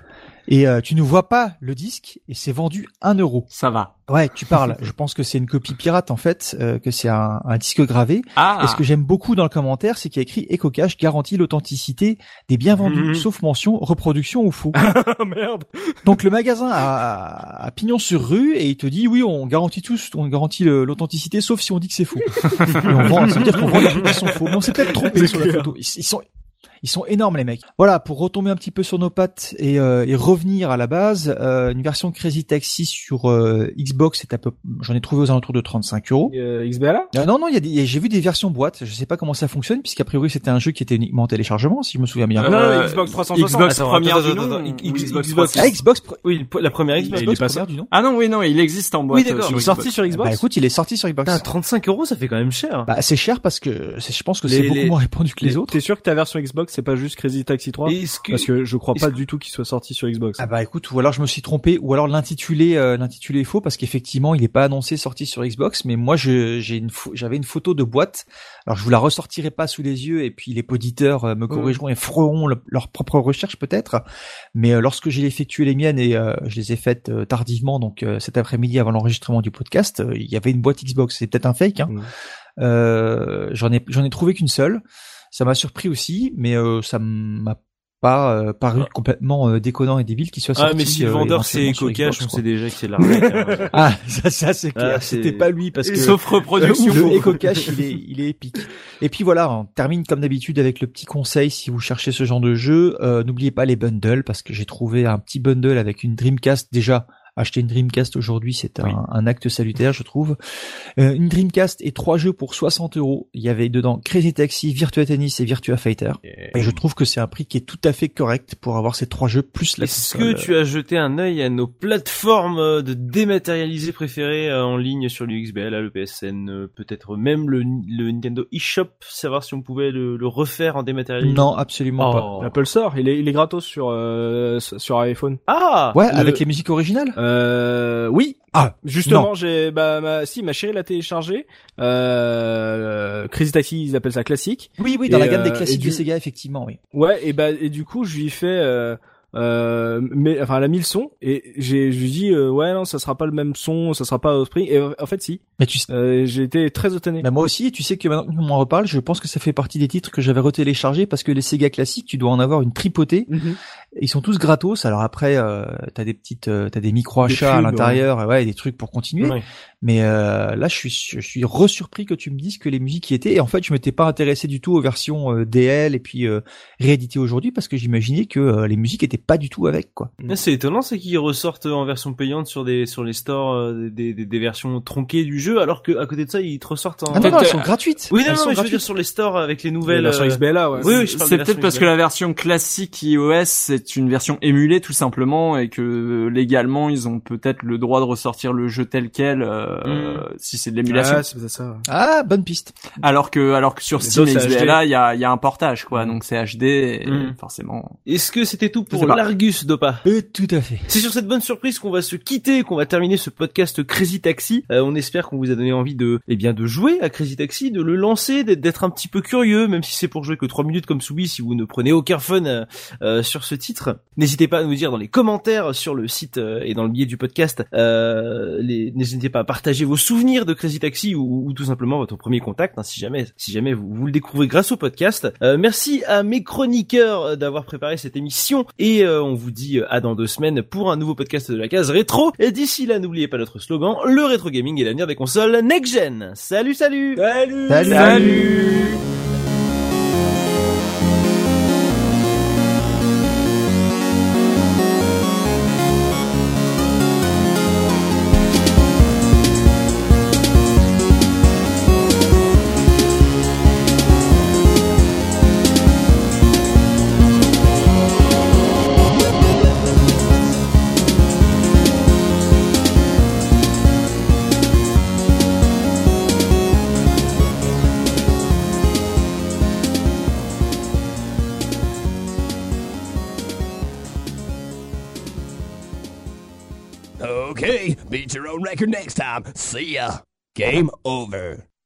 C: Et euh, tu ne vois pas le disque et c'est vendu un euro.
E: Ça va.
C: Ouais, tu parles. Je pense que c'est une copie pirate en fait, euh, que c'est un, un disque gravé.
E: Ah.
C: Et ce que j'aime beaucoup dans le commentaire, c'est qu'il y a écrit EcoCash garantit l'authenticité des biens vendus,
A: Mhm.
C: sauf mention reproduction ou faux.
B: Oh merde.
C: Donc le magasin a, a pignon sur rue et il te dit oui, on garantit tous, on garantit le- l'authenticité, sauf si on dit que c'est faux. Et on vend, ça veut dire qu'on vend des trucs qui sont faux. Mais on s'est peut-être trompé
B: C'est
C: sur la
B: clair.
C: photo. Ils, ils sont Ils sont énormes les mecs. Voilà, pour retomber un petit peu sur nos pattes et, euh, et revenir à la base, euh, une version Crazy Taxi sur euh, Xbox, c'est à peu, j'en ai trouvé aux alentours de trente-cinq euros.
B: Euh, X B L A
C: Euh, non, non, il y a des, j'ai vu des versions boîte. Je sais pas comment ça fonctionne, puisqu'a priori c'était un jeu qui était uniquement en téléchargement, si je me souviens bien.
E: Euh,
B: non,
E: euh,
B: Xbox trois cent soixante.
E: Xbox
A: Attends,
E: première
A: attends,
E: du
A: attends,
E: nom
A: attends,
E: ou
A: Xbox-
E: Xbox
A: Xbox-
E: trois cent soixante?
C: Ah, Xbox, pr-
A: Oui, la première
B: Il-
A: Xbox.
B: il est pas
A: première du nom.
E: Ah non, oui, non, il existe en boîte.
A: Oui, d'accord.
E: euh, sur
B: Il est
E: Xbox.
B: sorti sur Xbox.
C: bah écoute, il est sorti sur Xbox.
A: Putain, trente-cinq euros, ça fait quand même cher.
C: Bah c'est cher parce que c'est, je pense que
A: Les-
C: c'est beaucoup
A: les-
C: moins répandu que les autres.
B: T'es sûr que ta version Xbox c'est pas juste Crazy Taxi trois?
A: Et est-ce que-
B: Parce que je crois
A: est-ce
B: pas
A: que-
B: du tout qu'il soit sorti sur Xbox.
C: Ah bah écoute, ou alors je me suis trompé, ou alors l'intitulé, euh, l'intitulé est faux parce qu'effectivement il est pas annoncé sorti sur Xbox, mais moi je, j'ai une, pho- j'avais une photo de boîte. Alors je vous la ressortirai pas sous les yeux et puis les auditeurs euh, me corrigeront et feront le- leur propre recherche peut-être. Mais euh, lorsque j'ai effectué les miennes et euh, je les ai faites euh, tardivement, donc euh, cet après-midi avant l'enregistrement du podcast, euh, il y avait une boîte Xbox. C'est peut-être un fake. Hein.
B: Mm.
C: Euh, j'en ai, j'en ai trouvé qu'une seule. Ça m'a surpris aussi, mais euh, ça m'a pas euh, paru complètement euh, déconnant et débile qu'il soit sorti.
A: Ah, mais si le
C: euh,
A: vendeur c'est
C: éventuellement sur
A: EcoCash,
C: Xbox,
A: on
C: quoi.
A: sait déjà que c'est de l'arnaque. hein.
C: Ah, ça, ça c'est clair.
A: Ah, c'est-
C: C'était pas lui parce que
E: Sauf reproduction.
C: le EcoCash, il est, il est épique. Et puis voilà, on termine comme d'habitude avec le petit conseil si vous cherchez ce genre de jeu. Euh, n'oubliez pas les bundles parce que j'ai trouvé un petit bundle avec une Dreamcast déjà. Acheter une Dreamcast aujourd'hui, c'est un,
E: Oui.
C: un acte salutaire, je trouve. Euh, une Dreamcast et trois jeux pour soixante euros. Il y avait dedans Crazy Taxi, Virtua Tennis et Virtua Fighter. Et je trouve que c'est un prix qui est tout à fait correct pour avoir ces trois jeux plus la
A: Est-ce
C: console.
A: que tu as jeté un œil à nos plateformes euh, de dématérialisées préférées euh, en ligne sur l'U X B L, le P S N, euh, peut-être même le, le Nintendo eShop, savoir si on pouvait le, le refaire en dématérialisé?
C: Non, absolument
A: Oh.
B: L'Apple Store, il est, il est gratos sur euh, sur iPhone.
A: Ah!
C: pas. Ouais,
B: le-
C: avec les musiques originales.
B: Euh, oui.
C: Ah,
B: Justement,
C: non.
B: j'ai, bah, ma, si, ma chérie l'a téléchargé. Euh, Crazy Taxi, ils appellent ça classique.
C: Oui, oui, dans
B: Et,
C: la gamme des
B: euh,
C: classiques
B: et du-
C: de Sega, effectivement, oui.
B: Ouais, et bah, et du coup, je lui ai fait, euh, euh, mais, enfin, elle a mis le son, et j'ai, je lui ai dit, euh, ouais, non, ça sera pas le même son, ça sera pas au spring, et en fait, si.
C: Mais tu sais,
B: Euh, j'ai été très étonné.
C: bah moi aussi, et tu sais que maintenant que tu m'en reparles, je pense que ça fait partie des titres que j'avais retéléchargés parce que les Sega classiques, tu dois en avoir une tripotée.
B: Mhm.
C: Ils sont tous gratos. Alors après, euh, t'as des petites, euh, t'as des micro achats à
B: pubs,
C: l'intérieur, ouais, des trucs pour continuer.
A: Ouais.
C: Mais euh, là, je suis, je suis resurpris que tu me dises que les musiques y étaient. Et en fait, je m'étais pas intéressé du tout aux versions euh, D L et puis euh, rééditées aujourd'hui parce que j'imaginais que euh, les musiques étaient pas du tout avec, quoi.
A: Ah, c'est étonnant, c'est qu'ils ressortent en version payante sur des sur les stores euh, des, des, des versions tronquées du jeu, alors que à côté de ça, ils te ressortent en.
C: Ah non, non,
E: fait,
C: elles sont
E: euh,
C: gratuites.
A: Oui, non,
C: Elles
A: non,
C: sont
A: mais je veux
C: gratuites.
A: dire sur les stores avec les
B: La
A: nouvelles.
B: version
A: euh,
B: X B L A, ouais.
A: Oui, oui, je parle
E: C'est
A: de
E: peut-être
A: version
E: parce
A: X B
E: que
A: L.
E: la version classique iOS, c'est une version émulée tout simplement, et que euh, légalement, ils ont peut-être le droit de ressortir le jeu tel quel, euh,
A: Mm.
E: si c'est de l'émulation.
B: Ah, c'est peut-être ça.
C: Ah, bonne piste.
E: Alors que, alors que sur
B: Les
E: Steam
B: autres,
E: et
B: c'est
E: X B
B: H D.
E: L A, il y a, il y a un portage, quoi. Donc c'est H D, et
A: Mm.
E: forcément.
A: Est-ce que c'était tout
E: Je sais
A: pour
E: pas.
A: l'Argus, Dopa?
C: Euh, tout à fait.
A: C'est sur cette bonne surprise qu'on va se quitter, qu'on va terminer ce podcast Crazy Taxi. Euh, on espère qu'on vous a donné envie de, eh bien, de jouer à Crazy Taxi, de le lancer, d'être, d'être un petit peu curieux, même si c'est pour jouer que trois minutes comme Soubi, si vous ne prenez aucun fun euh, euh, sur ce titre. N'hésitez pas à nous dire dans les commentaires sur le site euh, et dans le billet du podcast. Euh, les, n'hésitez pas à partager vos souvenirs de Crazy Taxi ou, ou tout simplement votre premier contact, hein, si jamais, si jamais vous, vous le découvrez grâce au podcast. Euh, merci à mes chroniqueurs d'avoir préparé cette émission et euh, on vous dit à dans deux semaines pour un nouveau podcast de la case rétro. Et d'ici là, n'oubliez pas notre slogan, le rétro gaming est l'avenir des consoles next-gen. Salut, salut!
B: Salut!
C: Salut.
E: Salut!
H: Okay, beat your own record next time. See ya. Game over.